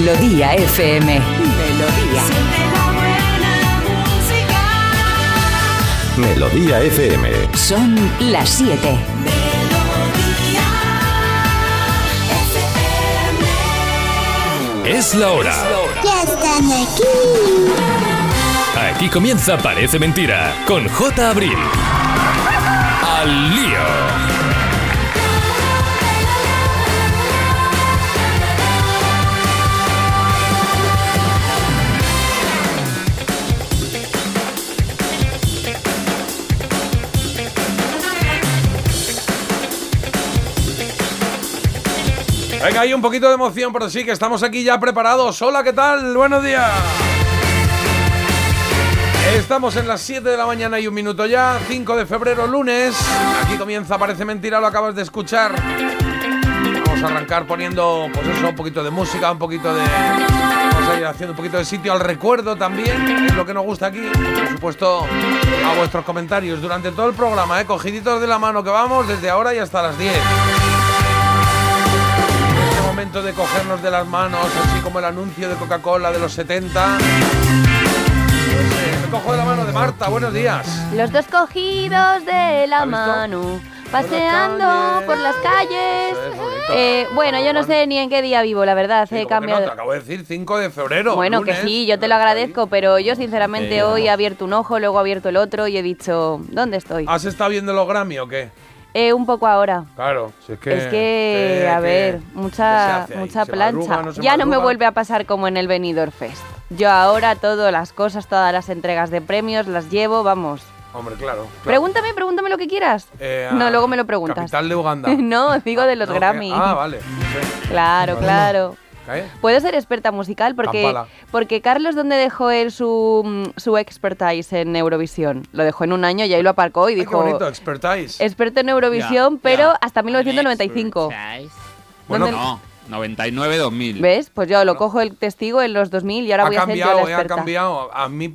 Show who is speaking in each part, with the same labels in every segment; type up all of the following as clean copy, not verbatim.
Speaker 1: Melodía FM. Melodía.
Speaker 2: Melodía FM.
Speaker 1: Son las 7.
Speaker 3: Es la hora.
Speaker 4: Ya están aquí.
Speaker 3: Aquí comienza Parece Mentira con J. Abril. ¡Al lío!
Speaker 5: Venga, hay un poquito de emoción, pero sí que estamos aquí ya preparados. Hola, ¿qué tal? Buenos días. Estamos en las 7 de la mañana y un minuto ya, 5 de febrero, lunes. Aquí comienza Parece Mentira, lo acabas de escuchar. Vamos a arrancar poniendo, pues eso, un poquito de música, un poquito de... Vamos a ir haciendo un poquito de sitio al recuerdo también, es lo que nos gusta aquí. Por supuesto, a vuestros comentarios durante todo el programa, cogiditos de la mano que vamos desde ahora y hasta las 10. Momento de cogernos de las manos, así como el anuncio de Coca-Cola de los 70. Pues, me cojo de la mano de Marta, buenos días.
Speaker 6: Los dos cogidos de la mano, paseando por las calles. Bueno, yo no sé ni en qué día vivo, la verdad.
Speaker 5: Sí,
Speaker 6: he cambiado.
Speaker 5: No, te acabo de decir 5 de febrero.
Speaker 6: Bueno,
Speaker 5: lunes.
Speaker 6: que sí, yo te lo agradezco, pero yo sinceramente hoy he abierto un ojo, luego he abierto el otro y he dicho, ¿dónde estoy?
Speaker 5: ¿Has estado viendo los Grammy o qué?
Speaker 6: Un poco ahora.
Speaker 5: Claro, si
Speaker 6: Es que, a ver, mucha plancha. Ya no me vuelve a pasar como en el Benidorm Fest. Yo ahora todas las cosas, todas las entregas de premios las llevo, vamos.
Speaker 5: Hombre, claro.
Speaker 6: Pregúntame lo que quieras. No, luego me lo preguntas.
Speaker 5: Capital de Uganda.
Speaker 6: No, digo de los Grammy.
Speaker 5: Vale.
Speaker 6: Claro, claro.
Speaker 5: ¿Qué?
Speaker 6: Puedo ser experta musical porque Carlos, ¿dónde dejó él su expertise en Eurovisión? Lo dejó en un año y ahí lo aparcó y dijo...
Speaker 5: Qué bonito, expertise.
Speaker 6: Experto en Eurovisión, pero hasta 1995.
Speaker 5: Bueno,
Speaker 7: no, 99-2000.
Speaker 6: ¿Ves? Pues yo lo cojo el testigo en los 2000 y ahora voy a ser yo la experta.
Speaker 5: Ha cambiado. A mí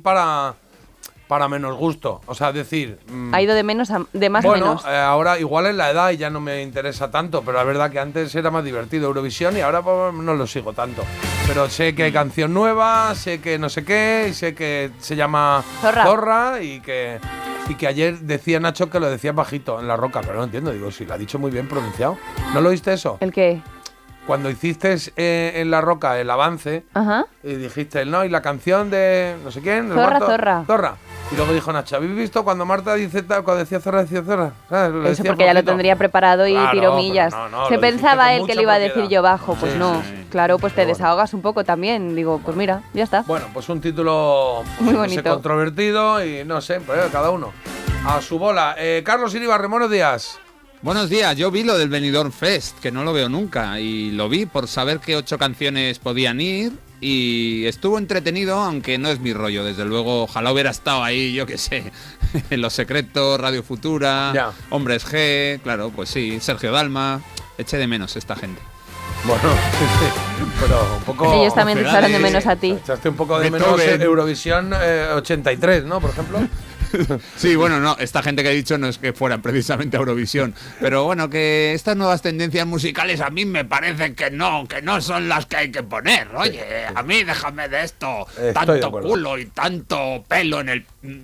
Speaker 5: para menos gusto. O sea, decir...
Speaker 6: ha ido de menos a de más a menos.
Speaker 5: Ahora igual es la edad y ya no me interesa tanto, pero la verdad que antes era más divertido Eurovisión y ahora pues, no lo sigo tanto. Pero sé que hay canción nueva, sé que no sé qué, sé que se llama Zorra y que ayer decía Nacho que lo decía bajito en La Roca, pero no entiendo, digo, si lo ha dicho muy bien pronunciado. ¿No lo oíste eso?
Speaker 6: ¿El qué?
Speaker 5: Cuando hiciste en La Roca el avance, y dijiste, no, y la canción de no sé quién, Zorra. Y luego dijo Nacho, ¿habéis visto cuando Marta dice tal, cuando decía Zorra? ¿Sabes?
Speaker 6: Eso porque ya lo tendría preparado y tiró millas. Se pensaba él que le iba a decir yo bajo, pues
Speaker 5: sí,
Speaker 6: no.
Speaker 5: Sí.
Speaker 6: Claro, pues te desahogas un poco también. Digo, pues mira, ya está.
Speaker 5: Bueno, pues un título
Speaker 6: muy
Speaker 5: no
Speaker 6: bonito.
Speaker 5: Sé, controvertido y no sé, pues cada uno a su bola. Carlos Iribarre, buenos días.
Speaker 7: Buenos días, yo vi lo del Benidorm Fest, que no lo veo nunca, y lo vi por saber qué 8 canciones podían ir, y estuvo entretenido, aunque no es mi rollo, desde luego. Ojalá hubiera estado ahí, yo qué sé, en Los Secretos, Radio Futura, Hombres G, claro, pues sí, Sergio Dalma, eché de menos esta gente.
Speaker 5: Bueno, pero un poco...
Speaker 6: Ellos también te echaron de menos a ti.
Speaker 5: Echaste un poco de menos Eurovisión 83, ¿no? Por ejemplo.
Speaker 7: Sí, bueno, no, esta gente que he dicho no es que fueran precisamente a Eurovisión, pero bueno, que estas nuevas tendencias musicales a mí me parecen que no son las que hay que poner. Oye, a mí déjame de esto, tanto culo y tanto pelo en el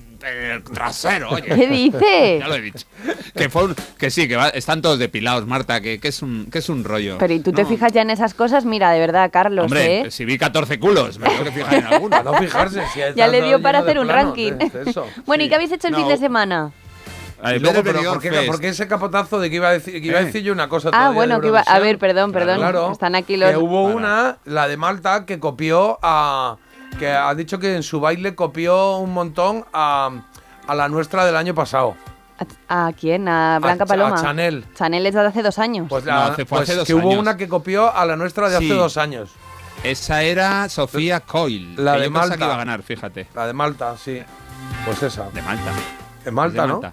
Speaker 7: trasero, oye.
Speaker 6: ¿Qué dices?
Speaker 7: Ya lo he dicho. Están todos depilados, Marta, que es un rollo.
Speaker 6: Pero ¿y tú te fijas ya en esas cosas? Mira, de verdad, Carlos,
Speaker 7: hombre, si vi 14 culos, me tengo que fijar en alguno.
Speaker 5: No fijarse. Si
Speaker 6: ya le dio para hacer un ranking. Bueno,
Speaker 5: sí.
Speaker 6: ¿y qué habéis hecho el fin de semana?
Speaker 5: ¿Por qué ese capotazo de que iba a decir yo una cosa?
Speaker 6: Bueno, que iba a ver, perdón.
Speaker 5: Claro,
Speaker 6: están aquí los...
Speaker 5: Que hubo la de Malta, que copió que ha dicho que en su baile copió un montón a la nuestra del año pasado.
Speaker 6: ¿A quién? ¿A Blanca Paloma?
Speaker 5: A Chanel.
Speaker 6: Chanel es de hace 2 años.
Speaker 5: Pues, hace 2 años. Hubo una que copió a la nuestra de hace 2 años.
Speaker 7: Esa era Sofía Coyle.
Speaker 5: La de Malta.
Speaker 7: Que iba a ganar, fíjate.
Speaker 5: La de Malta, sí. Pues esa.
Speaker 7: De Malta.
Speaker 5: De Malta, ¿no?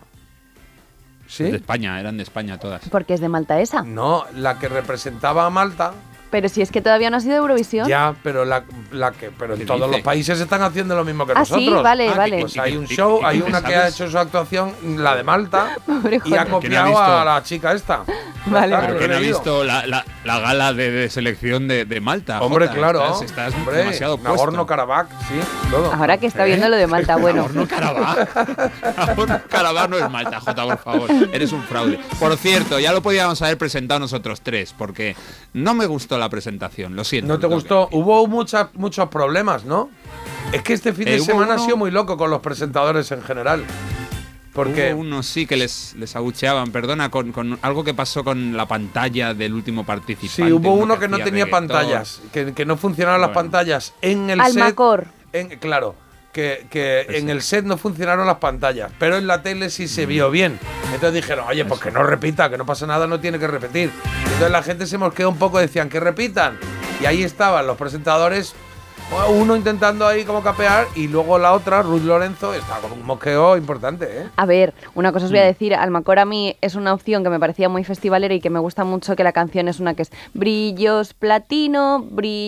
Speaker 7: ¿Sí? De España, eran de España todas.
Speaker 6: ¿Por qué es de Malta esa?
Speaker 5: No, la que representaba a Malta
Speaker 6: Pero si es que todavía no ha sido Eurovisión.
Speaker 5: Ya, pero pero en todos los países están haciendo lo mismo que nosotros.
Speaker 6: Sí, vale.
Speaker 5: Pues hay un show, hay una que ha hecho su actuación, la de Malta, y ha copiado a la chica esta.
Speaker 6: Vale.
Speaker 7: Pero ¿quién ha visto la gala de selección de Malta?
Speaker 5: Hombre, claro.
Speaker 7: Estás demasiado puesto.
Speaker 5: Nagorno-Karabaj, sí, todo.
Speaker 6: Ahora que está viendo lo de Malta, bueno.
Speaker 7: Nagorno-Karabaj no es Malta, Jota, por favor. Eres un fraude. Por cierto, ya lo podíamos haber presentado nosotros tres, porque no me gustó la presentación, lo siento.
Speaker 5: ¿No te gustó? Hubo muchos problemas, ¿no? Es que este fin de semana ha sido muy loco con los presentadores en general. Porque
Speaker 7: hubo unos sí que les abucheaban, perdona, con algo que pasó con la pantalla del último participante.
Speaker 5: Sí, hubo uno que no tenía pantallas, que no funcionaban las pantallas en el
Speaker 6: Almacor.
Speaker 5: set. Claro, que en el set no funcionaron las pantallas, pero en la tele sí se vio bien. Entonces dijeron, oye, pues que no repita, que no pasa nada, no tiene que repetir. Entonces la gente se mosqueó un poco, decían que repitan. Y ahí estaban los presentadores, uno intentando ahí como capear, y luego la otra, Ruth Lorenzo, estaba con un mosqueo importante, ¿eh?
Speaker 6: A ver, una cosa os voy a decir, Almacor a mí es una opción que me parecía muy festivalera y que me gusta mucho, que la canción es una que es brillos platino,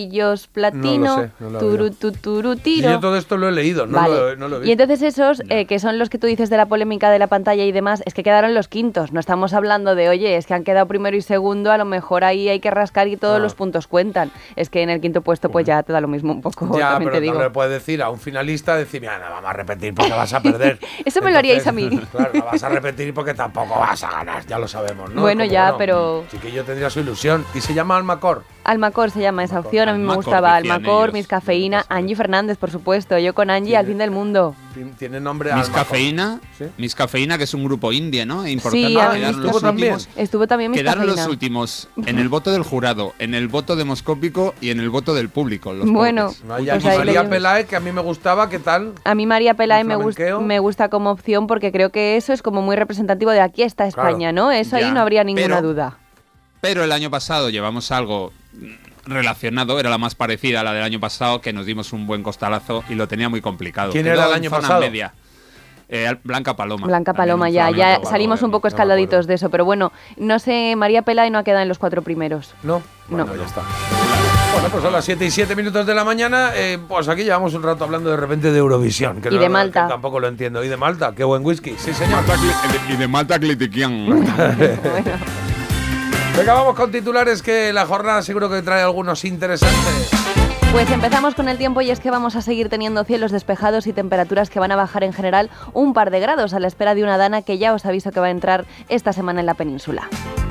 Speaker 5: No lo sé,
Speaker 6: tiro.
Speaker 5: Y yo todo esto lo he leído, no lo he visto.
Speaker 6: Y entonces esos, que son los que tú dices de la polémica de la pantalla y demás, es que quedaron los quintos. No estamos hablando de, oye, es que han quedado primero y segundo, a lo mejor ahí hay que rascar y todos los puntos cuentan. Es que en el quinto puesto pues ya te da lo mismo un poco.
Speaker 5: Ya, pero no le puedes decir a un finalista, decir, mira, no vamos a repetir porque vas a perder.
Speaker 6: Eso me lo haríais a mí.
Speaker 5: Claro, no vas a repetir porque tampoco vas a ganar, ya lo sabemos, ¿no?
Speaker 6: Bueno, ya, pero...
Speaker 5: Sí que yo tendría su ilusión. ¿Y se llama Almacor?
Speaker 6: Almacor se llama esa opción, a mí me gustaba Almacor, Miss Cafeína, Angie Fernández, por supuesto, yo con Angie al fin del mundo.
Speaker 5: Tiene nombre
Speaker 7: Miss Cafeína, ¿sí? Miss Cafeína, que es un grupo indie, ¿no? Importante.
Speaker 6: Sí, estuvo también Miss
Speaker 7: Cafeína. Quedaron los últimos en el voto del jurado, en el voto demoscópico y en el voto del público.
Speaker 6: Bueno,
Speaker 5: pues María Peláez, que a mí me gustaba, ¿qué tal?
Speaker 6: A mí María Peláez me gusta como opción porque creo que eso es como muy representativo de aquí está España, ¿no? Eso ahí no habría ninguna duda.
Speaker 7: Pero el año pasado llevamos algo relacionado, era la más parecida a la del año pasado, que nos dimos un buen costalazo y lo tenía muy complicado.
Speaker 5: ¿Quién era el año pasado?
Speaker 7: Media. Blanca Paloma.
Speaker 6: Blanca Paloma, ya salimos un poco escaldaditos de eso, pero bueno, no sé, María Peláez no ha quedado en los 4 primeros.
Speaker 5: No, bueno, ya está. Bueno, pues son las 7:07 de la mañana, pues aquí llevamos un rato hablando de repente de Eurovisión. Que
Speaker 6: y de Malta.
Speaker 5: Que tampoco lo entiendo. Y de Malta, qué buen whisky. Sí, señor.
Speaker 7: Y de Malta Clitiquian.
Speaker 6: Bueno.
Speaker 5: Venga, vamos con titulares, que la jornada seguro que trae algunos interesantes.
Speaker 6: Pues empezamos con el tiempo y es que vamos a seguir teniendo cielos despejados y temperaturas que van a bajar en general un par de grados a la espera de una dana que ya os aviso que va a entrar esta semana en la península.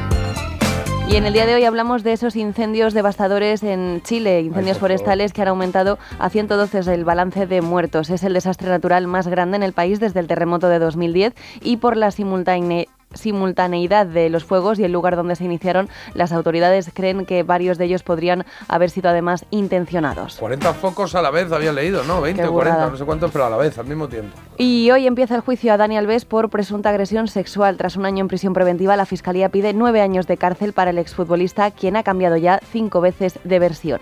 Speaker 6: Y en el día de hoy hablamos de esos incendios devastadores en Chile, incendios forestales que han aumentado a 112 el balance de muertos. Es el desastre natural más grande en el país desde el terremoto de 2010 y por la simultaneidad de los fuegos y el lugar donde se iniciaron, las autoridades creen que varios de ellos podrían haber sido además intencionados.
Speaker 5: 40 focos a la vez había leído, ¿no? 20 o 40, no sé cuántos, pero a la vez, al mismo tiempo.
Speaker 6: Y hoy empieza el juicio a Dani Alves por presunta agresión sexual. Tras un año en prisión preventiva, la Fiscalía pide 9 años de cárcel para el exfutbolista, quien ha cambiado ya 5 veces de versión.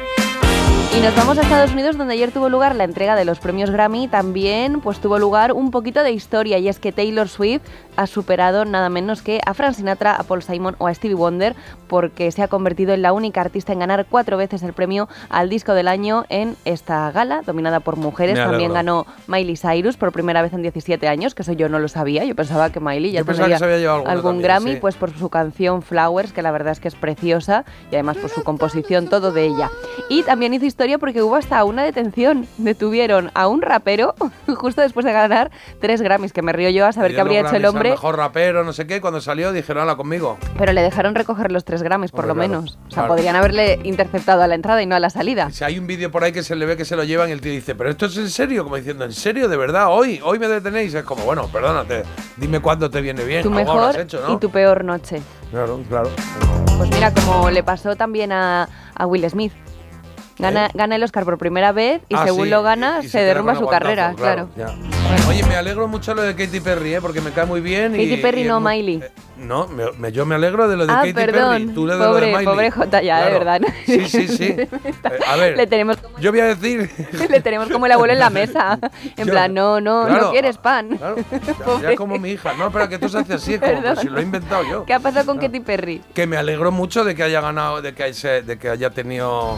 Speaker 6: Y nos vamos a Estados Unidos, donde ayer tuvo lugar la entrega de los premios Grammy. También pues tuvo lugar un poquito de historia, y es que Taylor Swift ha superado nada menos que a Frank Sinatra, a Paul Simon o a Stevie Wonder, porque se ha convertido en la única artista en ganar 4 veces el premio al disco del año en esta gala, dominada por mujeres. También ganó Miley Cyrus por primera vez en 17 años, que eso yo no lo sabía. Yo pensaba que Miley ya tendría algún también, Grammy, sí. Pues por su canción Flowers, que la verdad es que es preciosa, y además por su composición, todo de ella. Y también hizo historia porque hubo hasta una detención. Detuvieron a un rapero justo después de ganar 3 Grammys, que me río yo a saber qué habría hecho el hombre.
Speaker 5: Mejor rapero, no sé qué, cuando salió dijeron, hala, conmigo.
Speaker 6: Pero le dejaron recoger los 3 Grammys, por lo menos. O sea, podrían haberle interceptado a la entrada y no a la salida.
Speaker 5: Si hay un vídeo por ahí que se le ve que se lo llevan y el tío dice, pero esto es en serio, como diciendo, ¿en serio? ¿De verdad? ¿Hoy me detenéis? Es como, bueno, perdónate, dime cuándo te viene bien.
Speaker 6: Tu mejor hecho, ¿no? Y tu peor noche.
Speaker 5: Claro.
Speaker 6: Pues mira, como le pasó también a Will Smith. Gana el Oscar por primera vez y según lo gana, se derrumba su carrera, claro.
Speaker 5: Oye, me alegro mucho lo de Katy Perry, porque me cae muy bien.
Speaker 6: Katy Perry, no Miley.
Speaker 5: No, yo me alegro de lo de Katy Perry. Tú de lo de Miley.
Speaker 6: Pobre Jota ya, de verdad.
Speaker 5: Sí. A ver, yo voy a decir...
Speaker 6: Le tenemos como el abuelo en la mesa. En plan, no quieres pan.
Speaker 5: Claro, ya como mi hija. No, pero que tú se hace así, como pues, si lo he inventado yo.
Speaker 6: ¿Qué ha pasado con Katy Perry?
Speaker 5: Que me alegro mucho de que haya ganado, de que haya tenido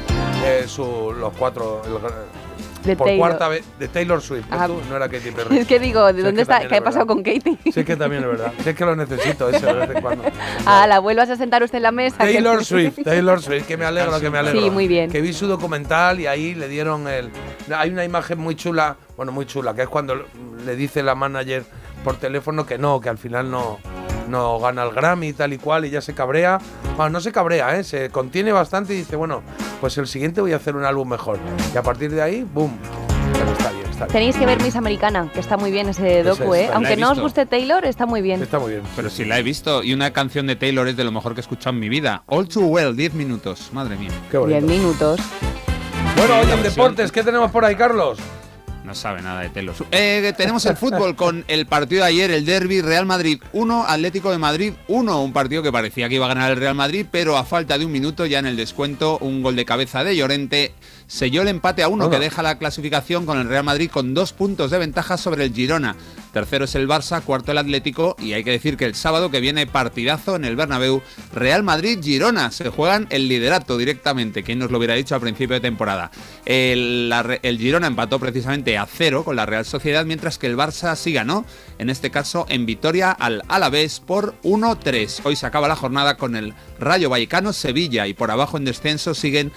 Speaker 5: los 4...
Speaker 6: De
Speaker 5: por
Speaker 6: Taylor.
Speaker 5: Cuarta vez de Taylor Swift, no era Katy Perry.
Speaker 6: Es que digo, ¿de dónde está? ¿Qué ha pasado con Katy?
Speaker 5: Sí, es que también es verdad. Sí, es que lo necesito ese de vez en cuando.
Speaker 6: La vuelvas a sentar usted en la mesa.
Speaker 5: Taylor Swift, que me alegro,
Speaker 6: Sí, muy bien.
Speaker 5: Que vi su documental y ahí le dieron hay una imagen muy chula, que es cuando le dice la manager por teléfono que al final no gana el Grammy y tal y cual, y ya se cabrea. No se cabrea, se contiene bastante y dice, bueno, pues el siguiente voy a hacer un álbum mejor. Y a partir de ahí, boom. Pero está bien.
Speaker 6: Tenéis que ver Miss Americana, que está muy bien ese docu, Aunque no os guste Taylor, está muy bien.
Speaker 5: Está muy bien.
Speaker 7: Pero sí la he visto, y una canción de Taylor es de lo mejor que he escuchado en mi vida. All Too Well, 10 minutos, madre mía.
Speaker 5: Qué bonito.
Speaker 6: 10 minutos.
Speaker 5: Bueno, hoy en deportes, ¿qué tenemos por ahí, Carlos?
Speaker 7: No sabe nada de Taylor. Tenemos el fútbol con el partido de ayer, el derbi Real Madrid 1, Atlético de Madrid 1. Un partido que parecía que iba a ganar el Real Madrid, pero a falta de un minuto, ya en el descuento, un gol de cabeza de Llorente selló el empate a 1 que deja la clasificación con el Real Madrid con 2 puntos de ventaja sobre el Girona. Tercero es el Barça, cuarto el Atlético, y hay que decir que el sábado que viene partidazo en el Bernabéu, Real Madrid-Girona, se juegan el liderato directamente, ¿quién nos lo hubiera dicho al principio de temporada? El Girona empató precisamente a 0 con la Real Sociedad, mientras que el Barça sí ganó, en este caso en victoria al Alavés por 1-3. Hoy se acaba la jornada con el Rayo Vallecano-Sevilla, y por abajo en descenso siguen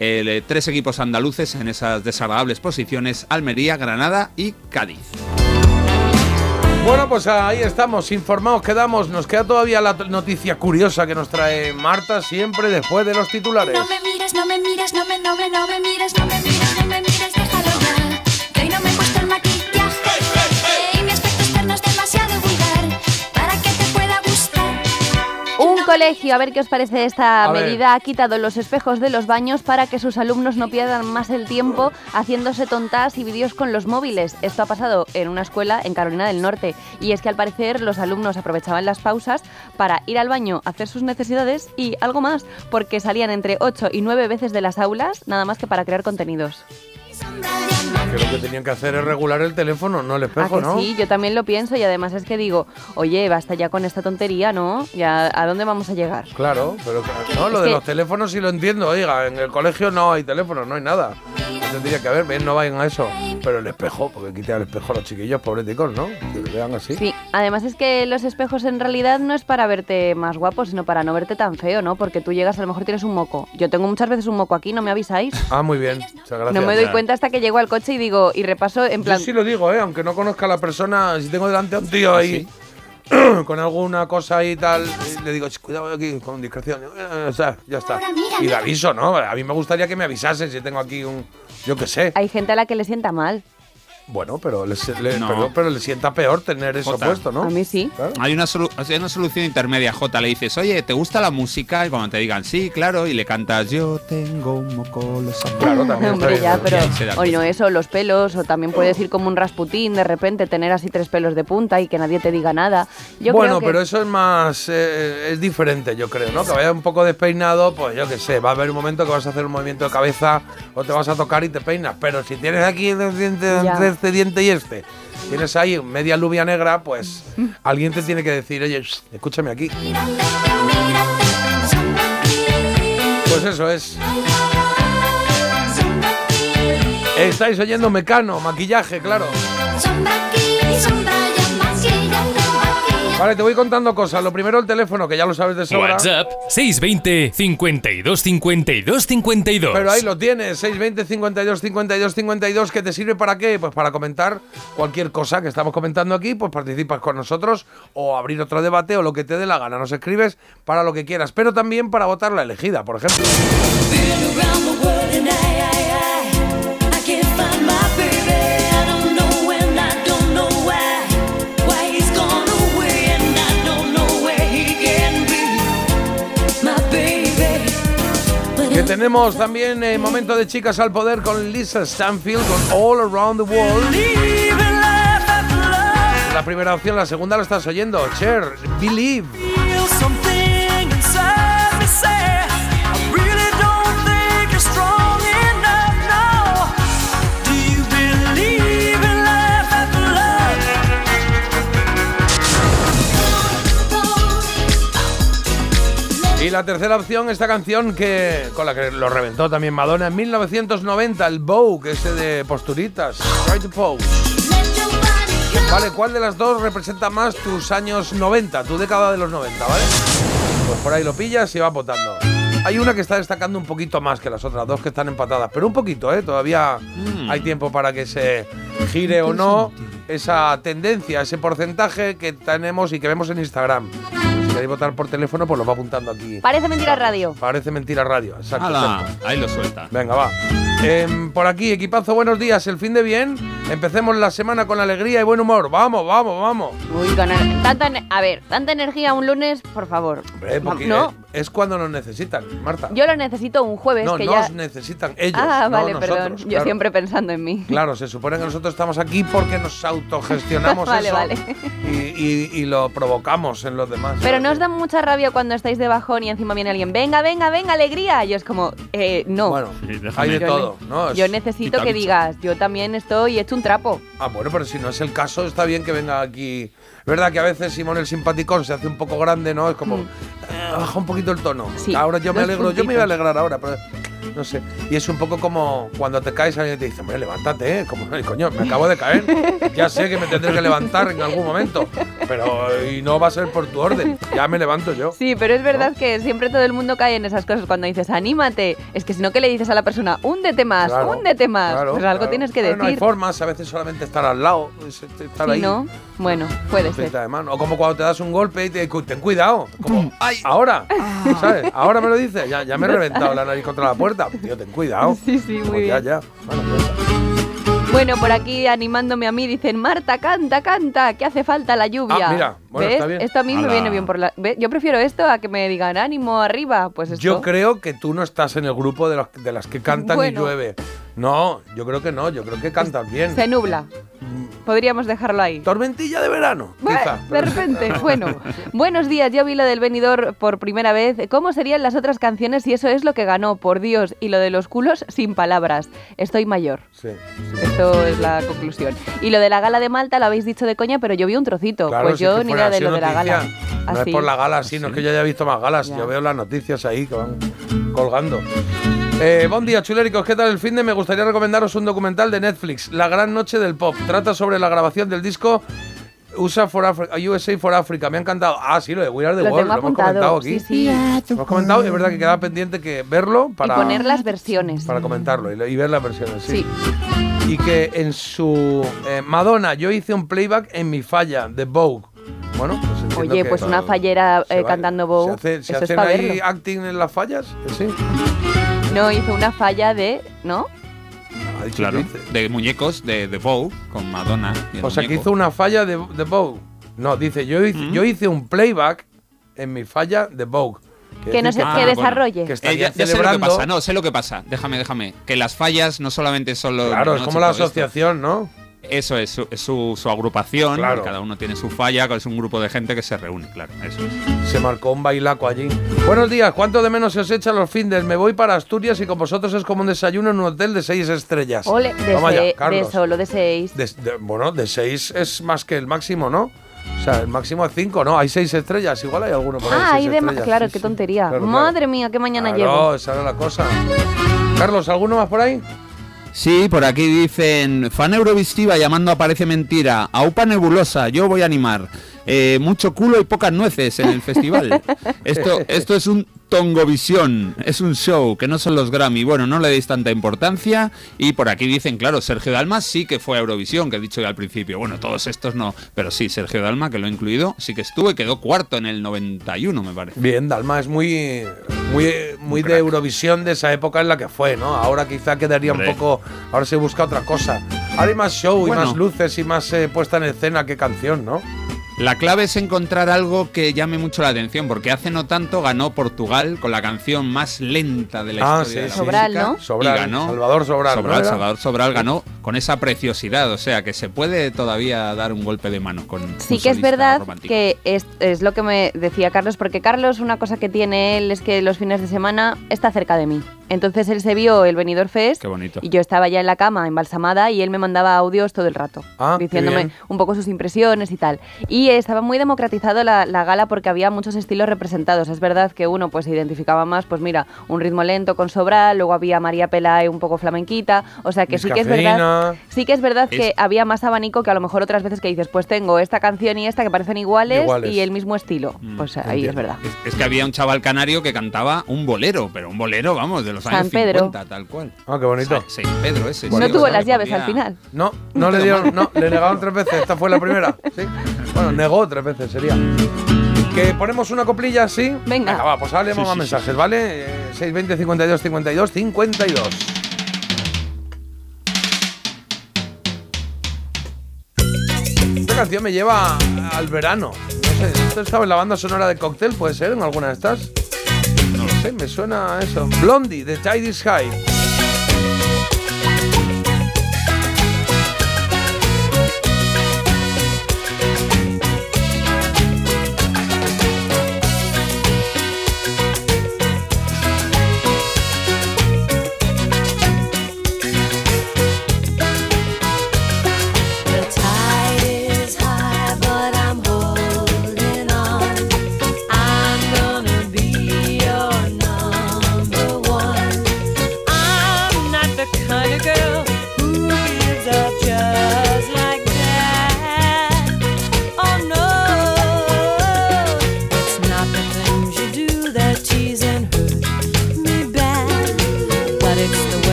Speaker 7: 3 equipos andaluces en esas desagradables posiciones: Almería, Granada y Cádiz.
Speaker 5: Bueno, pues ahí estamos, informados quedamos. Nos queda todavía la noticia curiosa que nos trae Marta siempre después de los titulares.
Speaker 2: No me mires, no me mires, no me mires, no me mires, déjalo ya. Que hoy no me he puesto el maquillaje. Mi aspecto externo es demasiado vulgar para que te pueda gustar.
Speaker 6: Un colegio, a ver qué os parece esta medida, ha quitado los espejos de los baños para que sus alumnos no pierdan más el tiempo haciéndose tontas y vídeos con los móviles. Esto ha pasado en una escuela en Carolina del Norte, y es que al parecer los alumnos aprovechaban las pausas para ir al baño, hacer sus necesidades y algo más, porque salían entre 8 y 9 veces de las aulas, nada más que para crear contenidos.
Speaker 5: Que lo que tenían que hacer es regular el teléfono, no el espejo, ¿no?
Speaker 6: Sí, yo también lo pienso, y además es que digo, oye, basta ya con esta tontería, ¿no? Ya, ¿a dónde vamos a llegar?
Speaker 5: Claro, pero no, lo de los teléfonos sí lo entiendo, oiga, en el colegio no hay teléfonos, no hay nada. Tendría que haber, bien, no vayan a eso. Pero el espejo, porque quiten el espejo a los chiquillos, pobreticos, ¿no? Que lo vean así.
Speaker 6: Sí, además es que los espejos en realidad no es para verte más guapo, sino para no verte tan feo, ¿no? Porque tú llegas, a lo mejor tienes un moco. Yo tengo muchas veces un moco aquí, ¿no me avisáis?
Speaker 5: Ah, muy bien, muchas gracias.
Speaker 6: No me doy cuenta hasta que llego al coche y digo, y repaso en plan...
Speaker 5: Yo sí lo digo, aunque no conozca a la persona, si tengo delante a un tío ahí... ¿Sí? Con alguna cosa y tal, le digo, cuidado aquí, con discreción, o sea, ya está. Y le aviso, ¿no? A mí me gustaría que me avisasen si tengo aquí un, yo qué sé.
Speaker 6: Hay gente a la que le sienta mal.
Speaker 5: Bueno, pero le sienta peor tener eso puesto, ¿no?
Speaker 6: A mí sí.
Speaker 5: Claro.
Speaker 7: Hay una solución intermedia, Jota. Le dices, oye, ¿te gusta la música? Y cuando te digan, sí, claro, y le cantas, yo tengo un moco, lo sabes.
Speaker 5: Claro, también.
Speaker 6: Hombre, ya, pero o no eso, los pelos, o también puedes ir como un Rasputín, de repente tener así 3 pelos de punta y que nadie te diga nada.
Speaker 5: Bueno, pero eso es más, es diferente, yo creo, ¿no? Que vaya un poco despeinado, pues yo qué sé, va a haber un momento que vas a hacer un movimiento de cabeza o te vas a tocar y te peinas. Pero si tienes aquí el diente, este diente y tienes ahí media alubia negra, pues alguien te tiene que decir, oye, escúchame aquí. Pues eso es. Estáis oyendo Mecano, maquillaje, claro. Vale, te voy contando cosas. Lo primero, el teléfono, que ya lo sabes de sobra.
Speaker 3: WhatsApp 620 52 52 52.
Speaker 5: Pero ahí lo tienes, 620 52 52 52, ¿que te sirve para qué? Pues para comentar cualquier cosa que estamos comentando aquí, pues participas con nosotros o abrir otro debate o lo que te dé la gana. Nos escribes para lo que quieras, pero también para votar la elegida, por ejemplo. Tenemos también momento de chicas al poder con Lisa Stanfield con All Around the World. La primera opción, la segunda la estás oyendo. Cher, Believe. Y la tercera opción, esta canción con la que lo reventó también Madonna en 1990, el Vogue, ese de posturitas, Try to Pose. Vale, ¿cuál de las dos representa más tus años 90, tu década de los 90, ¿vale? Pues por ahí lo pillas y vas votando. Hay una que está destacando un poquito más que las otras dos que están empatadas, pero un poquito, todavía hay tiempo para que se gire o no esa tendencia, ese porcentaje que tenemos y que vemos en Instagram. Si queréis votar por teléfono, pues lo va apuntando aquí.
Speaker 6: Parece mentira radio.
Speaker 5: Parece mentira radio, exacto.
Speaker 7: Ahí lo suelta.
Speaker 5: Venga, va. Por aquí, equipazo, buenos días. El fin de bien. Empecemos la semana con alegría y buen humor. Vamos, vamos, vamos.
Speaker 6: Uy, tanta energía un lunes, por favor.
Speaker 5: Hombre, porque
Speaker 6: ¿no?
Speaker 5: Es cuando nos necesitan, Marta.
Speaker 6: Yo lo necesito un jueves.
Speaker 5: No,
Speaker 6: que
Speaker 5: nos
Speaker 6: ya
Speaker 5: necesitan ellos.
Speaker 6: Ah,
Speaker 5: no
Speaker 6: vale,
Speaker 5: nosotros,
Speaker 6: perdón.
Speaker 5: claro.
Speaker 6: Yo siempre pensando en mí.
Speaker 5: Claro, se supone que nosotros estamos aquí porque nos autogestionamos
Speaker 6: Vale,
Speaker 5: eso
Speaker 6: vale.
Speaker 5: Y lo provocamos en los demás.
Speaker 6: Pero ¿no os da mucha rabia cuando estáis de bajón y encima viene alguien? Venga, venga, venga, alegría. Y es como, no.
Speaker 5: Bueno,
Speaker 7: Sí,
Speaker 5: hay de
Speaker 6: Yo
Speaker 5: todo, ¿no?
Speaker 6: Yo necesito que digas, yo también estoy hecho un trapo.
Speaker 5: Ah, bueno, pero si no es el caso, está bien que venga aquí. Es verdad que a veces Simón el simpaticón se hace un poco grande, ¿no? Es como, baja un poquito el tono.
Speaker 6: Sí,
Speaker 5: Ahora yo me
Speaker 6: 2
Speaker 5: alegro, yo me voy a
Speaker 6: puntitos.
Speaker 5: alegrar ahora, pero no sé. Y es un poco como cuando te caes, alguien te dice, hombre, levántate, como, "Ay, coño, me acabo de caer. Ya sé que me tendré que levantar en algún momento, pero y no va a ser por tu orden, ya me levanto yo.
Speaker 6: Sí, pero es verdad que siempre todo el mundo cae en esas cosas cuando dices, anímate. Es que si no, ¿qué le dices a la persona? Húndete más,
Speaker 5: Claro,
Speaker 6: húndete más.
Speaker 5: claro,
Speaker 6: Pues algo
Speaker 5: claro.
Speaker 6: tienes que
Speaker 5: Bueno,
Speaker 6: decir.
Speaker 5: hay formas, a veces solamente estar al lado, estar
Speaker 6: Sí,
Speaker 5: ahí.
Speaker 6: ¿no? Bueno, puede ser.
Speaker 5: Cosita de mano. O como cuando te das un golpe y te dicen, ten cuidado. Como, ¡ay! Ahora, ¿sabes? Ahora me lo dices. Ya me he reventado la nariz contra la puerta. Tío, ten cuidado.
Speaker 6: Sí, sí, muy
Speaker 5: Pues
Speaker 6: bien.
Speaker 5: ya. Bueno, ya está.
Speaker 6: Bueno, por aquí animándome a mí dicen, Marta, canta, canta, que hace falta la lluvia.
Speaker 5: Ah, mira, bueno,
Speaker 6: ¿ves?
Speaker 5: está bien.
Speaker 6: Esto a mí me
Speaker 7: Ala.
Speaker 6: viene bien por la... ¿ves? Yo prefiero esto a que me digan, ánimo, arriba. Pues esto...
Speaker 5: Yo creo que tú no estás en el grupo de las que cantan
Speaker 6: Bueno.
Speaker 5: y llueve. No, yo creo que no. Yo creo que cantas bien.
Speaker 6: Se nubla. Podríamos dejarlo ahí.
Speaker 5: Tormentilla de verano, quizá.
Speaker 6: De repente, bueno. Buenos días, yo vi lo del Benidorm por primera vez. ¿Cómo serían las otras canciones si eso es lo que ganó? Por Dios, y lo de los culos sin palabras. Estoy mayor.
Speaker 5: Sí.
Speaker 6: Esto es la conclusión. Y lo de la gala de Malta lo habéis dicho de coña, pero yo vi un trocito.
Speaker 5: Claro,
Speaker 6: pues
Speaker 5: si
Speaker 6: yo
Speaker 5: es que
Speaker 6: ni
Speaker 5: fuera
Speaker 6: idea de
Speaker 5: así
Speaker 6: lo de la
Speaker 5: noticia.
Speaker 6: gala.
Speaker 5: No
Speaker 6: Así.
Speaker 5: es por la gala, sí, no es que yo haya visto más galas.
Speaker 6: Ya.
Speaker 5: Yo veo las noticias ahí que van colgando. Buen día, chuléricos. ¿Qué tal el finde? Me gustaría recomendaros un documental de Netflix, La Gran Noche del Pop. Trata sobre la grabación del disco USA for Africa. Me ha encantado. Ah, sí, lo de We Are the
Speaker 6: Lo
Speaker 5: World.
Speaker 6: tengo
Speaker 5: Lo hemos
Speaker 6: apuntado.
Speaker 5: comentado aquí.
Speaker 6: Sí, sí.
Speaker 5: Lo hemos comentado y es verdad que queda pendiente que verlo para,
Speaker 6: Y poner las versiones.
Speaker 5: para comentarlo y ver las versiones. Sí.
Speaker 6: Sí.
Speaker 5: Y que en su Madonna, yo hice un playback en mi falla de Vogue. Bueno, pues entiendo
Speaker 6: Oye,
Speaker 5: que
Speaker 6: pues una fallera
Speaker 5: se va-
Speaker 6: cantando Vogue.
Speaker 5: ¿Se
Speaker 6: Eso es
Speaker 5: hacen
Speaker 6: para
Speaker 5: ahí
Speaker 6: verlo.
Speaker 5: acting en las fallas? Sí.
Speaker 6: No, hizo una falla de... ¿no?
Speaker 5: Ha dicho
Speaker 7: Claro,
Speaker 5: que hice.
Speaker 7: de muñecos de Vogue con Madonna. Y el
Speaker 5: O sea, que
Speaker 7: muñeco.
Speaker 5: hizo una falla de Vogue. No, dice, yo hice un playback en mi falla de Vogue.
Speaker 6: Que no
Speaker 5: decir
Speaker 6: se
Speaker 7: Ah,
Speaker 6: que
Speaker 7: bueno.
Speaker 6: desarrolle.
Speaker 5: que estaría
Speaker 7: Ya sé lo que
Speaker 5: celebrando.
Speaker 7: pasa, no, sé lo que pasa. Déjame. Que las fallas no solamente son los...
Speaker 5: Claro, es
Speaker 7: niños
Speaker 5: como
Speaker 7: y
Speaker 5: la
Speaker 7: todo esto.
Speaker 5: asociación, ¿no?
Speaker 7: Eso es su agrupación.
Speaker 5: Claro.
Speaker 7: Cada uno tiene su falla, es un grupo de gente que se reúne, claro. Eso es.
Speaker 5: Se marcó un bailaco allí. Buenos días, ¿cuánto de menos se os echa los findes? Me voy para Asturias y con vosotros es como un desayuno en un hotel de 6 estrellas.
Speaker 6: Ole,
Speaker 5: Toma ya,
Speaker 6: de
Speaker 5: Carlos.
Speaker 6: solo de 6.
Speaker 5: Bueno, de 6 es más que el máximo, ¿no? O sea, el máximo es 5, ¿no? Hay 6 estrellas, igual hay alguno por ahí.
Speaker 6: Ah,
Speaker 5: 6
Speaker 6: hay de más.
Speaker 5: estrellas.
Speaker 6: Claro,
Speaker 5: Sí,
Speaker 6: qué
Speaker 5: sí.
Speaker 6: tontería.
Speaker 5: Claro,
Speaker 6: Madre mía, qué mañana
Speaker 5: claro,
Speaker 6: llevo.
Speaker 5: esa era la cosa. Carlos, ¿alguno más por ahí?
Speaker 7: Sí, por aquí dicen, fan Eurovistiva llamando a Parece Mentira, Aupa Nebulosa, yo voy a animar. Mucho culo y pocas nueces en el festival. Esto es un Tongovisión, es un show que no son los Grammy. Bueno, no le deis tanta importancia. Y por aquí dicen, claro, Sergio Dalma sí que fue a Eurovisión, que he dicho ya al principio. Bueno, todos estos no, pero sí, Sergio Dalma, que lo he incluido, sí que estuvo y quedó cuarto en el 91, me parece.
Speaker 5: Bien, Dalma es muy de Eurovisión de esa época en la que fue, ¿no? Ahora quizá quedaría
Speaker 7: Hombre.
Speaker 5: un poco... Ahora se busca otra cosa. Ahora hay más show
Speaker 7: Bueno.
Speaker 5: y más luces y más puesta en escena que canción, ¿no?
Speaker 7: La clave es encontrar algo que llame mucho la atención, porque hace no tanto ganó Portugal con la canción más lenta de la historia de la
Speaker 6: Sobral,
Speaker 7: música.
Speaker 6: ¿no?
Speaker 5: Sobral,
Speaker 7: y ganó
Speaker 5: Salvador Sobral. ¿no era?
Speaker 7: Salvador Sobral ganó con esa preciosidad, o sea que se puede todavía dar un golpe de mano con
Speaker 6: Sí
Speaker 7: un
Speaker 6: que es
Speaker 7: solista
Speaker 6: verdad
Speaker 7: romántico.
Speaker 6: que es lo que me decía Carlos, porque Carlos, una cosa que tiene él es que los fines de semana está cerca de mí. Entonces él se vio el Benidorm Fest.
Speaker 7: Qué bonito.
Speaker 6: Y yo estaba ya en la cama, embalsamada, y él me mandaba audios todo el rato,
Speaker 5: Ah, qué
Speaker 6: diciéndome
Speaker 5: bien.
Speaker 6: un poco sus impresiones y tal. Y estaba muy democratizado la gala porque había muchos estilos representados. Es verdad que uno pues se identificaba más, pues mira, un ritmo lento con Sobral, luego había María Pelae un poco flamenquita, o sea que sí que es verdad, que había más abanico que a lo mejor otras veces que dices, pues tengo esta canción y esta que parecen iguales. Y el mismo estilo. Pues ahí es verdad.
Speaker 7: Es que había un chaval canario que cantaba un bolero, pero un bolero, vamos, de los
Speaker 6: San
Speaker 7: años
Speaker 6: Pedro.
Speaker 7: 50, tal cual.
Speaker 5: Ah, qué bonito.
Speaker 7: Sí, Pedro ese.
Speaker 6: No
Speaker 7: sí,
Speaker 6: tuvo
Speaker 7: o sea,
Speaker 6: las
Speaker 7: que
Speaker 6: llaves
Speaker 7: podía-
Speaker 6: al final.
Speaker 5: No le dieron, no, le negaron 3 veces. Esta fue la primera. ¿Sí? Bueno, negó 3 veces, sería. Que ponemos una coplilla así.
Speaker 6: Venga.
Speaker 5: Va, pues ahora leemos
Speaker 7: Sí,
Speaker 5: más
Speaker 7: sí,
Speaker 5: mensajes, ¿vale? 620 52 52 52. Esta canción me lleva al verano. No sé, ¿esto estaba en la banda sonora de Cóctel? ¿Puede ser en alguna de estas? No lo sé, me suena a eso. Blondie, de Tide is High.
Speaker 2: The tide is high, but I'm holding on. I'm gonna be your number one. I'm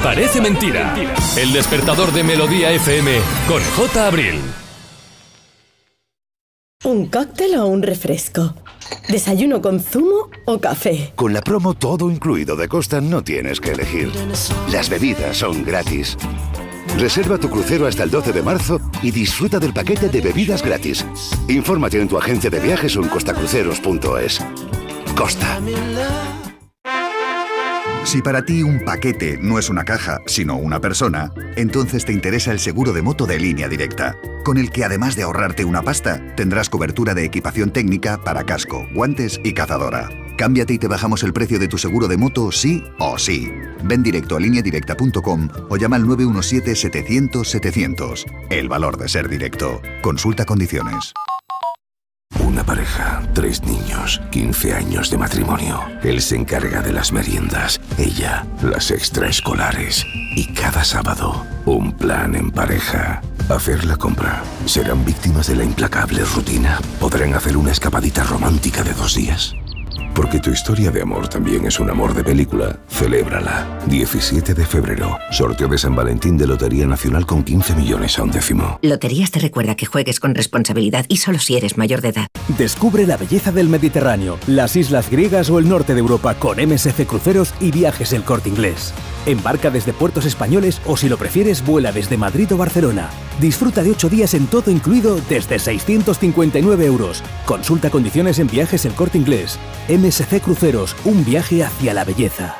Speaker 3: Parece mentira. El despertador de Melodía FM con J. Abril.
Speaker 8: ¿Un cóctel o un refresco? ¿Desayuno con zumo o café?
Speaker 9: Con la promo todo incluido de Costa no tienes que elegir. Las bebidas son gratis. Reserva tu crucero hasta el 12 de marzo y disfruta del paquete de bebidas gratis. Infórmate en tu agencia de viajes o en costacruceros.es. Costa.
Speaker 10: Si para ti un paquete no es una caja, sino una persona, entonces te interesa el seguro de moto de Línea Directa, con el que además de ahorrarte una pasta, tendrás cobertura de equipación técnica para casco, guantes y cazadora. Cámbiate y te bajamos el precio de tu seguro de moto sí o sí. Ven directo a lineadirecta.com o llama al 917-700-700. El valor de ser directo. Consulta condiciones.
Speaker 11: Una pareja, 3 niños, 15 años de matrimonio. Él se encarga de las meriendas, ella las extraescolares. Y cada sábado, un plan en pareja. Hacer la compra. ¿Serán víctimas de la implacable rutina? ¿Podrán hacer una escapadita romántica de 2 días? Porque tu historia de amor también es un amor de película. Celébrala. 17 de febrero. Sorteo de San Valentín de Lotería Nacional con 15 millones a un décimo.
Speaker 12: Loterías te recuerda que juegues con responsabilidad y solo si eres mayor de edad.
Speaker 13: Descubre la belleza del Mediterráneo, las islas griegas o el norte de Europa con MSC Cruceros y Viajes El Corte Inglés. Embarca desde puertos españoles o, si lo prefieres, vuela desde Madrid o Barcelona. Disfruta de 8 días en todo incluido desde 659 euros. Consulta condiciones en Viajes El Corte Inglés. MSC Cruceros, un viaje hacia la belleza.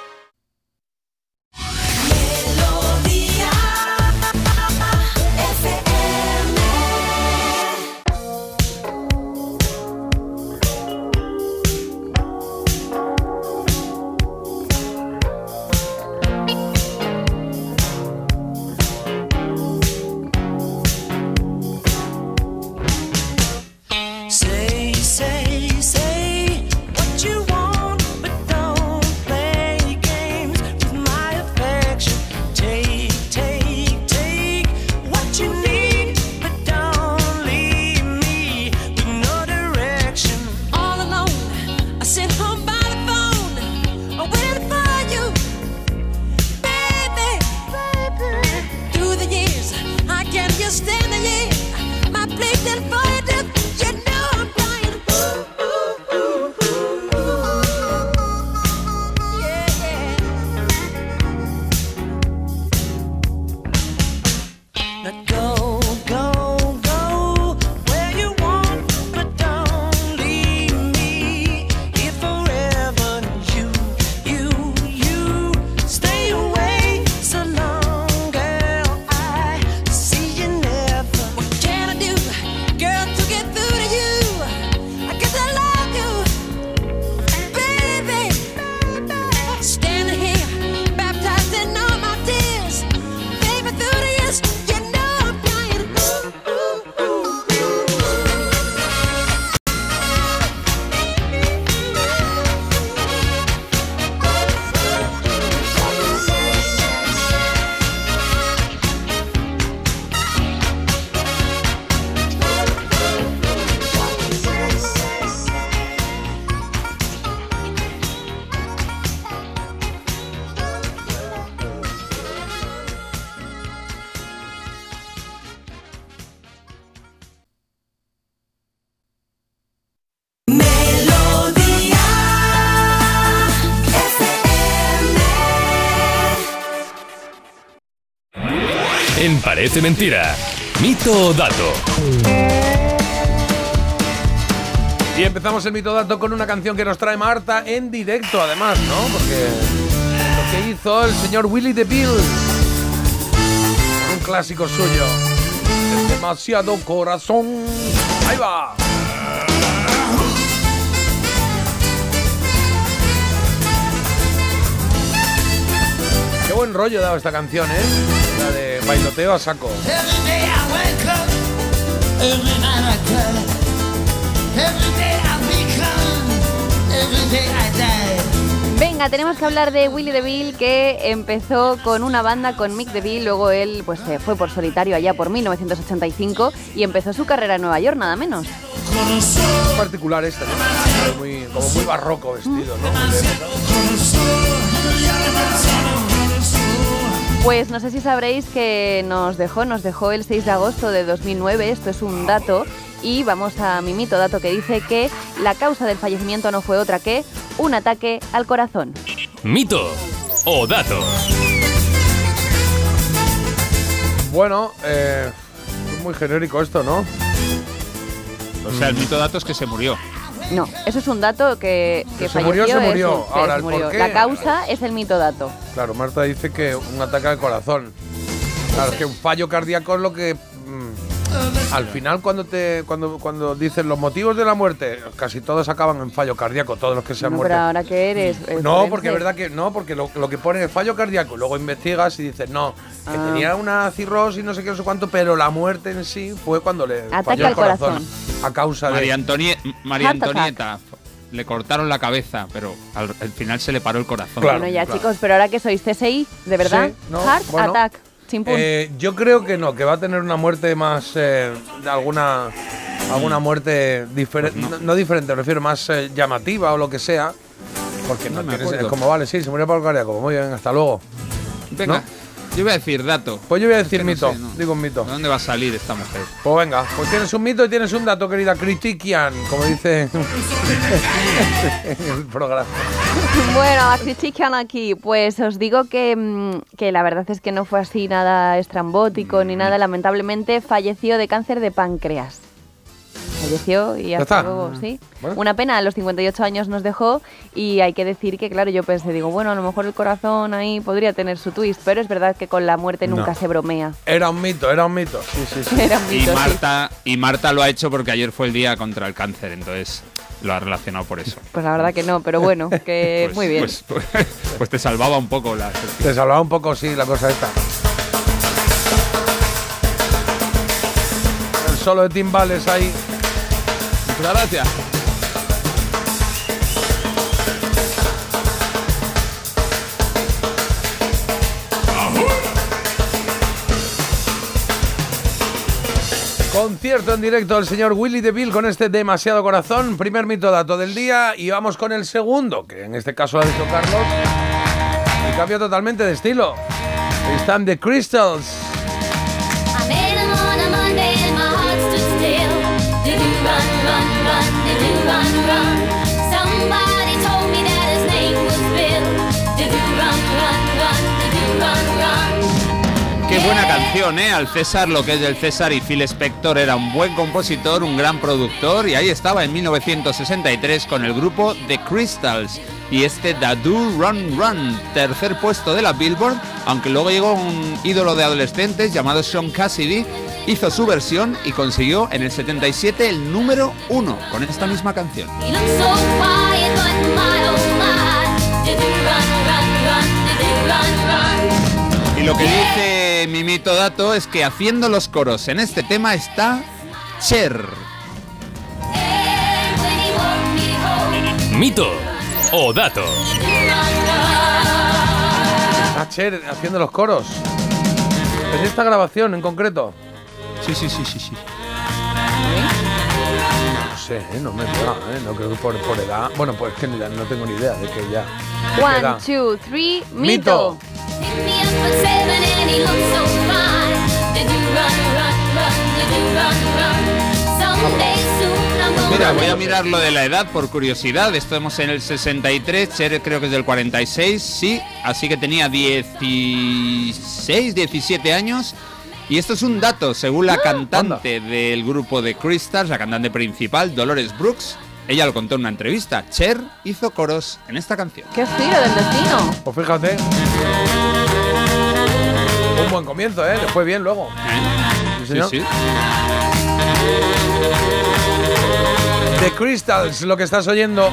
Speaker 3: En Parece Mentira, Mito o Dato.
Speaker 5: Y empezamos el Mito Dato con una canción que nos trae Marta en directo, además, ¿no? Porque lo que hizo el señor Willy DeVille, un clásico suyo, es Demasiado Corazón. Ahí va. Qué buen rollo daba esta canción, ¿eh? La de bailoteo a saco.
Speaker 6: Venga, tenemos que hablar de Willy DeVille, que empezó con una banda con Mick DeVille, luego él pues fue por solitario allá por 1985 y empezó su carrera en Nueva York, nada menos.
Speaker 5: Particular este, ¿no? Como muy barroco vestido, ¿no?
Speaker 6: Pues no sé si sabréis que nos dejó el 6 de agosto de 2009, esto es un dato, y vamos a mi mito dato que dice que la causa del fallecimiento no fue otra que un ataque al corazón.
Speaker 3: Mito o dato.
Speaker 5: Bueno, es muy genérico esto, ¿no?
Speaker 7: O sea, el mito dato es que se murió.
Speaker 6: No, eso es un dato que falleció.
Speaker 5: Se murió. Ahora,
Speaker 6: se murió.
Speaker 5: ¿por qué?
Speaker 6: La causa es el mito dato.
Speaker 5: Claro, Marta dice que un ataque al corazón. Claro, es que un fallo cardíaco es lo que... al final, cuando dicen los motivos de la muerte, casi todos acaban en fallo cardíaco, todos los que se han muerto.
Speaker 6: Pero ahora que eres...
Speaker 5: No, porque es verdad que no, porque lo que pone es fallo cardíaco. Luego investigas y dices, no, que tenía una cirrosis, no sé qué, no sé cuánto, pero la muerte en sí fue cuando le falló el corazón. A causa de...
Speaker 7: María Antonieta le cortaron la cabeza, pero al final se le paró el corazón.
Speaker 6: Claro, bueno, ya chicos, pero ahora que sois CSI, ¿de verdad?
Speaker 5: Sí, no,
Speaker 6: Heart attack.
Speaker 5: Yo creo que no, que va a tener una muerte más de alguna muerte diferente, no diferente, me refiero más llamativa o lo que sea, porque no tienes, es como vale, sí, se murió por el cardíaco, muy bien, hasta luego.
Speaker 7: Venga,
Speaker 5: ¿no?
Speaker 7: Yo voy a decir dato.
Speaker 5: Pues yo voy a decir mito,
Speaker 7: no sé, no.
Speaker 5: digo un mito.
Speaker 7: ¿De dónde va a salir esta mujer?
Speaker 5: Pues venga, pues tienes un mito y tienes un dato, querida Critiquian, como dice el programa.
Speaker 6: Bueno, a Critiquian aquí, pues os digo que la verdad es que no fue así nada estrambótico ni nada, lamentablemente falleció de cáncer de páncreas. Falleció y hasta luego, sí. Bueno. Una pena, a los 58 años nos dejó y hay que decir que, claro, yo pensé, digo, bueno, a lo mejor el corazón ahí podría tener su twist, pero es verdad que con la muerte nunca se bromea.
Speaker 5: Era un mito. Sí.
Speaker 6: Era un mito,
Speaker 7: y Marta lo ha hecho porque ayer fue el día contra el cáncer, entonces lo ha relacionado por eso.
Speaker 6: Pues la verdad que no, pero bueno, que
Speaker 7: pues,
Speaker 6: muy bien.
Speaker 7: Pues te salvaba un poco la...
Speaker 5: Te salvaba un poco, sí, la cosa esta. El solo de timbales ahí.
Speaker 7: Muchas gracias.
Speaker 5: Concierto en directo del señor Willy DeVille con este Demasiado Corazón. Primer mito dato del día y vamos con el segundo, que en este caso lo ha dicho Carlos. Y cambia totalmente de estilo. Están The Crystals.
Speaker 7: Qué buena canción, ¿eh? Al César lo que es del César, y Phil Spector era un buen compositor, un gran productor, y ahí estaba en 1963 con el grupo The Crystals y este Da Do Run Run, tercer puesto de la Billboard, aunque luego llegó un ídolo de adolescentes llamado Sean Cassidy, hizo su versión y consiguió en el 77 el número 1 con esta misma canción. Y lo que dice mi mito dato es que haciendo los coros en este tema está Cher.
Speaker 3: Mito o dato.
Speaker 5: Está Cher haciendo los coros. ¿Es esta grabación en concreto?
Speaker 7: Sí.
Speaker 5: No sé, no me pega, no creo que por edad. Bueno, pues que no tengo ni idea de que ya.
Speaker 6: 1, 2, 3, mito.
Speaker 7: Mira, voy a mirar lo de la edad por curiosidad. Estamos en el 63, Cher creo que es del 46, sí, así que tenía 16, 17 años. Y esto es un dato, según la cantante del grupo de Crystals, la cantante principal, Dolores Brooks. Ella lo contó en una entrevista. Cher hizo coros en esta canción.
Speaker 6: ¡Qué giro del destino!
Speaker 5: Pues fíjate. Un buen comienzo, ¿eh? Le fue bien luego. ¿Sí, señor?
Speaker 7: Sí.
Speaker 5: The Crystals, lo que estás oyendo.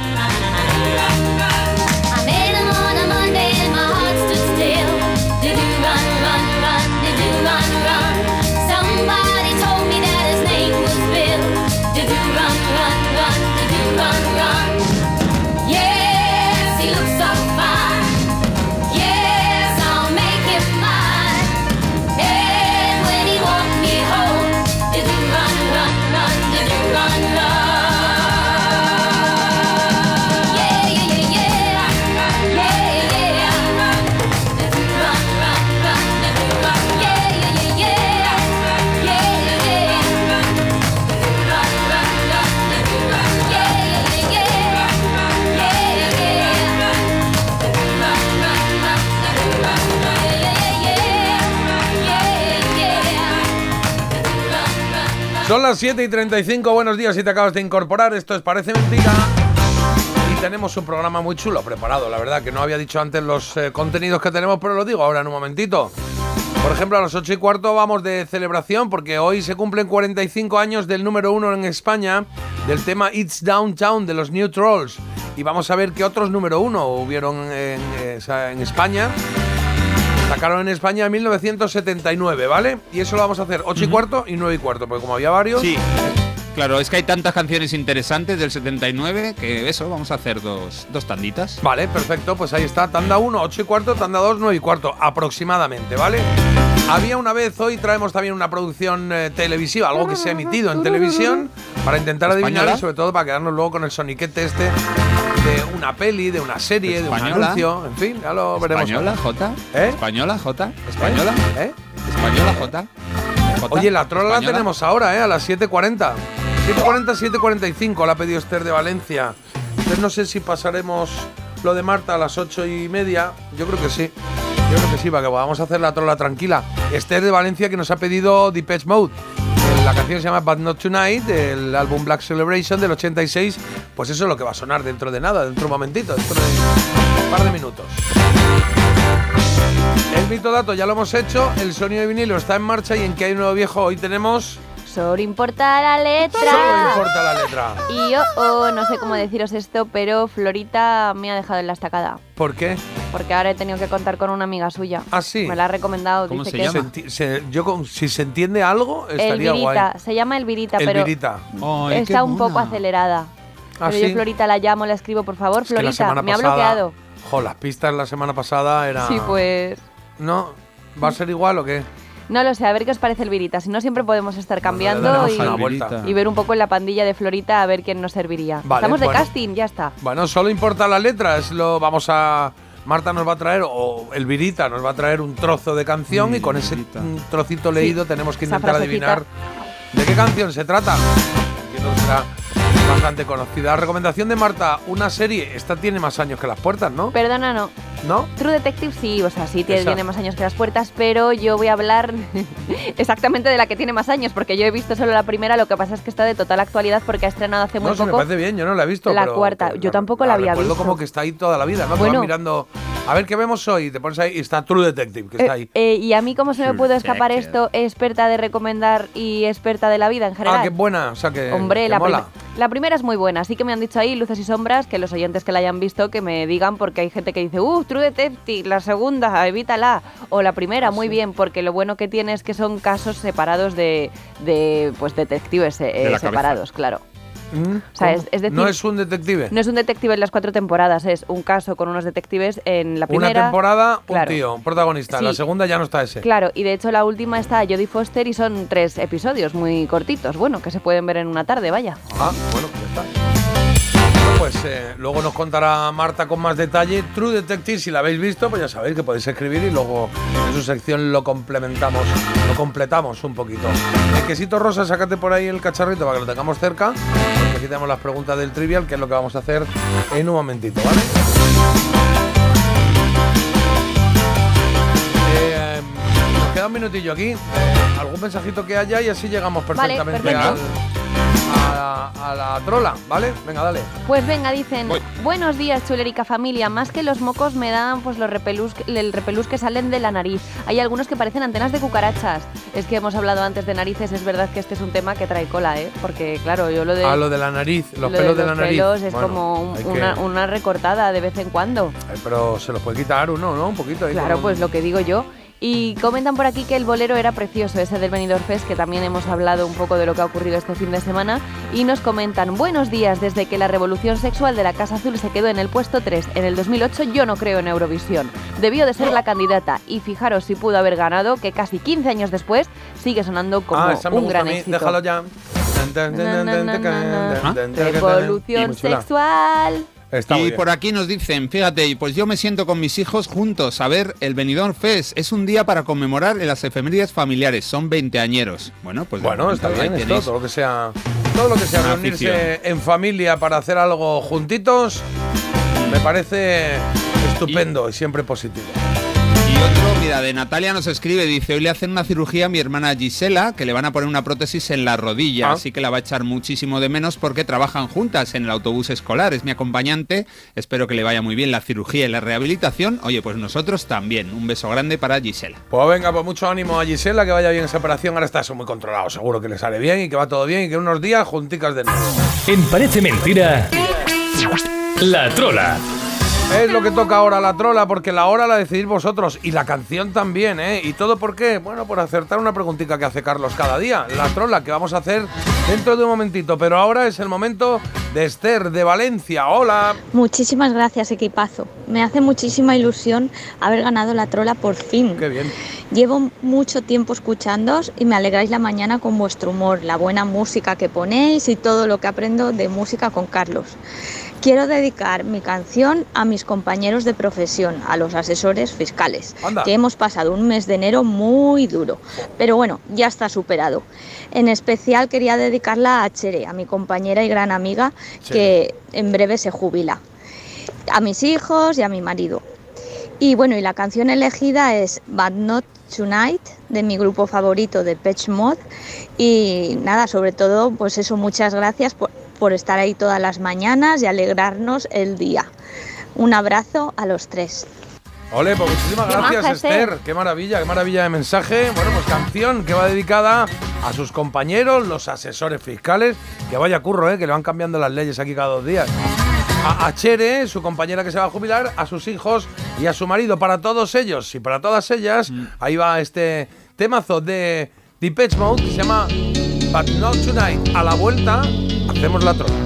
Speaker 5: Son las 7:35, buenos días si te acabas de incorporar, esto es Parece Mentira. Y tenemos un programa muy chulo preparado, la verdad que no había dicho antes los contenidos que tenemos, pero lo digo ahora en un momentito. Por ejemplo, a las 8:15 vamos de celebración porque hoy se cumplen 45 años del número 1 en España del tema It's Downtown de los New Trolls. Y vamos a ver qué otros número 1 hubieron en España. Sacaron en España en 1979, ¿vale? Y eso lo vamos a hacer 8:15 y 9:15, porque como había varios...
Speaker 7: Sí, claro, es que hay tantas canciones interesantes del 79 que eso, vamos a hacer dos tanditas.
Speaker 5: Vale, perfecto, pues ahí está, tanda 1, 8:15, tanda 2, 9:15, aproximadamente, ¿vale? Había una vez, hoy traemos también una producción televisiva, algo que se ha emitido en televisión, para intentar adivinar y sobre todo para quedarnos luego con el soniquete este de una peli, de una serie, de un anuncio, en fin, ya lo veremos.
Speaker 7: ¿Española, Jota?
Speaker 5: ¿Eh?
Speaker 7: ¿Española, Jota? ¿Española?
Speaker 5: ¿Eh?
Speaker 7: ¿Española, Jota?
Speaker 5: Oye, la trola
Speaker 7: ¿Española?
Speaker 5: la tenemos ahora, a las 7:40. 7:40, 7:45, la ha pedido Esther de Valencia. Entonces no sé si pasaremos lo de Marta a las 8:30. Yo creo que sí. Yo creo que sí, para que podamos hacer la trola tranquila. Esther de Valencia que nos ha pedido Depeche Mode. La canción se llama But Not Tonight, del álbum Black Celebration del 86. Pues eso es lo que va a sonar dentro de nada, dentro de un momentito, dentro de un par de minutos. El mito dato ya lo hemos hecho, el sonido de vinilo está en marcha y en que hay un nuevo viejo hoy tenemos...
Speaker 6: Solo importa la letra.
Speaker 5: Solo importa la letra.
Speaker 6: Y no sé cómo deciros esto, pero Florita me ha dejado en la estacada.
Speaker 5: ¿Por qué?
Speaker 6: Porque ahora he tenido que contar con una amiga suya.
Speaker 5: ¿Ah, sí?
Speaker 6: Me la ha recomendado.
Speaker 7: ¿Cómo
Speaker 6: dice
Speaker 7: se
Speaker 6: que
Speaker 7: llama?
Speaker 5: Si se entiende algo, estaría
Speaker 6: Elvirita,
Speaker 5: guay.
Speaker 6: se llama Elvirita, pero
Speaker 5: Elvirita.
Speaker 7: Ay,
Speaker 6: está un poco acelerada.
Speaker 5: ¿Ah,
Speaker 6: pero
Speaker 5: sí?
Speaker 6: yo Florita la llamo, la escribo, por favor,
Speaker 5: Es que la
Speaker 6: Florita,
Speaker 5: semana
Speaker 6: me ha
Speaker 5: pasada-
Speaker 6: bloqueado.
Speaker 5: Jo, las pistas la semana pasada eran...
Speaker 6: Sí, pues...
Speaker 5: ¿No? ¿Va a ser igual o qué?
Speaker 6: No lo sé, a ver qué os parece Elvirita. Si no, siempre podemos estar cambiando
Speaker 5: daremos una vuelta.
Speaker 6: y ver un poco en la pandilla de Florita a ver quién nos serviría.
Speaker 5: Vale,
Speaker 6: Estamos de
Speaker 5: bueno.
Speaker 6: casting, ya está.
Speaker 5: Bueno, solo importa la letra, Marta nos va a traer, o Elvirita nos va a traer un trozo de canción y con ese trocito leído tenemos que
Speaker 6: esa
Speaker 5: intentar
Speaker 6: frasecita.
Speaker 5: adivinar de qué canción se trata. Entiendo que será bastante conocida. Recomendación de Marta, una serie, esta tiene más años que las puertas, ¿no?
Speaker 6: Perdona, no.
Speaker 5: ¿No?
Speaker 6: True Detective sí, o sea, sí
Speaker 5: Esa.
Speaker 6: tiene más años que las puertas, pero yo voy a hablar exactamente de la que tiene más años, porque yo he visto solo la primera, lo que pasa es que está de total actualidad porque ha estrenado hace muy
Speaker 5: No, sí, me
Speaker 6: poco
Speaker 5: parece bien, yo no la he visto.
Speaker 6: la
Speaker 5: pero
Speaker 6: cuarta. Yo tampoco la había
Speaker 5: recuerdo
Speaker 6: visto.
Speaker 5: como que está ahí toda la vida, ¿no? Te
Speaker 6: Bueno.
Speaker 5: vas mirando, a ver qué vemos hoy, te pones ahí y está True Detective, que está ahí.
Speaker 6: Y a mí, ¿cómo se me
Speaker 7: True
Speaker 6: pudo escapar
Speaker 7: Detective.
Speaker 6: esto? Experta de recomendar y experta de la vida en general.
Speaker 5: Ah, qué buena, o sea que
Speaker 6: Hombre,
Speaker 5: que
Speaker 6: la
Speaker 5: mola.
Speaker 6: la primera es muy buena, así que me han dicho ahí luces y sombras, que los oyentes que la hayan visto que me digan, porque hay gente que dice, True Detective, la segunda, evítala, o la primera, muy bien, porque lo bueno que tiene es que son casos separados de pues detectives
Speaker 7: la
Speaker 6: separados, claro.
Speaker 5: O
Speaker 6: sea, es decir,
Speaker 5: no es un detective.
Speaker 6: No es un detective en las 4 temporadas, es un caso con unos detectives en la primera.
Speaker 5: Una temporada,
Speaker 6: claro.
Speaker 5: un tío, un protagonista.
Speaker 6: Sí.
Speaker 5: La segunda ya no está ese.
Speaker 6: Claro, y de hecho la última está Jodie Foster y son 3 episodios muy cortitos, bueno, que se pueden ver en una tarde, vaya.
Speaker 5: Ah, bueno, pues ya está. Bueno, pues luego nos contará Marta con más detalle. True Detective, si la habéis visto, pues ya sabéis que podéis escribir y luego en su sección lo completamos un poquito. El quesito rosa, sácate por ahí el cacharrito para que lo tengamos cerca. Porque aquí tenemos las preguntas del trivial, que es lo que vamos a hacer en un momentito, ¿vale? Nos queda un minutillo aquí. Algún mensajito que haya y así llegamos
Speaker 6: Vale,
Speaker 5: perfectamente
Speaker 6: perfecto.
Speaker 5: a la trola, ¿vale? Venga, dale.
Speaker 6: Pues venga, dicen,
Speaker 5: Voy.
Speaker 6: buenos días, chulerica familia. Más que los mocos me dan pues los el repelús que salen de la nariz. Hay algunos que parecen antenas de cucarachas. Es que hemos hablado antes de narices, es verdad que este es un tema que trae cola, ¿eh? Porque claro, yo lo de...
Speaker 5: Lo de la nariz, los
Speaker 6: lo
Speaker 5: pelos de la
Speaker 6: los
Speaker 5: nariz.
Speaker 6: pelos es
Speaker 5: Bueno,
Speaker 6: como
Speaker 5: hay que-
Speaker 6: una recortada de vez en cuando.
Speaker 5: Pero se los puede quitar uno, ¿no? Un poquito. Ahí
Speaker 6: Claro,
Speaker 5: con-
Speaker 6: pues lo que digo yo. Y comentan por aquí que el bolero era precioso, ese del Benidorm Fest, que también hemos hablado un poco de lo que ha ocurrido este fin de semana. Y nos comentan, buenos días, desde que la revolución sexual de la Casa Azul se quedó en el puesto 3 en el 2008, yo no creo en Eurovisión. Debió de ser la candidata y fijaros si pudo haber ganado, que casi 15 años después sigue sonando como
Speaker 5: esa me
Speaker 6: un
Speaker 5: gusta
Speaker 6: gran
Speaker 5: a mí.
Speaker 6: éxito.
Speaker 5: Déjalo ya.
Speaker 6: Revolución sexual.
Speaker 5: Está muy
Speaker 7: Y
Speaker 5: bien.
Speaker 7: por aquí nos dicen, fíjate, pues yo me siento con mis hijos juntos a ver el Benidorm Fest. Es un día para conmemorar las efemérides familiares, son 20añeros. Bueno, pues
Speaker 5: Bueno, está bien
Speaker 7: ahí
Speaker 5: esto,
Speaker 7: tenéis.
Speaker 5: todo lo que sea
Speaker 7: Una
Speaker 5: reunirse
Speaker 7: afición.
Speaker 5: en familia para hacer algo juntitos, me parece estupendo y siempre positivo.
Speaker 7: otro, mira, de Natalia nos escribe, dice, hoy le hacen una cirugía a mi hermana Gisela, que le van a poner una prótesis en la rodilla, así que la va a echar muchísimo de menos porque trabajan juntas en el autobús escolar, es mi acompañante, espero que le vaya muy bien la cirugía y la rehabilitación. Oye, pues nosotros también, un beso grande para Gisela.
Speaker 5: Pues venga, pues mucho ánimo a Gisela, que vaya bien esa operación, ahora está eso muy controlado, seguro que le sale bien y que va todo bien y que en unos días junticas de nuevo.
Speaker 3: En Parece Mentira, La Trola.
Speaker 5: Es lo que toca ahora, La Trola, porque la hora la decidís vosotros y la canción también, ¿eh? ¿Y todo por qué? Bueno, por acertar una preguntita que hace Carlos cada día. La Trola, que vamos a hacer dentro de un momentito, pero ahora es el momento de Esther, de Valencia. ¡Hola!
Speaker 14: Muchísimas gracias, equipazo. Me hace muchísima ilusión haber ganado La Trola por fin.
Speaker 5: ¡Qué bien!
Speaker 14: Llevo mucho tiempo escuchándoos y me alegráis la mañana con vuestro humor, la buena música que ponéis y todo lo que aprendo de música con Carlos. Quiero dedicar mi canción a mis compañeros de profesión, a los asesores fiscales, que hemos pasado un mes de enero muy duro, pero bueno, ya está superado. En especial quería dedicarla a Chere, a mi compañera y gran amiga, que en breve se jubila, a mis hijos y a mi marido. Y bueno, y la canción elegida es But Not Tonight, de mi grupo favorito, de Depeche Mode. Y nada, sobre todo, pues eso, muchas gracias por estar ahí todas las mañanas y alegrarnos el día. Un abrazo a los tres.
Speaker 5: Ole, pues muchísimas gracias, Esther. Qué maravilla de mensaje. Bueno, pues canción que va dedicada a sus compañeros, los asesores fiscales. Que vaya curro, que le van cambiando las leyes aquí cada 2 días. A Chere, su compañera que se va a jubilar, a sus hijos y a su marido. Para todos ellos y para todas ellas, ahí va este temazo de Depeche Mode que se llama But Not Tonight. A la vuelta hacemos La Trola.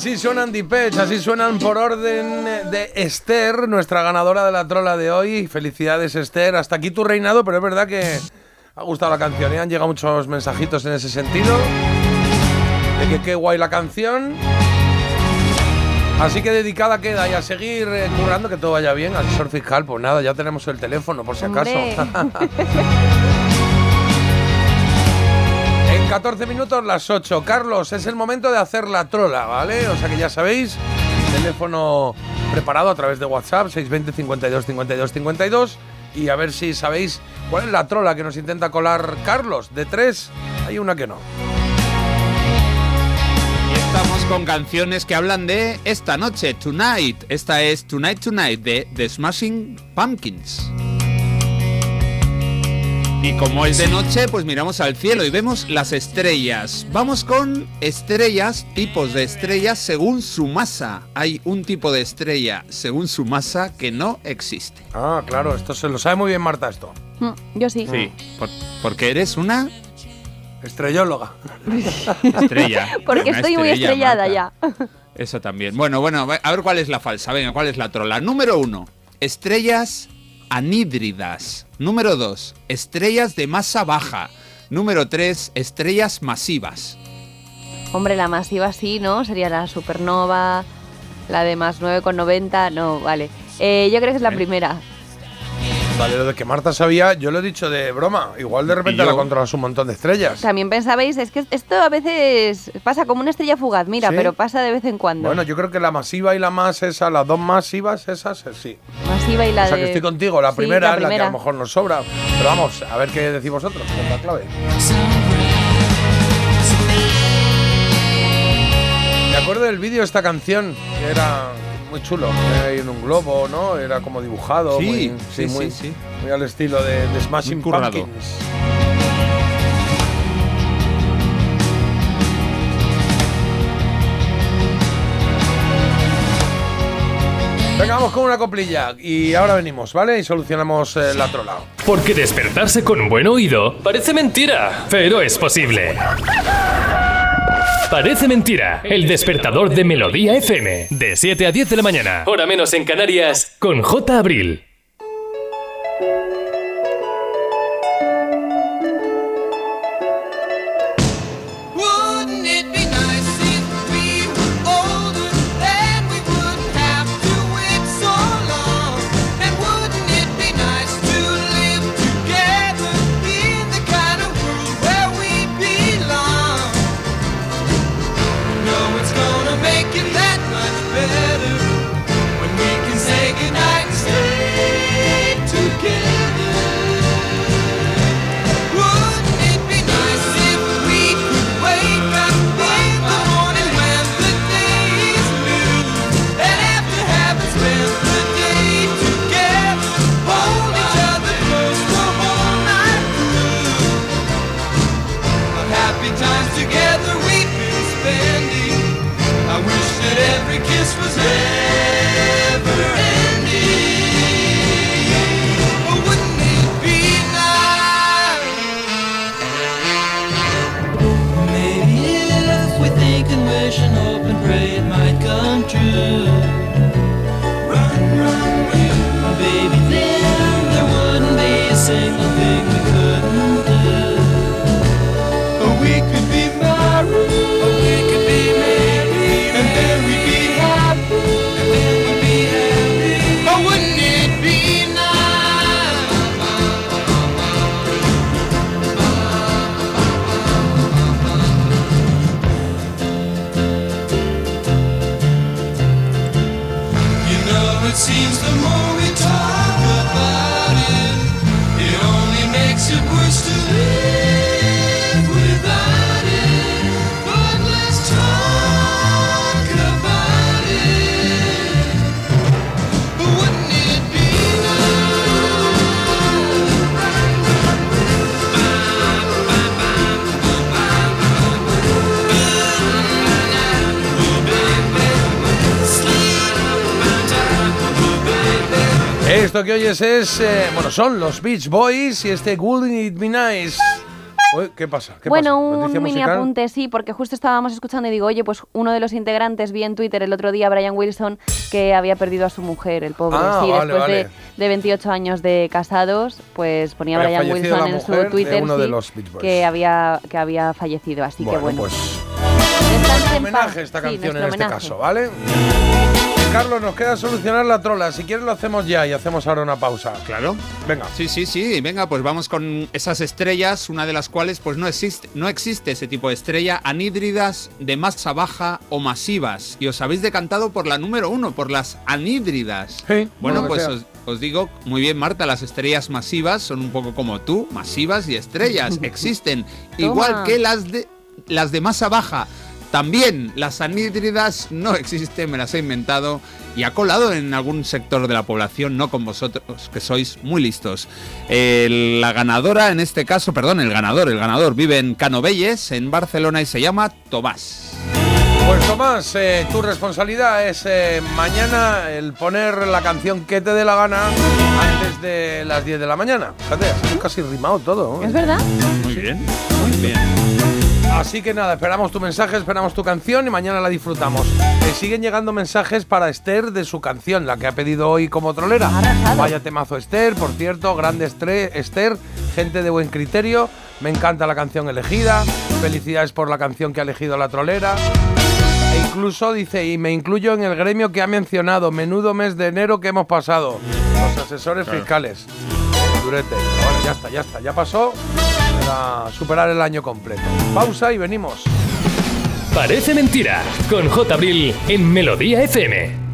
Speaker 5: Así suenan Depeche, así suenan por orden de Esther, nuestra ganadora de la trola de hoy. Felicidades, Esther. Hasta aquí tu reinado, pero es verdad que ha gustado la canción. Han llegado muchos mensajitos en ese sentido. De que qué guay la canción. Así que dedicada queda y a seguir currando, que todo vaya bien. Asesor fiscal, pues nada, ya tenemos el teléfono por si acaso. En 14 minutos las 8. Carlos, es el momento de hacer la trola, ¿vale? O sea que ya sabéis, teléfono preparado a través de WhatsApp, 620 52 52 52. Y a ver si sabéis cuál es la trola que nos intenta colar Carlos. De 3, hay una que no.
Speaker 7: Estamos con canciones que hablan de esta noche, Tonight. Esta es Tonight Tonight de The Smashing Pumpkins. Y como es de noche, pues miramos al cielo y vemos las estrellas. Vamos con estrellas, tipos de estrellas según su masa. Hay un tipo de estrella según su masa que no existe.
Speaker 5: Ah, claro, esto se lo sabe muy bien Marta, esto.
Speaker 6: Yo sí.
Speaker 7: Sí, porque eres una...
Speaker 5: estrellóloga.
Speaker 7: Estrella.
Speaker 6: Porque
Speaker 7: una
Speaker 6: estoy muy estrellada
Speaker 7: Marta.
Speaker 6: ya.
Speaker 7: Eso también. Bueno, a ver cuál es la falsa. Venga, cuál es la trola. Número 1, estrellas anhídridas. Número 2, estrellas de masa baja. Número 3, estrellas masivas.
Speaker 6: Hombre, la masiva sí, ¿no? Sería la supernova, la de más 9,90. No, vale. Yo creo que es la primera.
Speaker 5: Vale, lo de que Marta sabía, yo lo he dicho de broma. Igual de repente la controlas un montón de estrellas.
Speaker 6: También pensabais, es que esto a veces pasa como una estrella fugaz, mira,
Speaker 5: ¿Sí?
Speaker 6: pero pasa de vez en cuando.
Speaker 5: Bueno, yo creo que la masiva y la más esa, las dos masivas esas, sí.
Speaker 6: Masiva y la
Speaker 5: o sea,
Speaker 6: de...
Speaker 5: que estoy contigo, la
Speaker 6: Sí,
Speaker 5: primera
Speaker 6: la
Speaker 5: es la que
Speaker 6: primera.
Speaker 5: a lo mejor nos sobra. Pero vamos, a ver qué decís vosotros, con la clave. Me acuerdo del vídeo de esta canción, que era muy chulo, era ahí en un globo, ¿no? Era como dibujado,
Speaker 7: Sí,
Speaker 5: muy,
Speaker 7: sí.
Speaker 5: muy al estilo de Smashing
Speaker 7: Muy currado.
Speaker 5: Pumpkins. Venga, vamos con una coplilla y ahora venimos, ¿vale? Y solucionamos la trola.
Speaker 3: Porque despertarse con un buen oído parece mentira, pero es posible. Parece mentira, el despertador de Melodía FM, de 7 a 10 de la mañana, hora menos en Canarias, con J. Abril.
Speaker 15: Wouldn't it be nice if we were older, then we wouldn't have to wait so long? And wouldn't it be nice to live together in the kind of world where we belong? No, it's gonna make it that much better when we can say goodnight and stay together. Wouldn't it be nice if we could wake up in the morning when the day is new, and after having spent the day together, hold each other close the whole night through? Of happy times together we've been spending. I wish that every kiss was never ending. Oh, wouldn't it be nice? Maybe if we think and wish and hope and pray it might come true. Run, run, run, baby, then there wouldn't be a single thing we couldn't do. Oh, we could be married. Oh, we could be married. And then we'd be happy. And then we'd be happy. Oh, wouldn't it be nice? You know, it seems the more we talk about it, it only makes it worse to live without it. But let's talk about it. Wouldn't it be
Speaker 5: Esto que oyes es, bueno, son los Beach Boys y este Wouldn't It Be Nice. Uy, ¿qué pasa? ¿Qué
Speaker 6: Bueno,
Speaker 5: pasa?
Speaker 6: un
Speaker 5: ¿Noticia
Speaker 6: mini
Speaker 5: musical?
Speaker 6: apunte, sí, porque justo estábamos escuchando y digo, oye, pues uno de los integrantes vi en Twitter el otro día, Brian Wilson, que había perdido a su mujer, el pobre.
Speaker 5: Ah,
Speaker 6: sí,
Speaker 5: vale,
Speaker 6: después
Speaker 5: vale.
Speaker 6: de 28 años de casados, pues ponía
Speaker 5: Había
Speaker 6: Brian
Speaker 5: fallecido
Speaker 6: Wilson
Speaker 5: la
Speaker 6: en su
Speaker 5: mujer de
Speaker 6: Twitter
Speaker 5: uno de
Speaker 6: sí,
Speaker 5: los Beach Boys.
Speaker 6: que había fallecido, así que bueno.
Speaker 5: Pues
Speaker 6: Descanse en
Speaker 5: homenaje
Speaker 6: paz.
Speaker 5: a esta
Speaker 6: Sí,
Speaker 5: canción en
Speaker 6: nuestro
Speaker 5: este
Speaker 6: homenaje.
Speaker 5: caso, ¿vale? Carlos, nos queda solucionar la trola. Si quieres lo hacemos ya y hacemos ahora una pausa.
Speaker 7: Claro.
Speaker 5: Venga.
Speaker 7: Sí. Venga, pues vamos con esas estrellas, una de las cuales pues no existe ese tipo de estrella, anhídridas de masa baja o masivas. Y os habéis decantado por la número 1, por las anhídridas.
Speaker 5: Sí,
Speaker 7: bueno,
Speaker 5: lo que
Speaker 7: pues
Speaker 5: sea.
Speaker 7: os digo, muy bien, Marta, las estrellas masivas son un poco como tú, masivas y estrellas. Existen. Igual que las de masa baja. También las anhídridas no existen, me las he inventado y ha colado en algún sector de la población, no con vosotros, que sois muy listos. La ganadora, en este caso, perdón, el ganador vive en Canovelles, en Barcelona, y se llama Tomás.
Speaker 5: Pues Tomás, tu responsabilidad es mañana el poner la canción que te dé la gana antes de las 10 de la mañana. Fíjate, ha sido casi rimado todo, ¿no?
Speaker 6: ¿Es verdad?
Speaker 7: Muy bien, muy bien.
Speaker 5: Así que nada, esperamos tu mensaje, esperamos tu canción y mañana la disfrutamos. Siguen llegando mensajes para Esther de su canción, la que ha pedido hoy como trolera. Vaya temazo Esther, por cierto, grande Esther, gente de buen criterio. Me encanta la canción elegida, felicidades por la canción que ha elegido la trolera. E incluso dice, y me incluyo en el gremio que ha mencionado, menudo mes de enero que hemos pasado, los asesores fiscales. Durete. Pero bueno, ya está, ya pasó. Para superar el año completo. Pausa y venimos.
Speaker 3: Parece mentira, con J. Abril en Melodía FM.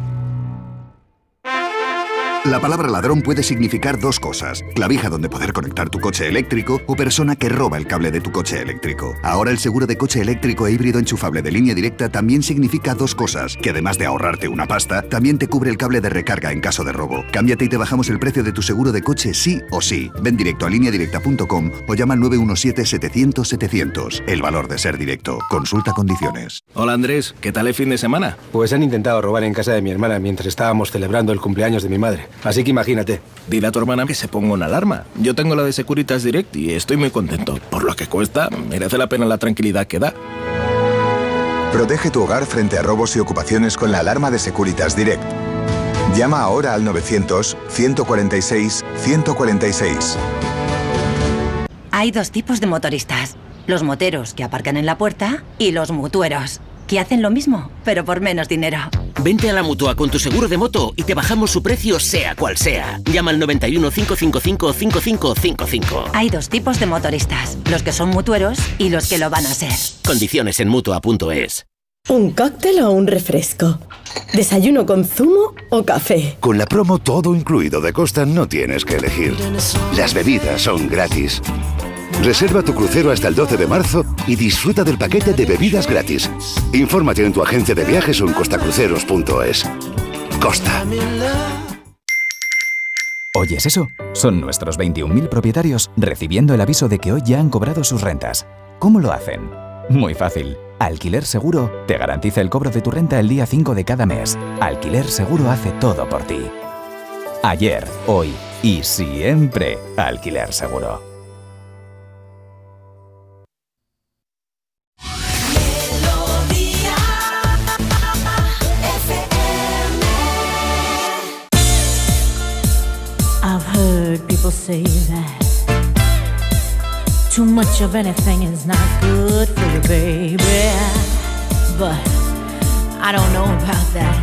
Speaker 10: La palabra ladrón puede significar dos cosas: clavija donde poder conectar tu coche eléctrico o persona que roba el cable de tu coche eléctrico. Ahora el seguro de coche eléctrico e híbrido enchufable de Línea Directa también significa dos cosas: que además de ahorrarte una pasta, también te cubre el cable de recarga en caso de robo. Cámbiate y te bajamos el precio de tu seguro de coche sí o sí. Ven directo a lineadirecta.com o llama al 917-700-700. El valor de ser directo. Consulta condiciones.
Speaker 16: Hola Andrés, ¿qué tal el fin de semana?
Speaker 17: Pues han intentado robar en casa de mi hermana mientras estábamos celebrando el cumpleaños de mi madre. Así que imagínate.
Speaker 16: Dile a tu hermana que se ponga una alarma. Yo tengo la de Securitas Direct y estoy muy contento. Por lo que cuesta, merece la pena la tranquilidad que da.
Speaker 18: Protege tu hogar frente a robos y ocupaciones con la alarma de Securitas Direct. Llama ahora al 900-146-146.
Speaker 12: Hay dos tipos de motoristas. Los moteros que aparcan en la puerta y los mutueros, que hacen lo mismo, pero por menos dinero.
Speaker 19: Vente a la Mutua con tu seguro de moto y te bajamos su precio sea cual sea. Llama al 91 555 5555.
Speaker 12: Hay dos tipos de motoristas, los que son mutueros y los que lo van a ser.
Speaker 19: Condiciones en Mutua.es.
Speaker 8: ¿Un cóctel o un refresco? ¿Desayuno con zumo o café?
Speaker 9: Con la promo todo incluido de Costa no tienes que elegir. Las bebidas son gratis. Reserva tu crucero hasta el 12 de marzo y disfruta del paquete de bebidas gratis. Infórmate en tu agencia de viajes o en costacruceros.es. Costa.
Speaker 20: ¿Oyes eso? Son nuestros 21.000 propietarios recibiendo el aviso de que hoy ya han cobrado sus rentas. ¿Cómo lo hacen? Muy fácil. Alquiler Seguro te garantiza el cobro de tu renta el día 5 de cada mes. Alquiler Seguro hace todo por ti. Ayer, hoy y siempre Alquiler Seguro.
Speaker 21: I've heard people say that too much of anything is not good for you, baby. But I don't know about that.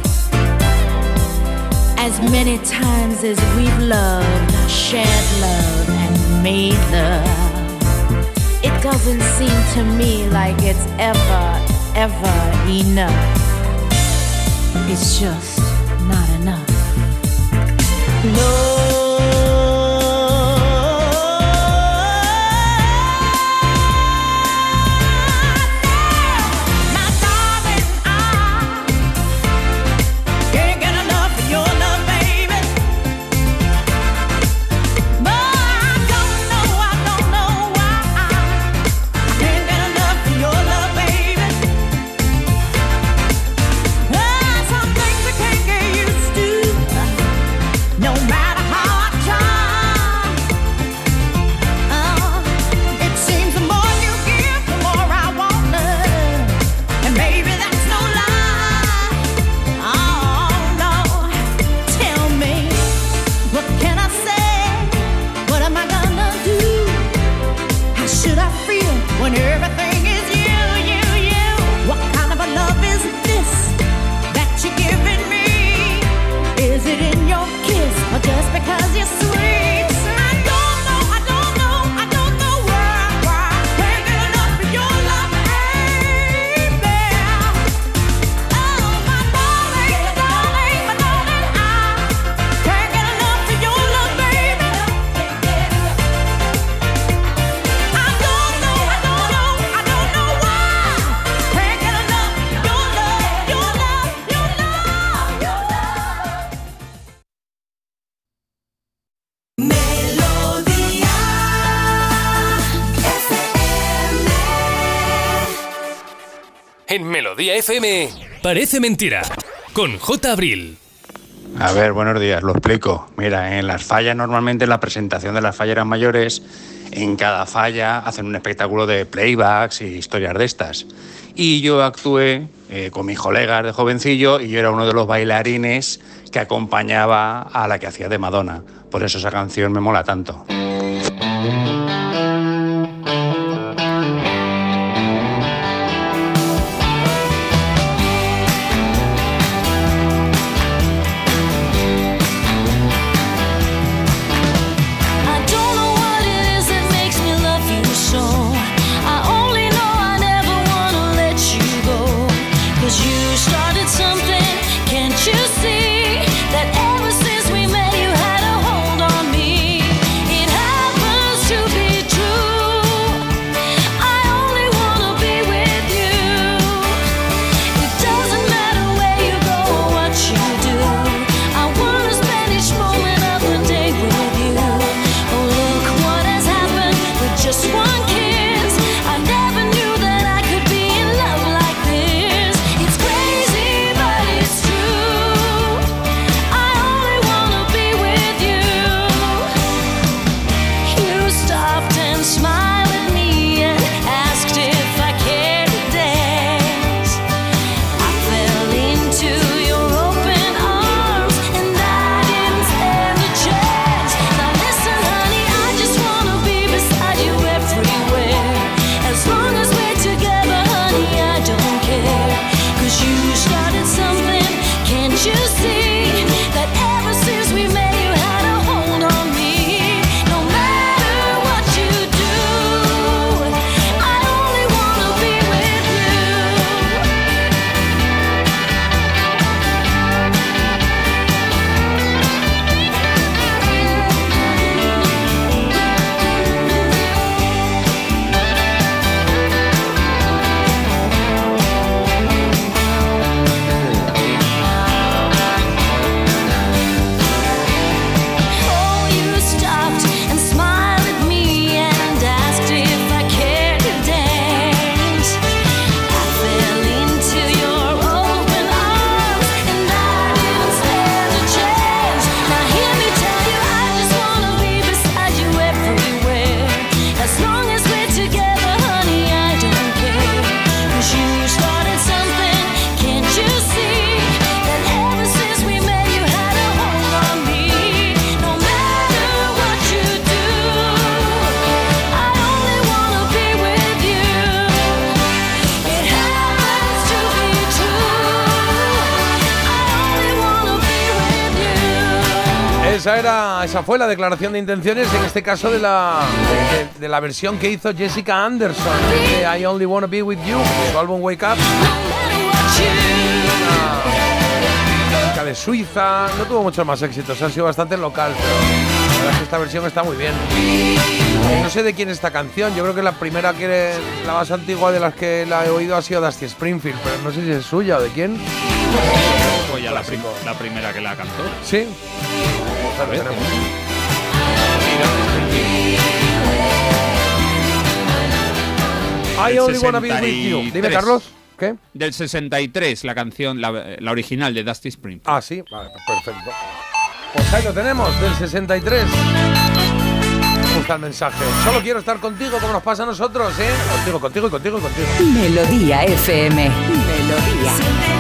Speaker 21: As many times as we've loved, shared love, and made love, it doesn't seem to me like it's ever enough. It's just not enough. No. Some things I can't get used to.
Speaker 3: En Melodía FM, Parece Mentira, con J. Abril.
Speaker 1: A ver, buenos días, lo explico. Mira, en las fallas, normalmente en la presentación de las falleras mayores, en cada falla hacen un espectáculo de playbacks y historias de estas. Y yo actué con mis colegas de jovencillo y yo era uno de los bailarines que acompañaba a la que hacía de Madonna. Por eso esa canción me mola tanto.
Speaker 5: Esa fue la declaración de intenciones, en este caso de la versión que hizo Jessica Anderson de I Only Wanna Be With You, de su álbum Wake Up. Una chica de Suiza, no tuvo muchos más éxitos, ha sido bastante local, pero la verdad es que esta versión está muy bien. No sé de quién es esta canción, yo creo que la primera, la más antigua de las que la he oído ha sido Dusty Springfield, pero no sé si es suya o de quién.
Speaker 7: Pues ya la primera que la cantó.
Speaker 5: Sí. I Only Wanna Be With You. Dime, Carlos. ¿Qué?
Speaker 7: Del 63, la canción, la original de Dusty Springfield.
Speaker 5: Ah, sí, vale, perfecto. Pues ahí lo tenemos, del 63. Me gusta el mensaje. Solo quiero estar contigo, como nos pasa a nosotros, ¿eh? Contigo.
Speaker 22: Melodía FM. Melodía.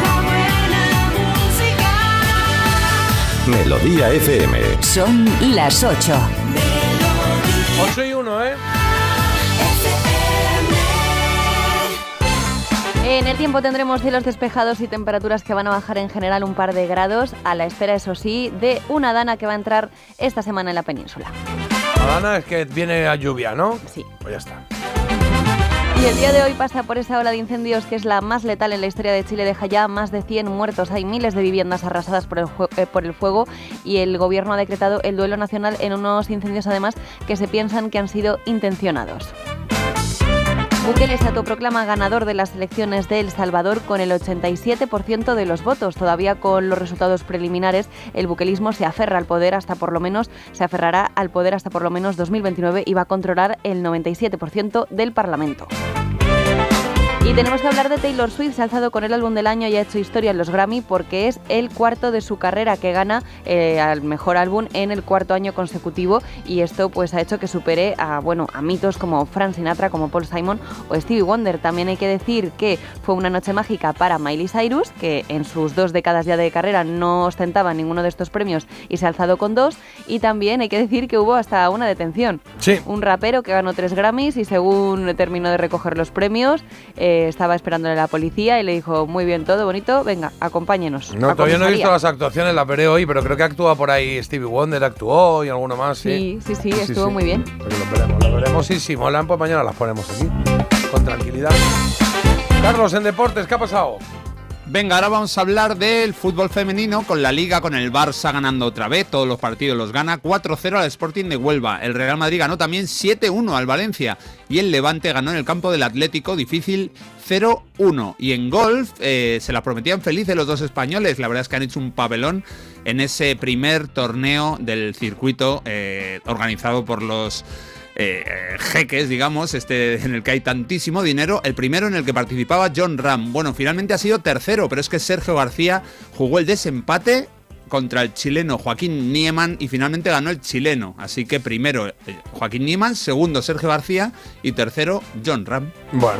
Speaker 11: Melodía FM.
Speaker 22: Son las 8.
Speaker 5: 8:01, ¿eh?
Speaker 6: En el tiempo tendremos cielos despejados y temperaturas que van a bajar en general un par de grados, a la espera, eso sí, de una dana que va a entrar esta semana en la península.
Speaker 5: La dana es que viene a lluvia, ¿no?
Speaker 6: Sí.
Speaker 5: Pues ya está.
Speaker 6: Y el día de hoy pasa por esa ola de incendios que es la más letal en la historia de Chile. Deja ya más de 100 muertos. Hay miles de viviendas arrasadas por el fuego y el gobierno ha decretado el duelo nacional en unos incendios, además, que se piensan que han sido intencionados. Bukele se autoproclama ganador de las elecciones de El Salvador con el 87% de los votos. Todavía con los resultados preliminares, el bukelismo se aferrará al poder hasta por lo menos 2029 y va a controlar el 97% del Parlamento. Y tenemos que hablar de Taylor Swift. Se ha alzado con el álbum del año y ha hecho historia en los Grammy porque es el cuarto de su carrera que gana al mejor álbum en el cuarto año consecutivo, y esto pues ha hecho que supere a mitos como Frank Sinatra, como Paul Simon o Stevie Wonder. También hay que decir que fue una noche mágica para Miley Cyrus, que en sus 2 décadas ya de carrera no ostentaba ninguno de estos premios y se ha alzado con 2. Y también hay que decir que hubo hasta una detención.
Speaker 5: Sí.
Speaker 6: Un rapero que ganó 3 Grammys y según terminó de recoger los premios estaba esperándole a la policía y le dijo: muy bien, todo bonito, venga, acompáñenos.
Speaker 5: No, todavía no he visto las actuaciones, las veré hoy, pero creo que actúa por ahí Stevie Wonder, actuó y alguno más.
Speaker 6: Sí, estuvo muy bien.
Speaker 5: Pero lo veremos y si molan, pues mañana las ponemos aquí, con tranquilidad. Carlos, en deportes, ¿qué ha pasado?
Speaker 7: Venga, ahora vamos a hablar del fútbol femenino con la Liga, con el Barça ganando otra vez, todos los partidos los gana, 4-0 al Sporting de Huelva. El Real Madrid ganó también 7-1 al Valencia y el Levante ganó en el campo del Atlético difícil 0-1. Y en golf se la prometían felices los dos españoles, la verdad es que han hecho un papelón en ese primer torneo del circuito organizado por los jeques, digamos, en el que hay tantísimo dinero. El primero en el que participaba Jon Rahm. Bueno, finalmente ha sido tercero, pero es que Sergio García jugó el desempate contra el chileno Joaquín Niemann y finalmente ganó el chileno. Así que primero Joaquín Niemann, segundo Sergio García y tercero Jon Rahm.
Speaker 5: Bueno,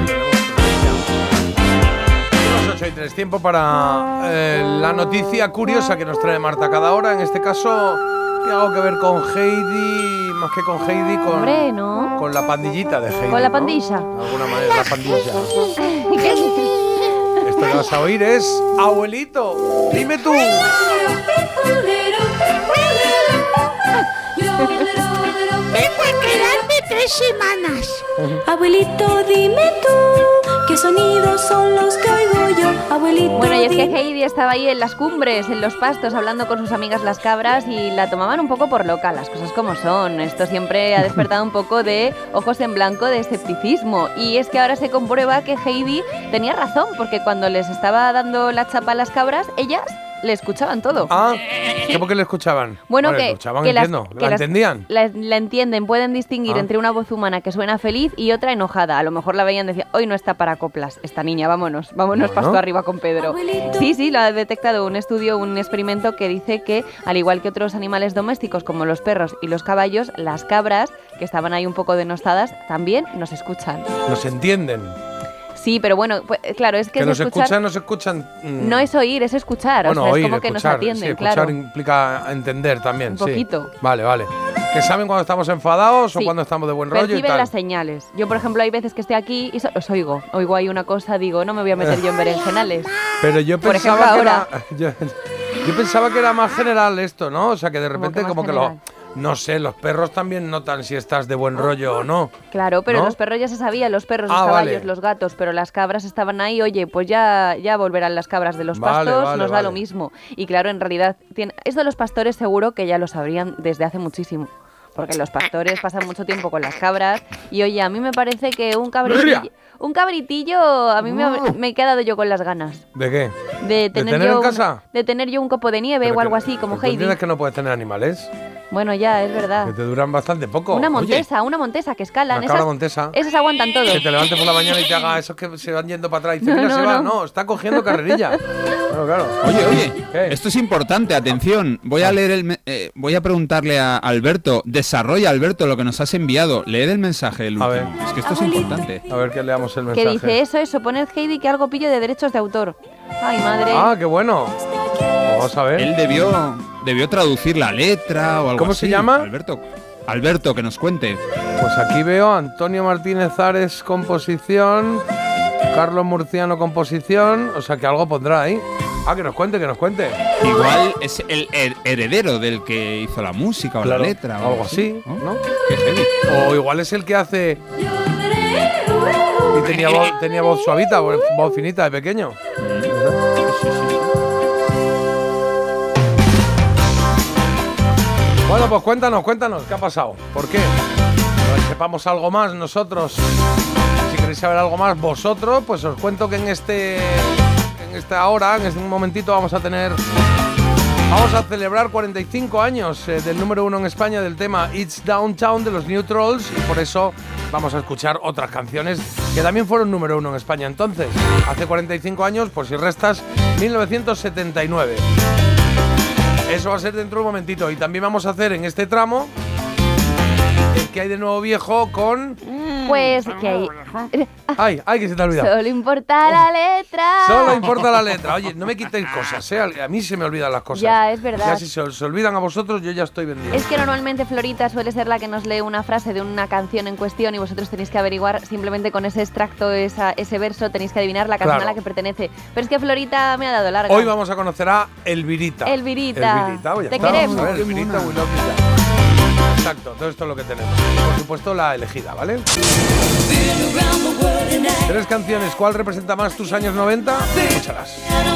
Speaker 5: 8:03, tiempo para la noticia curiosa que nos trae Marta cada hora. En este caso, tiene algo que ver con Heidi, más que con Heidi,
Speaker 6: Hombre, ¿no?
Speaker 5: Con la pandillita de Heidi.
Speaker 6: Con la pandilla.
Speaker 5: ¿No? De alguna manera, la pandilla. Esto que vas a oír es Abuelito, dime tú.
Speaker 2: Vengo a quedarme 3 semanas. Abuelito, dime tú, ¿qué sonidos son los que oigo yo? Abuelito,
Speaker 6: bueno, y es que Heidi estaba ahí en las cumbres, en los pastos, hablando con sus amigas las cabras y la tomaban un poco por loca, las cosas como son. Esto siempre ha despertado un poco de ojos en blanco, de escepticismo. Y es que ahora se comprueba que Heidi tenía razón, porque cuando les estaba dando la chapa a las cabras, ellas le escuchaban todo.
Speaker 5: Ah, ¿qué por qué le escuchaban?
Speaker 6: Bueno,
Speaker 5: vale,
Speaker 6: que,
Speaker 5: escuchaban,
Speaker 6: que
Speaker 5: entiendo.
Speaker 6: ¿La
Speaker 5: entendían?
Speaker 6: La entienden, pueden distinguir entre una voz humana que suena feliz y otra enojada. A lo mejor la veían y decían: hoy no está para coplas esta niña, vámonos pasto arriba con Pedro. Abuelito. Sí, lo ha detectado un estudio, un experimento que dice que, al igual que otros animales domésticos como los perros y los caballos, las cabras, que estaban ahí un poco denostadas, también nos escuchan.
Speaker 5: Nos entienden.
Speaker 6: Sí, pero bueno, pues, claro, es que
Speaker 5: nos escuchan, no se escuchan.
Speaker 6: No es oír, es escuchar.
Speaker 5: Bueno,
Speaker 6: o sea,
Speaker 5: oír,
Speaker 6: es como que
Speaker 5: escuchar,
Speaker 6: nos atienden,
Speaker 5: sí, escuchar
Speaker 6: claro.
Speaker 5: implica entender también.
Speaker 6: Un poquito.
Speaker 5: Sí. Vale. ¿Que saben cuando estamos enfadados o cuando estamos de buen rollo y
Speaker 6: perciben
Speaker 5: tal?
Speaker 6: las señales. Yo, por ejemplo, hay veces que estoy aquí y os oigo. Oigo ahí una cosa, digo, no me voy a meter yo en berenjenales.
Speaker 5: Pero yo
Speaker 6: por
Speaker 5: pensaba
Speaker 6: ejemplo,
Speaker 5: que
Speaker 6: ahora.
Speaker 5: yo pensaba que era más general esto, ¿no? O sea, que de repente
Speaker 6: como que
Speaker 5: no sé, los perros también notan si estás de buen rollo o no.
Speaker 6: Claro, pero
Speaker 5: ¿no?
Speaker 6: Los perros ya se sabía, los perros, los caballos,
Speaker 5: vale.
Speaker 6: los gatos, pero las cabras estaban ahí, oye, pues ya volverán las cabras de los pastos, nos da lo mismo. Y claro, en realidad, esto de los pastores seguro que ya lo sabrían desde hace muchísimo. Porque los pastores pasan mucho tiempo con las cabras y oye, a mí me parece que un cabritillo a mí me he quedado yo con las ganas.
Speaker 5: ¿De qué?
Speaker 6: De tener
Speaker 5: en casa?
Speaker 6: De tener yo un copo de nieve o algo así, como Heidi.
Speaker 5: ¿Entiendes que no puedes tener animales?
Speaker 6: Bueno, ya, es verdad.
Speaker 5: Que te duran bastante poco.
Speaker 6: Una montesa que escalan.
Speaker 5: Una cabra montesa.
Speaker 6: Esas aguantan todo.
Speaker 5: Que te levantes por la mañana y te haga esos que se van yendo para atrás y dices, mira, se va. No, está cogiendo carrerilla. Claro.
Speaker 7: Oye, esto es importante, atención. Voy a leer voy a preguntarle a Alberto. Desarrolla, Alberto, lo que nos has enviado. Lee el mensaje el último.
Speaker 5: A ver.
Speaker 7: Es que esto es importante.
Speaker 5: A ver que leamos el mensaje.
Speaker 6: Que dice eso, poner Heidi que algo pillo de derechos de autor. Ay, madre.
Speaker 5: Ah, qué bueno. Vamos a ver.
Speaker 7: Él debió traducir la letra o algo
Speaker 5: ¿Cómo
Speaker 7: así.
Speaker 5: se llama?
Speaker 7: Alberto, que nos cuente.
Speaker 5: Pues aquí veo Antonio Martínez Ares, composición. Carlos Murciano, composición. O sea que algo pondrá ahí. Ah, que nos cuente.
Speaker 7: Igual es el heredero del que hizo la música o la letra.
Speaker 5: O algo así, ¿no?
Speaker 7: Qué heavy.
Speaker 5: O igual es el que hace... Y tenía voz suavita, voz finita de pequeño. Bueno, pues cuéntanos, ¿qué ha pasado? ¿Por qué? Para que sepamos algo más nosotros. Si queréis saber algo más vosotros, pues os cuento que en esta hora, en este momentito, vamos a tener Vamos a celebrar 45 años del número 1 en España del tema It's Downtown de los New Trolls y por eso vamos a escuchar otras canciones que también fueron número 1 en España entonces. Hace 45 años, por si restas, 1979. Eso va a ser dentro de un momentito. Y también vamos a hacer en este tramo el que hay de nuevo viejo con...
Speaker 6: Pues que hay...
Speaker 5: Ay, que se te ha olvidado.
Speaker 6: Solo importa la letra.
Speaker 5: Solo importa la letra. Oye, no me quitéis cosas, ¿eh? A mí se me olvidan las cosas.
Speaker 6: Ya, es verdad.
Speaker 5: Ya si se os olvidan a vosotros, yo ya estoy vendido.
Speaker 6: Es que normalmente Florita suele ser la que nos lee una frase de una canción en cuestión y vosotros tenéis que averiguar simplemente con ese extracto, ese verso, tenéis que adivinar la canción a la que pertenece. Pero es que Florita me ha dado larga.
Speaker 5: Hoy vamos a conocer a Elvirita.
Speaker 6: Elvirita.
Speaker 5: Oye,
Speaker 6: Te queremos.
Speaker 5: A ver, Elvirita, we love you. Exacto, todo esto es lo que tenemos. Y por supuesto la elegida, ¿vale? 3 canciones, ¿cuál representa más tus años 90? Escúchalas.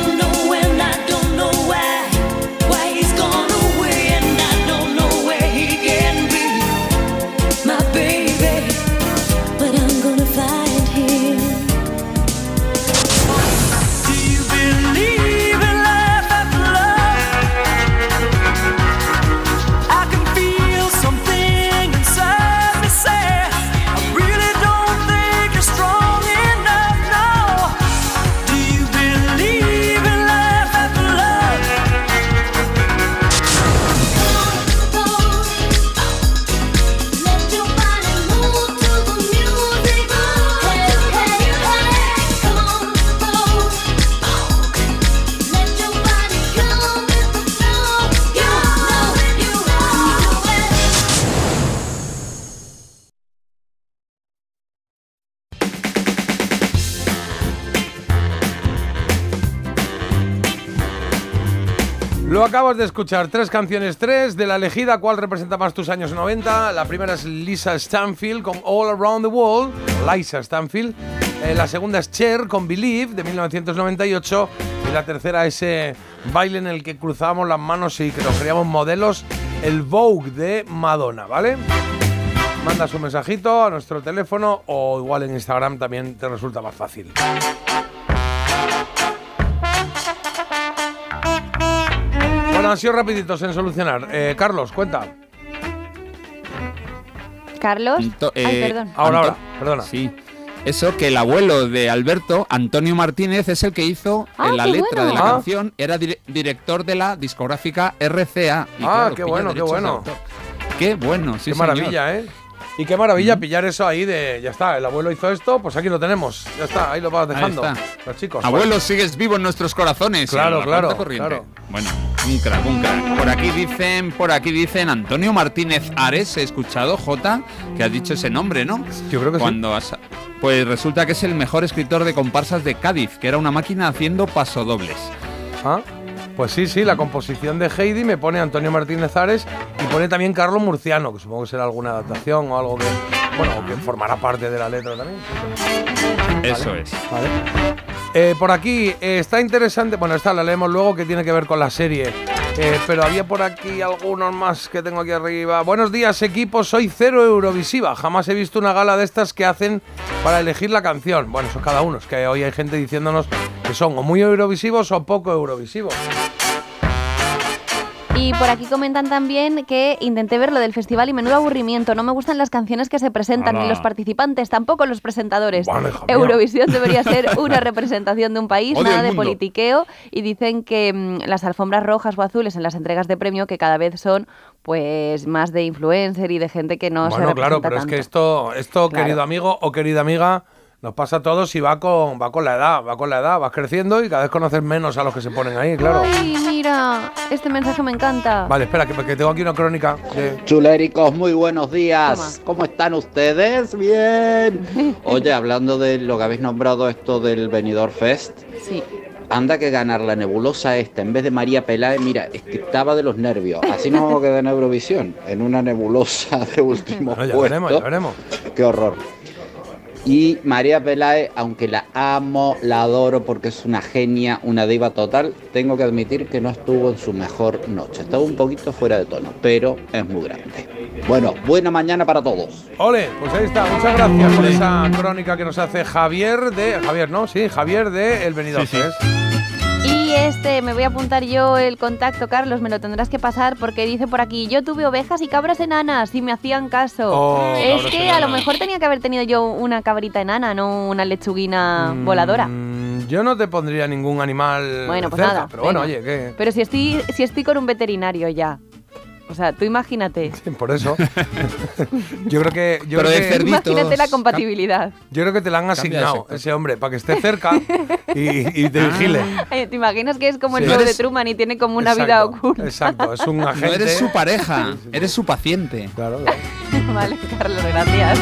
Speaker 5: Lo acabas de escuchar, 3 canciones, 3 de la elegida. ¿Cuál representa más tus años 90? La primera es Lisa Stanfield con All Around the World, Liza Stanfield. La segunda es Cher con Believe de 1998. Y la tercera, ese baile en el que cruzábamos las manos y que nos creíamos modelos, el Vogue de Madonna, ¿vale? Mandas un mensajito a nuestro teléfono o igual en Instagram también te resulta más fácil. Bueno, han sido rapiditos en solucionar. Carlos, cuenta.
Speaker 6: ¿Carlos? Perdón.
Speaker 5: Ahora, perdona.
Speaker 7: Sí. Eso, que el abuelo de Alberto, Antonio Martínez, es el que hizo la letra de la canción. Era director de la discográfica RCA. Y claro,
Speaker 5: qué bueno, qué bueno.
Speaker 7: Qué bueno, sí,
Speaker 5: qué maravilla,
Speaker 7: señor.
Speaker 5: Y qué maravilla pillar eso ahí de, ya está, el abuelo hizo esto, pues aquí lo tenemos. Ya está, ahí lo vas dejando. Los chicos.
Speaker 7: Abuelo, sigues vivo en nuestros corazones.
Speaker 5: Claro.
Speaker 7: Bueno, un crack. Por aquí dicen Antonio Martínez Ares, he escuchado, Jota, que has dicho ese nombre, ¿no?
Speaker 5: Yo creo que
Speaker 7: sí. Pues resulta que es el mejor escritor de comparsas de Cádiz, que era una máquina haciendo pasodobles.
Speaker 5: Pues sí, la composición de Heidi me pone Antonio Martínez Ares y pone también Carlos Murciano, que supongo que será alguna adaptación o algo que, que formará parte de la letra también.
Speaker 7: Eso es.
Speaker 5: Vale. Por aquí está interesante, esta la leemos luego, que tiene que ver con la serie. Pero había por aquí algunos más que tengo aquí arriba. Buenos días, equipo, soy cero Eurovisiva. Jamás he visto una gala de estas que hacen para elegir la canción. Bueno, eso es cada uno, es que hoy hay gente diciéndonos que son o muy eurovisivos o poco eurovisivos.
Speaker 6: Y por aquí comentan también que intenté ver lo del festival y menudo aburrimiento. No me gustan las canciones que se presentan, ni los participantes, tampoco los presentadores. Eurovisión debería ser una representación de un país, nada de politiqueo. Y dicen que las alfombras rojas o azules en las entregas de premio, que cada vez son pues más de influencer y de gente que no se representa
Speaker 5: claro, pero
Speaker 6: tanto.
Speaker 5: Es que esto querido amigo o querida amiga, nos pasa a todos y va con la edad, vas creciendo y cada vez conoces menos a los que se ponen ahí, claro.
Speaker 6: Ay, mira, este mensaje me encanta.
Speaker 5: Vale, espera, que tengo aquí una crónica de...
Speaker 4: Chuléricos, muy buenos días. ¿Cómo están ustedes? Bien. Oye, hablando de lo que habéis nombrado, esto del Benidorm Fest.
Speaker 6: Sí.
Speaker 4: Anda que ganar la nebulosa esta, en vez de María Peláez, mira, es que estaba de los nervios. Así nos vamos a quedar en Eurovisión, en una nebulosa de último puesto.
Speaker 5: Ya veremos.
Speaker 4: Qué horror. Y María Peláez, aunque la amo, la adoro porque es una genia, una diva total, tengo que admitir que no estuvo en su mejor noche. Estaba un poquito fuera de tono, pero es muy grande. Bueno, buena mañana para todos.
Speaker 5: Ole, pues ahí está. Muchas gracias por esa crónica que nos hace Javier de El Benidorm Fest.
Speaker 6: Y me voy a apuntar yo el contacto, Carlos, me lo tendrás que pasar porque dice por aquí, yo tuve ovejas y cabras enanas y me hacían caso. Es que a lo mejor tenía que haber tenido yo una cabrita enana, no una lechuguina voladora.
Speaker 5: Yo no te pondría ningún animal
Speaker 6: bueno, pues
Speaker 5: cerca,
Speaker 6: nada,
Speaker 5: pero bueno,
Speaker 6: venga.
Speaker 5: oye, ¿qué?
Speaker 6: Pero si estoy con un veterinario ya. O sea, tú imagínate.
Speaker 5: Por eso. Yo creo que...
Speaker 6: Imagínate la compatibilidad.
Speaker 5: Yo creo que te la han asignado, ese hombre, para que esté cerca y te vigile.
Speaker 6: ¿Te imaginas que es como el show de Truman y tiene como una vida oculta?
Speaker 5: Exacto, es un agente.
Speaker 7: No eres su pareja, eres su paciente.
Speaker 5: Claro.
Speaker 6: Vale, Carlos, gracias.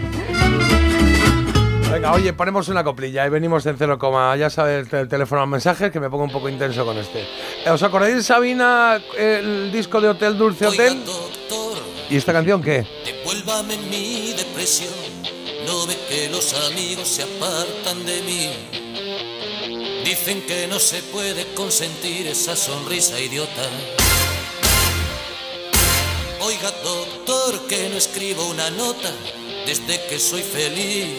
Speaker 5: Venga, oye, ponemos una coplilla y venimos en 0, ya sabes, el teléfono al mensaje, que me pongo un poco intenso con este. ¿Os acordáis de Sabina, el disco de Hotel Dulce Hotel? ¿Y esta canción qué?
Speaker 13: Devuélvame mi depresión, no ve que los amigos se apartan de mí. Dicen que no se puede consentir esa sonrisa idiota. Oiga, doctor, que no escribo una nota desde que soy feliz.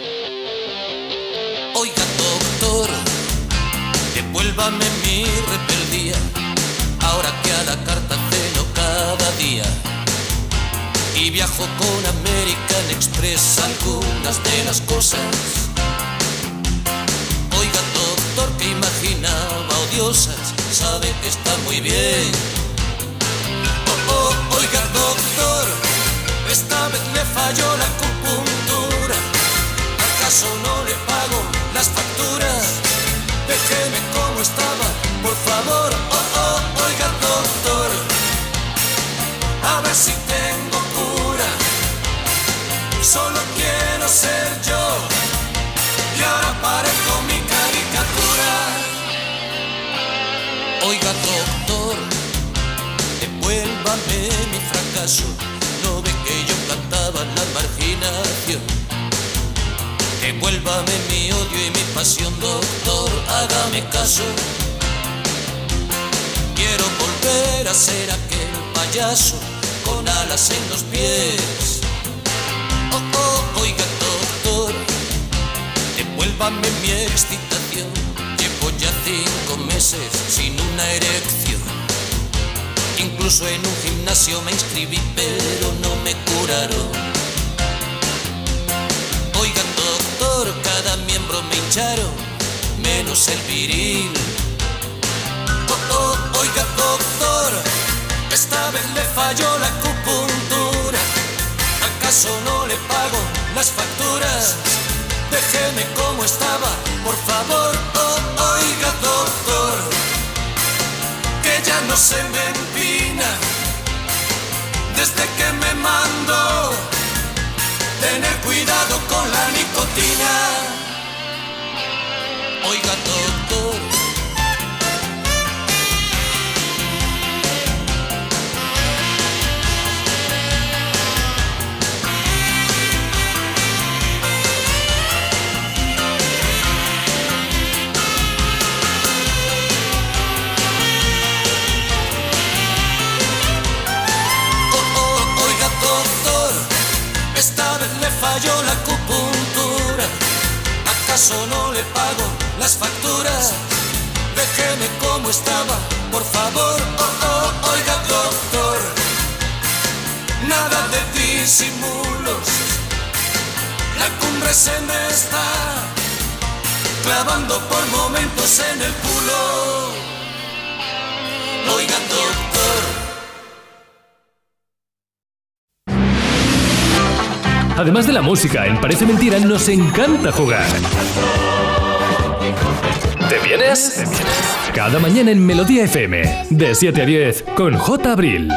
Speaker 13: Oiga, doctor, devuélvame mi rebeldía, ahora que a la carta ceno cada día y viajo con American Express algunas de las cosas. Oiga, doctor, que imaginaba odiosas, sabe que está muy bien. Oiga, doctor, esta vez le falló la acupuntura, ¿acaso no le pago las facturas? Déjeme como estaba, por favor. Oiga, doctor, a ver si tengo cura. Solo quiero ser yo y ahora parezco mi caricatura. Oiga, doctor, devuélvame mi fracaso, no ve que yo cantaba la marginación. Devuélvame mi odio y mi pasión, doctor, hágame caso. Quiero volver a ser aquel payaso con alas en los pies. Oiga, doctor, devuélvame mi excitación. Llevo ya 5 meses sin una erección. Incluso en un gimnasio me inscribí, pero no me curaron. Oiga, doctor, cada miembro me hincharon, menos el viril. Oiga, doctor, esta vez le falló la acupuntura, ¿acaso no le pago las facturas? Déjeme como estaba, por favor. Oiga, doctor, que ya no se me empina desde que me mandó tener cuidado con la nicotina. Oiga, doctor, oiga, doctor, esta vez le falló la acupuntura, ¿acaso no le pago las facturas? Déjeme como estaba, por favor. Oiga, doctor, nada de disimulos, la cumbre se me está clavando por momentos en el culo. Oiga, doctor.
Speaker 3: Además de la música, en Parece Mentira nos encanta jugar. ¿Te vienes? Cada mañana en Melodía FM, de 7 a 10, con J. Abril.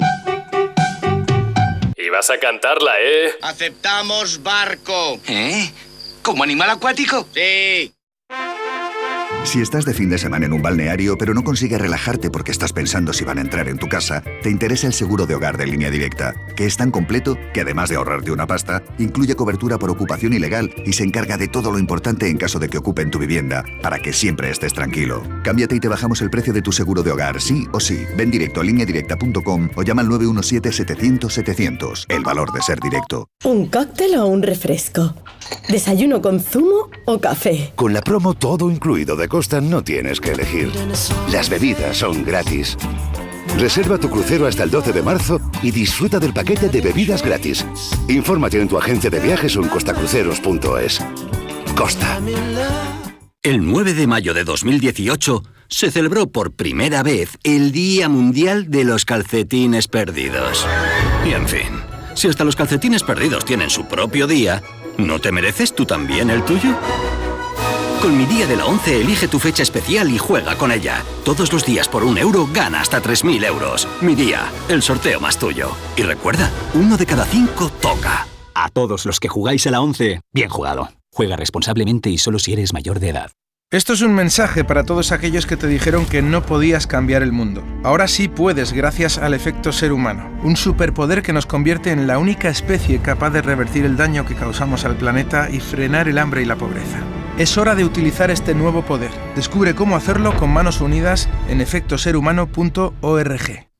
Speaker 3: Y vas a cantarla, ¿eh?
Speaker 14: Aceptamos barco. ¿Eh? ¿Como animal acuático? Sí.
Speaker 10: Si estás de fin de semana en un balneario pero no consigues relajarte porque estás pensando si van a entrar en tu casa, te interesa el seguro de hogar de Línea Directa, que es tan completo que además de ahorrarte una pasta, incluye cobertura por ocupación ilegal y se encarga de todo lo importante en caso de que ocupen tu vivienda, para que siempre estés tranquilo. Cámbiate y te bajamos el precio de tu seguro de hogar, sí o sí. Ven directo a lineadirecta.com o llama al 917-700-700. El valor de ser directo.
Speaker 8: ¿Un cóctel o un refresco? ¿Desayuno con zumo o café?
Speaker 9: Con la promo todo incluido de Costa no tienes que elegir. Las bebidas son gratis. Reserva tu crucero hasta el 12 de marzo y disfruta del paquete de bebidas gratis. Infórmate en tu agencia de viajes o en costacruceros.es. Costa.
Speaker 15: El 9 de mayo de 2018 se celebró por primera vez el Día Mundial de los Calcetines Perdidos. Y en fin, si hasta los calcetines perdidos tienen su propio día, ¿no te mereces tú también el tuyo? Con Mi Día de la 11 elige tu fecha especial y juega con ella. Todos los días por €1 gana hasta 3.000 euros. Mi Día, el sorteo más tuyo. Y recuerda, 1 de cada 5 toca.
Speaker 17: A todos los que jugáis a la 11, bien jugado. Juega responsablemente y solo si eres mayor de edad.
Speaker 23: Esto es un mensaje para todos aquellos que te dijeron que no podías cambiar el mundo. Ahora sí puedes gracias al efecto ser humano, un superpoder que nos convierte en la única especie capaz de revertir el daño que causamos al planeta y frenar el hambre y la pobreza. Es hora de utilizar este nuevo poder. Descubre cómo hacerlo con manos unidas en efectoserhumano.org.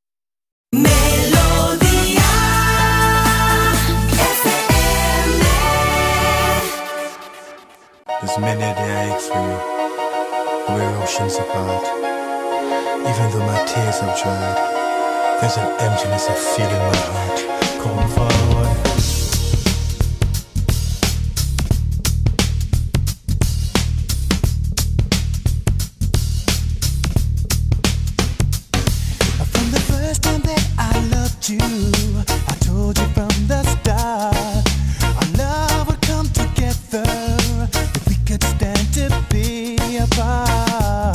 Speaker 24: There's many a day I ache for you. We're oceans apart. Even though my tears have dried, there's an emptiness I feel in my heart. Come forward. From the first time that I loved you, I told you from the start, our love would come together. Could stand to be apart.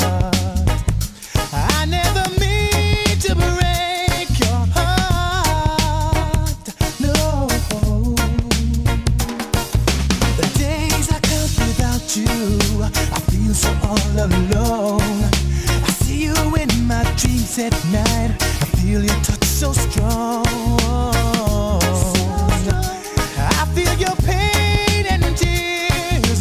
Speaker 24: I never mean to break your heart, no. The days I count without you, I feel so all alone. I see you in my dreams at night, I feel your touch so strong. I feel your pain and tears.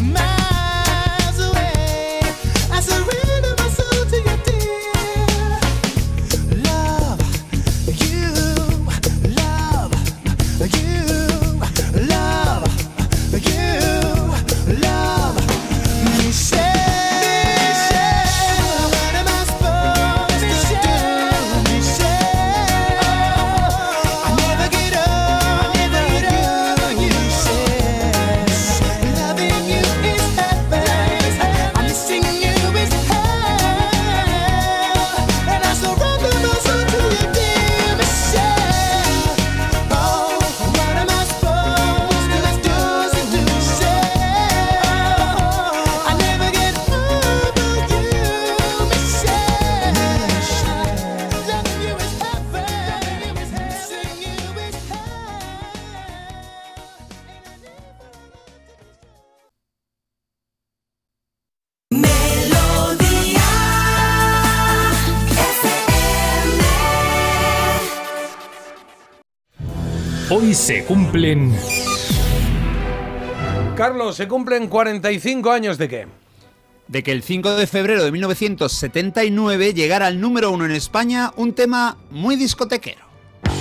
Speaker 3: Hoy se cumplen...
Speaker 5: Carlos, se cumplen 45 años ¿de qué?
Speaker 7: De que el 5 de febrero de 1979 llegara al número 1 en España un tema muy discotequero.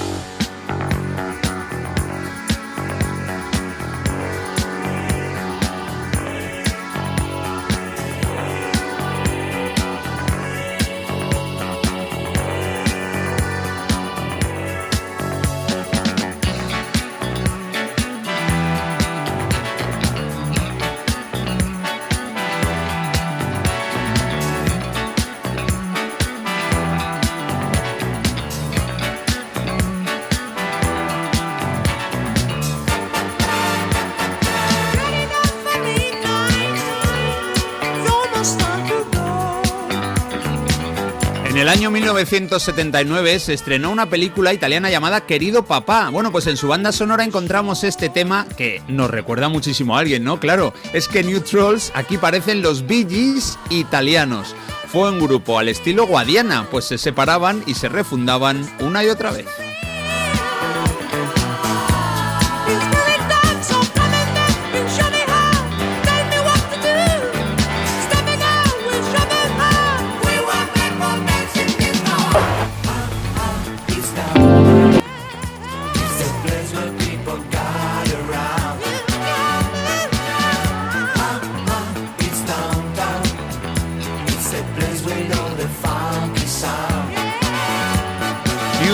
Speaker 7: En el año 1979 se estrenó una película italiana llamada Querido Papá. Bueno, pues en su banda sonora encontramos este tema que nos recuerda muchísimo a alguien, ¿no? Claro, es que New Trolls aquí parecen los Bee Gees italianos. Fue un grupo al estilo Guadiana, pues se separaban y se refundaban una y otra vez.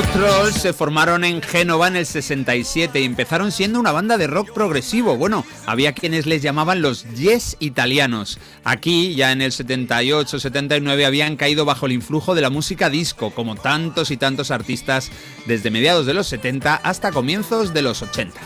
Speaker 7: Trolls se formaron en Génova en el 67 y empezaron siendo una banda de rock progresivo. Bueno, había quienes les llamaban los Yes italianos. Aquí, ya en el 78-79, habían caído bajo el influjo de la música disco, como tantos y tantos artistas desde mediados de los 70 hasta comienzos de los 80.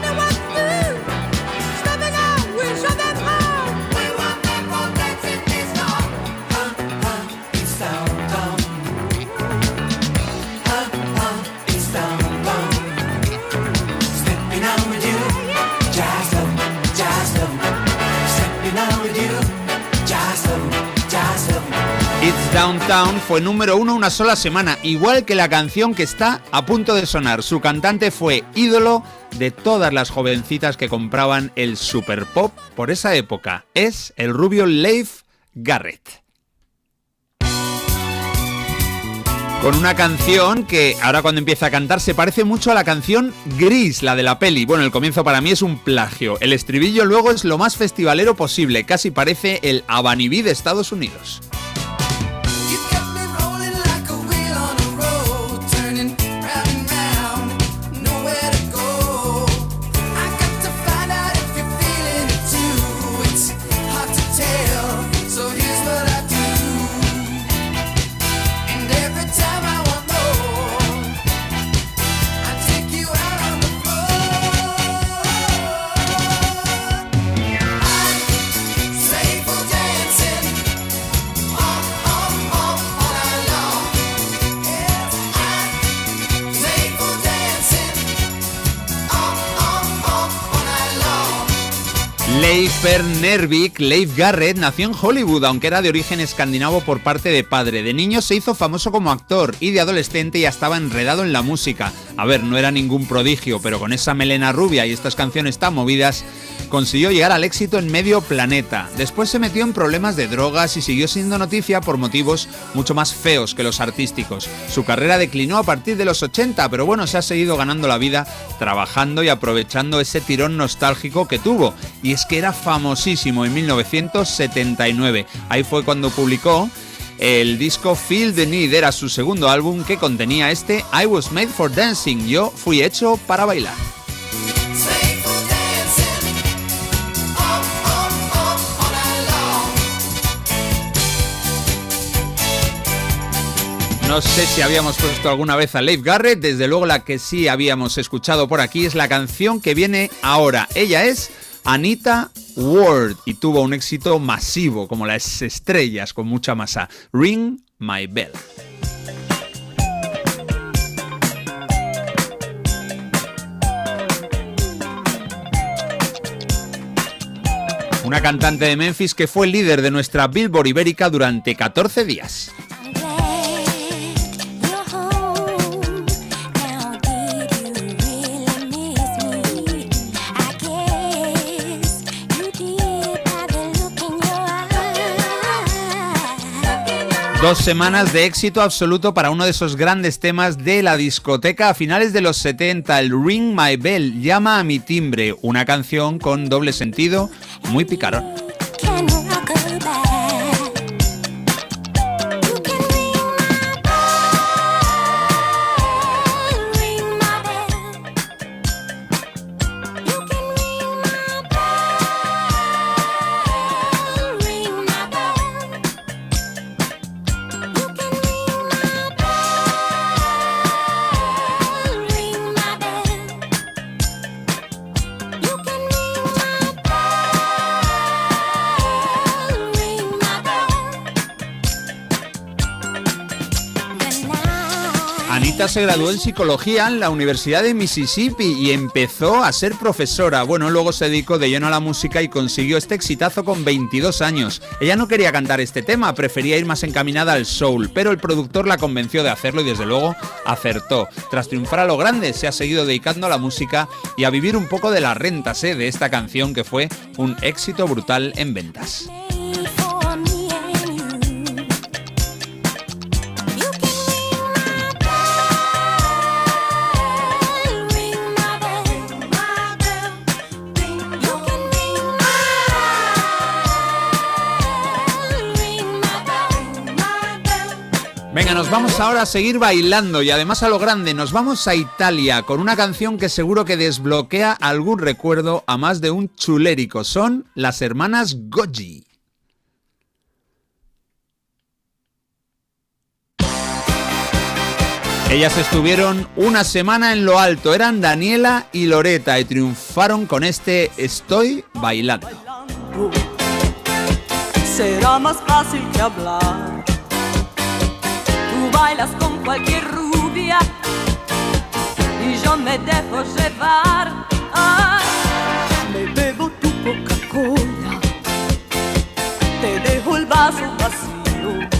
Speaker 7: It's Downtown fue número 1 una sola semana, igual que la canción que está a punto de sonar. Su cantante fue ídolo de todas las jovencitas que compraban el super pop por esa época. Es el rubio Leif Garrett. Con una canción que ahora cuando empieza a cantar se parece mucho a la canción Gris, la de la peli. Bueno, el comienzo para mí es un plagio. El estribillo luego es lo más festivalero posible, casi parece el Abanibí de Estados Unidos. Leif Nervik, Leif Garrett, nació en Hollywood, aunque era de origen escandinavo por parte de padre. De niño se hizo famoso como actor y de adolescente ya estaba enredado en la música. A ver, no era ningún prodigio, pero con esa melena rubia y estas canciones tan movidas, consiguió llegar al éxito en medio planeta. Después se metió en problemas de drogas y siguió siendo noticia por motivos mucho más feos que los artísticos. Su carrera declinó a partir de los 80, pero bueno, se ha seguido ganando la vida trabajando y aprovechando ese tirón nostálgico que tuvo. Y es que era famosísimo en 1979. Ahí fue cuando publicó el disco Feel the Need. Era su segundo álbum que contenía este I Was Made for Dancing. Yo fui hecho para bailar. No sé si habíamos puesto alguna vez a Leif Garrett, desde luego la que sí habíamos escuchado por aquí es la canción que viene ahora. Ella es Anita Ward y tuvo un éxito masivo como las estrellas con mucha masa. Ring My Bell. Una cantante de Memphis que fue líder de nuestra Billboard Ibérica durante 14 días. Dos semanas de éxito absoluto para uno de esos grandes temas de la discoteca a finales de los 70, el Ring My Bell, llama a mi timbre, una canción con doble sentido, muy picarón. Anita se graduó en psicología en la Universidad de Mississippi y empezó a ser profesora. Bueno, luego se dedicó de lleno a la música y consiguió este exitazo con 22 años. Ella no quería cantar este tema, prefería ir más encaminada al soul, pero el productor la convenció de hacerlo y desde luego acertó. Tras triunfar a lo grande, se ha seguido dedicando a la música y a vivir un poco de las rentas de esta canción que fue un éxito brutal en ventas. Venga, nos vamos ahora a seguir bailando y además a lo grande, nos vamos a Italia con una canción que seguro que desbloquea algún recuerdo a más de un chulérico. Son las hermanas Goggi. Ellas estuvieron una semana en lo alto, eran Daniela y Loretta y triunfaron con este Estoy bailando.
Speaker 12: Será más fácil que hablar. Tú bailas con cualquier rubia y yo me dejo llevar. Ay, me bebo tu Coca-Cola, te dejo el vaso vacío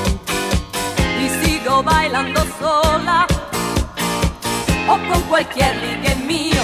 Speaker 12: y sigo bailando sola o con cualquier ligue mío.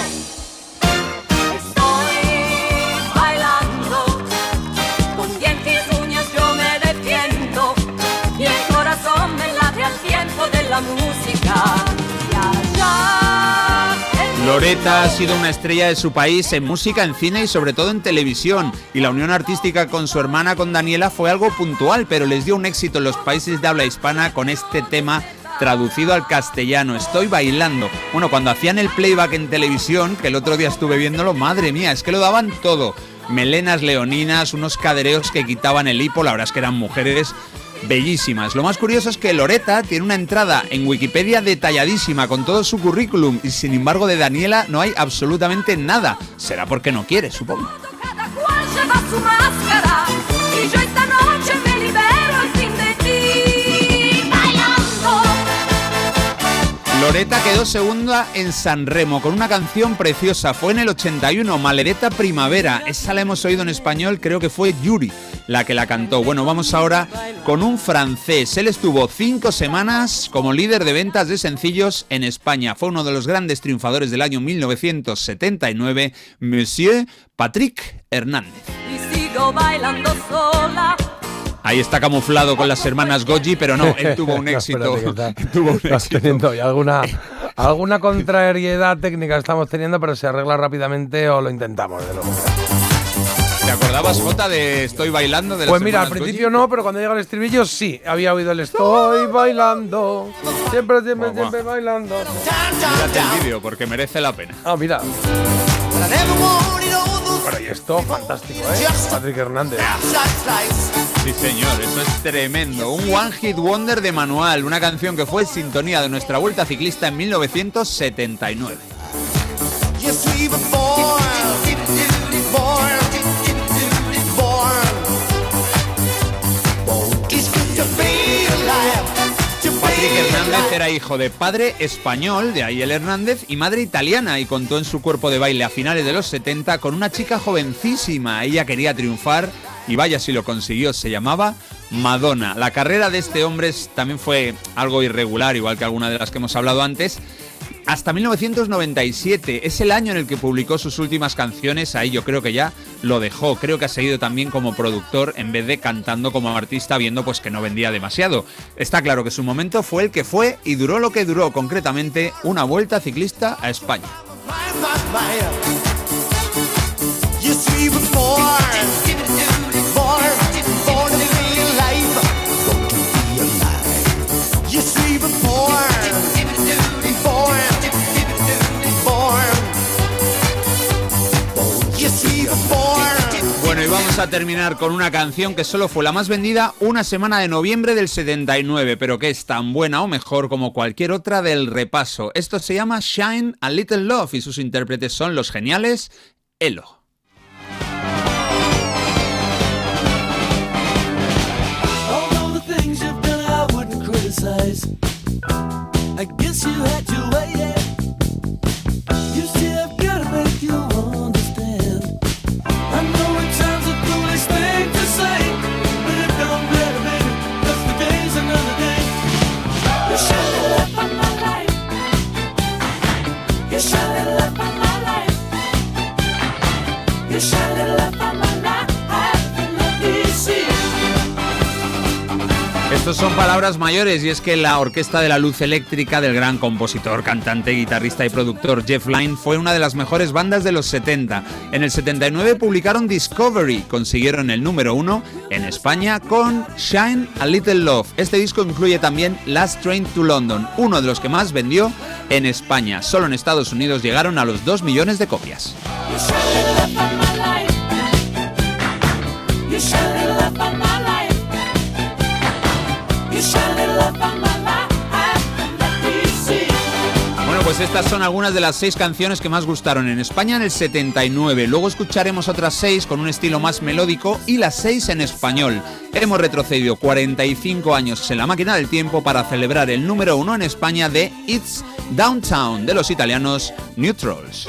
Speaker 12: La música y allá.
Speaker 7: Loretta ha sido una estrella de su país en música, en cine y sobre todo en televisión. Y la unión artística con su hermana, con Daniela, fue algo puntual, pero les dio un éxito en los países de habla hispana con este tema traducido al castellano, Estoy bailando. Bueno, cuando hacían el playback en televisión, que el otro día estuve viéndolo, madre mía, es que lo daban todo. Melenas leoninas, unos cadereos que quitaban el hipo, la verdad es que eran mujeres bellísimas. Lo más curioso es que Loretta tiene una entrada en Wikipedia detalladísima con todo su currículum y sin embargo de Daniela no hay absolutamente nada. Será porque no quiere, supongo.
Speaker 12: Cada cual lleva su máscara y yo esta noche me libero al fin de ti bailando.
Speaker 7: Loretta quedó segunda en San Remo con una canción preciosa. Fue en el 81, Maledetta Primavera. Esa la hemos oído en español, creo que fue Yuri la que la cantó. Bueno, vamos ahora con un francés. Él estuvo 5 semanas como líder de ventas de sencillos en España. Fue uno de los grandes triunfadores del año 1979, Monsieur Patrick Hernández.
Speaker 12: Y sigo bailando sola.
Speaker 7: Ahí está camuflado con las hermanas Goggi, pero no, él tuvo un éxito.
Speaker 5: Estás teniendo hoy alguna contrariedad técnica estamos teniendo, pero se arregla rápidamente o lo intentamos de nuevo.
Speaker 7: ¿Te acordabas, Jota, de Estoy bailando? De
Speaker 5: pues mira, al principio Goggi? No, pero cuando llega el estribillo sí. Había oído el Estoy bailando, siempre bailando.
Speaker 7: Mírate el vídeo, porque merece la pena.
Speaker 5: Ah, mira. Pero y esto, fantástico, ¿eh? Patrick Hernández.
Speaker 7: Sí, señor, eso es tremendo. Un One Hit Wonder de manual, una canción que fue sintonía de nuestra Vuelta Ciclista en 1979. Patrick Hernández era hijo de padre español, de ahí el Hernández, y madre italiana, y contó en su cuerpo de baile a finales de los 70 con una chica jovencísima. Ella quería triunfar y vaya si lo consiguió, se llamaba Madonna. La carrera de este hombre también fue algo irregular, igual que alguna de las que hemos hablado antes. Hasta 1997, es el año en el que publicó sus últimas canciones, ahí yo creo que ya lo dejó. Creo que ha seguido también como productor en vez de cantando como artista, viendo pues que no vendía demasiado. Está claro que su momento fue el que fue y duró lo que duró, concretamente una Vuelta Ciclista a España. Bueno, y vamos a terminar con una canción que solo fue la más vendida una semana de noviembre del 79, pero que es tan buena o mejor como cualquier otra del repaso. Esto se llama Shine a Little Love y sus intérpretes son los geniales Elo.
Speaker 24: I guess you had your way, yeah. You see, I've gotta make you understand. I know it sounds a foolish thing to say, but it don't matter, baby, 'cause the day's another day. You shine the light on my life. You shine the light on my life. You shine the light on my life. Let me see.
Speaker 7: Estos son palabras mayores y es que la Orquesta de la Luz Eléctrica del gran compositor, cantante, guitarrista y productor Jeff Lynne fue una de las mejores bandas de los 70. En el 79 publicaron Discovery, consiguieron el número 1 en España con Shine a Little Love. Este disco incluye también Last Train to London, uno de los que más vendió en España. Solo en Estados Unidos llegaron a los 2 millones de copias. Bueno, pues estas son algunas de las 6 canciones que más gustaron en España en el 79. Luego escucharemos otras 6 con un estilo más melódico y las 6 en español. Hemos retrocedido 45 años en la máquina del tiempo para celebrar el número 1 en España de It's Downtown de los italianos New Trolls.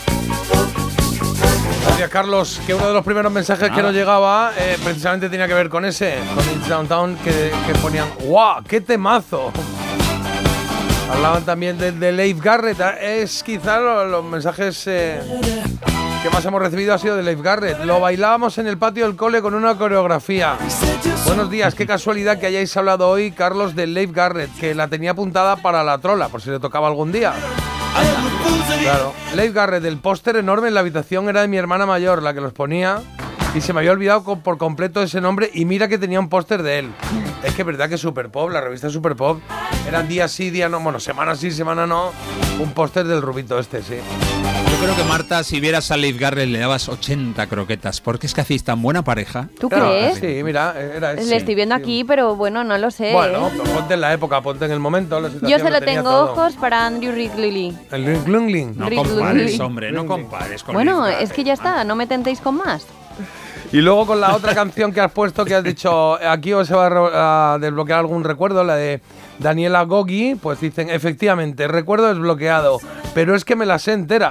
Speaker 5: Gracias, Carlos, que uno de los primeros mensajes que nos llegaba precisamente tenía que ver con ese, con It's Downtown, que ponían ¡guau! ¡Qué temazo! Hablaban también de Leif Garrett. Es quizá los mensajes que más hemos recibido ha sido de Leif Garrett. Lo bailábamos en el patio del cole con una coreografía. Buenos días, qué casualidad que hayáis hablado hoy, Carlos, de Leif Garrett, que la tenía apuntada para la trola, por si le tocaba algún día. Claro, Leif Garrett, el póster enorme en la habitación era de mi hermana mayor, la que los ponía, y se me había olvidado por completo ese nombre, y mira que tenía un póster de él. Es que es verdad que Super Pop, la revista Super Pop, eran día sí, día no, bueno, semana sí, semana no, un póster del rubito este, sí.
Speaker 7: Yo creo que, Marta, si vieras a Leif Garrett le dabas 80 croquetas, porque es que hacéis tan buena pareja.
Speaker 6: ¿Tú crees?
Speaker 5: Sí, mira, era ese.
Speaker 6: Le estoy viendo aquí, pero bueno, no lo sé.
Speaker 5: Bueno, ponte en la época, ponte en el momento.
Speaker 6: Yo solo tengo ojos para Andrew Wrigley.
Speaker 5: ¿El Wrigley?
Speaker 7: No compares, hombre, no compares con
Speaker 6: Bueno, es que ya está, no me tentéis con más.
Speaker 5: Y luego con la otra canción que has puesto, que has dicho, aquí os se va a desbloquear algún recuerdo, la de Daniela Gogi, pues dicen, efectivamente, recuerdo desbloqueado, pero es que me la sé entera.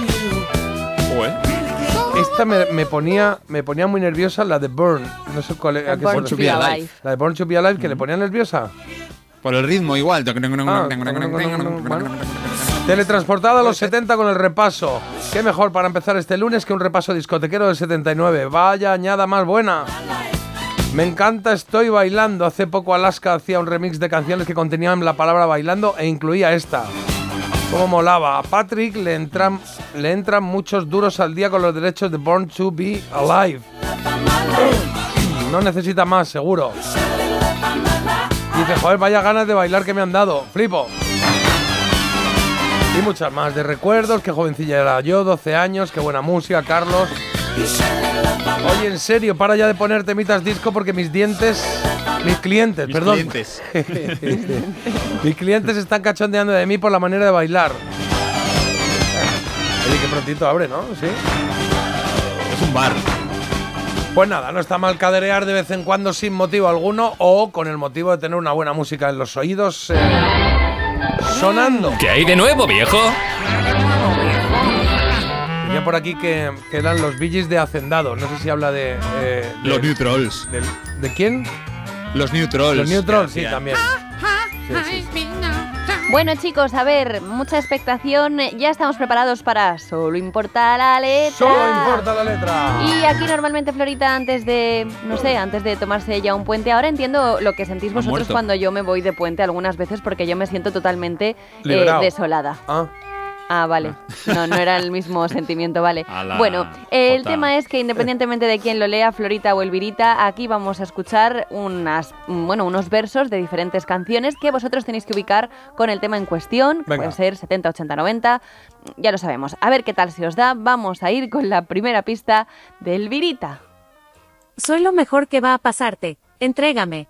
Speaker 5: Esta me ponía muy nerviosa, la de Burn. No sé cuál es.
Speaker 7: Born to Be Alive.
Speaker 5: La de Born to Be Alive, que le ponía nerviosa.
Speaker 7: Por el ritmo igual.
Speaker 5: Teletransportada a los 70 con el repaso. Qué mejor para empezar este lunes que un repaso discotequero del 79. Vaya añada más buena. Me encanta Estoy Bailando. Hace poco Alaska hacía un remix de canciones que contenían la palabra bailando e incluía esta. Cómo molaba. A Patrick le entran muchos duros al día con los derechos de Born to Be Alive. No necesita más, seguro. Dice, joder, vaya ganas de bailar que me han dado. Flipo. Y muchas más de recuerdos. Qué jovencilla era yo, 12 años. Qué buena música, Carlos. Oye, en serio, para ya de poner temitas disco porque mis clientes, mis clientes están cachondeando de mí por la manera de bailar. Oye, qué prontito abre, ¿no? Sí.
Speaker 7: Es un bar.
Speaker 5: Pues nada, no está mal caderear de vez en cuando sin motivo alguno o con el motivo de tener una buena música en los oídos sonando.
Speaker 3: ¿Qué hay de nuevo, viejo?
Speaker 5: Tenía por aquí que eran los Bee Gees de Hacendado. No sé si habla de
Speaker 7: los New Trolls.
Speaker 5: ¿De quién?
Speaker 7: Los New Trolls.
Speaker 5: Los New Trolls, sí, también. Sí.
Speaker 6: Bueno, chicos, a ver, mucha expectación. Ya estamos preparados para Solo importa la letra.
Speaker 5: Solo importa la letra.
Speaker 6: Y aquí normalmente, Florita, antes de tomarse ya un puente, ahora entiendo lo que sentís vosotros cuando yo me voy de puente algunas veces, porque yo me siento totalmente desolada. Ah, vale. No era el mismo sentimiento, vale. Bueno, el tema es que independientemente de quién lo lea, Florita o Elvirita, aquí vamos a escuchar unos versos de diferentes canciones que vosotros tenéis que ubicar con el tema en cuestión. Venga. Puede ser 70, 80, 90, ya lo sabemos. A ver qué tal se os da. Vamos a ir con la primera pista de Elvirita.
Speaker 21: Soy lo mejor que va a pasarte. Entrégame.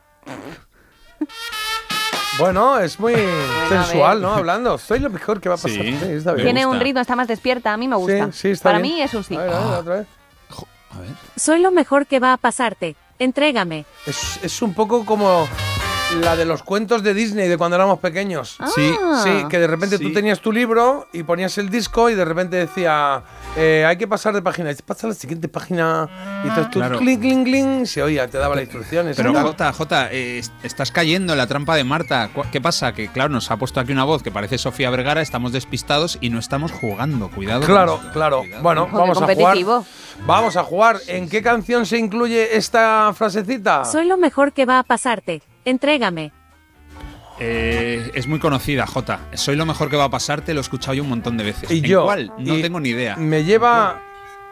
Speaker 5: Bueno, es muy sensual, ¿no? Hablando. Soy lo mejor que va a pasar. Sí,
Speaker 6: está bien. Tiene un ritmo, está más despierta. A mí me gusta.
Speaker 5: Sí, está
Speaker 6: Para
Speaker 5: bien.
Speaker 6: mí es un sí.
Speaker 5: A ver, otra vez.
Speaker 21: A ver. Soy lo mejor que va a pasarte. Entrégame.
Speaker 5: Es un poco como la de los cuentos de Disney de cuando éramos pequeños.
Speaker 7: Sí,
Speaker 5: que de repente tú tenías tu libro y ponías el disco y de repente decía hay que pasar de página. Pasa a la siguiente página y entonces tú clink, clink, clink, se oía, te daba las instrucciones.
Speaker 7: Pero Jota, estás cayendo en la trampa de Marta. ¿Qué pasa? Que claro, nos ha puesto aquí una voz que parece Sofía Vergara, estamos despistados y no estamos jugando. Cuidado.
Speaker 5: Claro. Bueno, vamos a jugar. Vamos a jugar. ¿En qué canción se incluye esta frasecita?
Speaker 21: Soy lo mejor que va a pasarte.
Speaker 16: Entrégame.
Speaker 7: Es muy conocida, Jota. Soy lo mejor que va a pasarte, lo he escuchado yo un montón de veces.
Speaker 5: Y
Speaker 7: ¿En
Speaker 5: yo,
Speaker 7: cuál? No tengo ni idea.
Speaker 5: Me lleva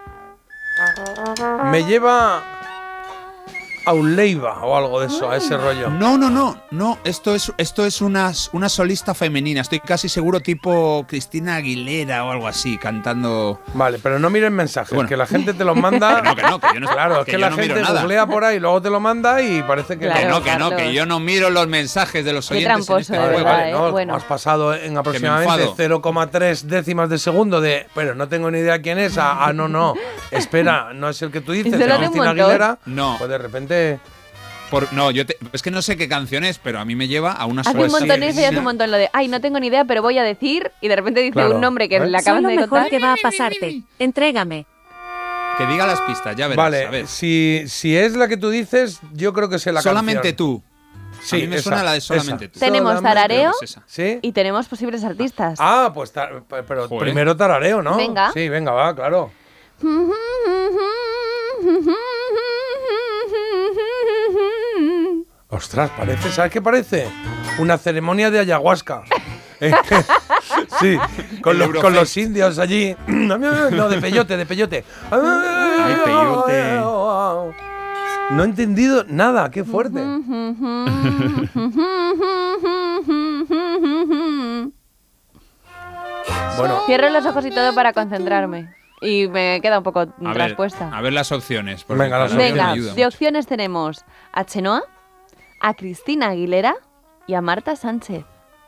Speaker 5: a un Leiva o algo de eso, a ese rollo.
Speaker 7: No. Esto es una solista femenina. Estoy casi seguro tipo Cristina Aguilera o algo así, cantando.
Speaker 5: Vale, pero no miren mensajes, que la gente te los manda.
Speaker 7: Que no, yo no.
Speaker 5: Claro, es que la gente googlea por ahí, luego te lo manda y parece que
Speaker 7: que yo no miro los mensajes de los oyentes.
Speaker 6: Tramposo,
Speaker 7: en este
Speaker 6: de verdad,
Speaker 5: no,
Speaker 6: bueno.
Speaker 5: has pasado en aproximadamente 0,3 décimas de segundo pero no tengo ni idea quién es, no. Espera, no es el que tú dices,
Speaker 6: ¿Y solo de
Speaker 5: Cristina
Speaker 6: un montón?
Speaker 5: Aguilera.
Speaker 7: No.
Speaker 5: Pues de repente.
Speaker 7: Es que no sé qué canción es, pero a mí me lleva a una
Speaker 6: Hace un montón eso y hace un montón lo de, ay, no tengo ni idea, pero voy a decir, y de repente dice un nombre que le acaban
Speaker 16: Soy
Speaker 6: de
Speaker 16: lo mejor
Speaker 6: contar.
Speaker 16: que va a pasarte. Entrégame.
Speaker 7: Que diga las pistas, ya verás.
Speaker 5: Vale,
Speaker 7: a ver.
Speaker 5: si es la que tú dices, yo creo que sé la
Speaker 7: Solamente
Speaker 5: canción.
Speaker 7: tú.
Speaker 5: Sí,
Speaker 7: a mí me suena la de Solamente tú.
Speaker 6: Tenemos
Speaker 5: Solamente
Speaker 6: tarareo
Speaker 7: es esa.
Speaker 5: ¿Sí?
Speaker 6: y tenemos posibles artistas.
Speaker 5: Ah, pues pero
Speaker 7: Joder.
Speaker 5: primero tarareo, ¿no?
Speaker 6: Venga.
Speaker 5: Sí, venga, va, claro. Ostras, parece, ¿sabes qué parece? Una ceremonia de ayahuasca. Sí, con los indios allí. No, de peyote.
Speaker 7: Ay, peyote.
Speaker 5: No he entendido nada, qué fuerte. Bueno,
Speaker 6: Cierro los ojos y todo para concentrarme. Y me queda un poco traspuesta.
Speaker 7: A ver las opciones. porque
Speaker 5: Venga, las
Speaker 7: para mí me
Speaker 6: Venga,
Speaker 7: ayuda
Speaker 6: de
Speaker 7: mucho.
Speaker 6: opciones tenemos a Chenoa, a Cristina Aguilera y a Marta Sánchez.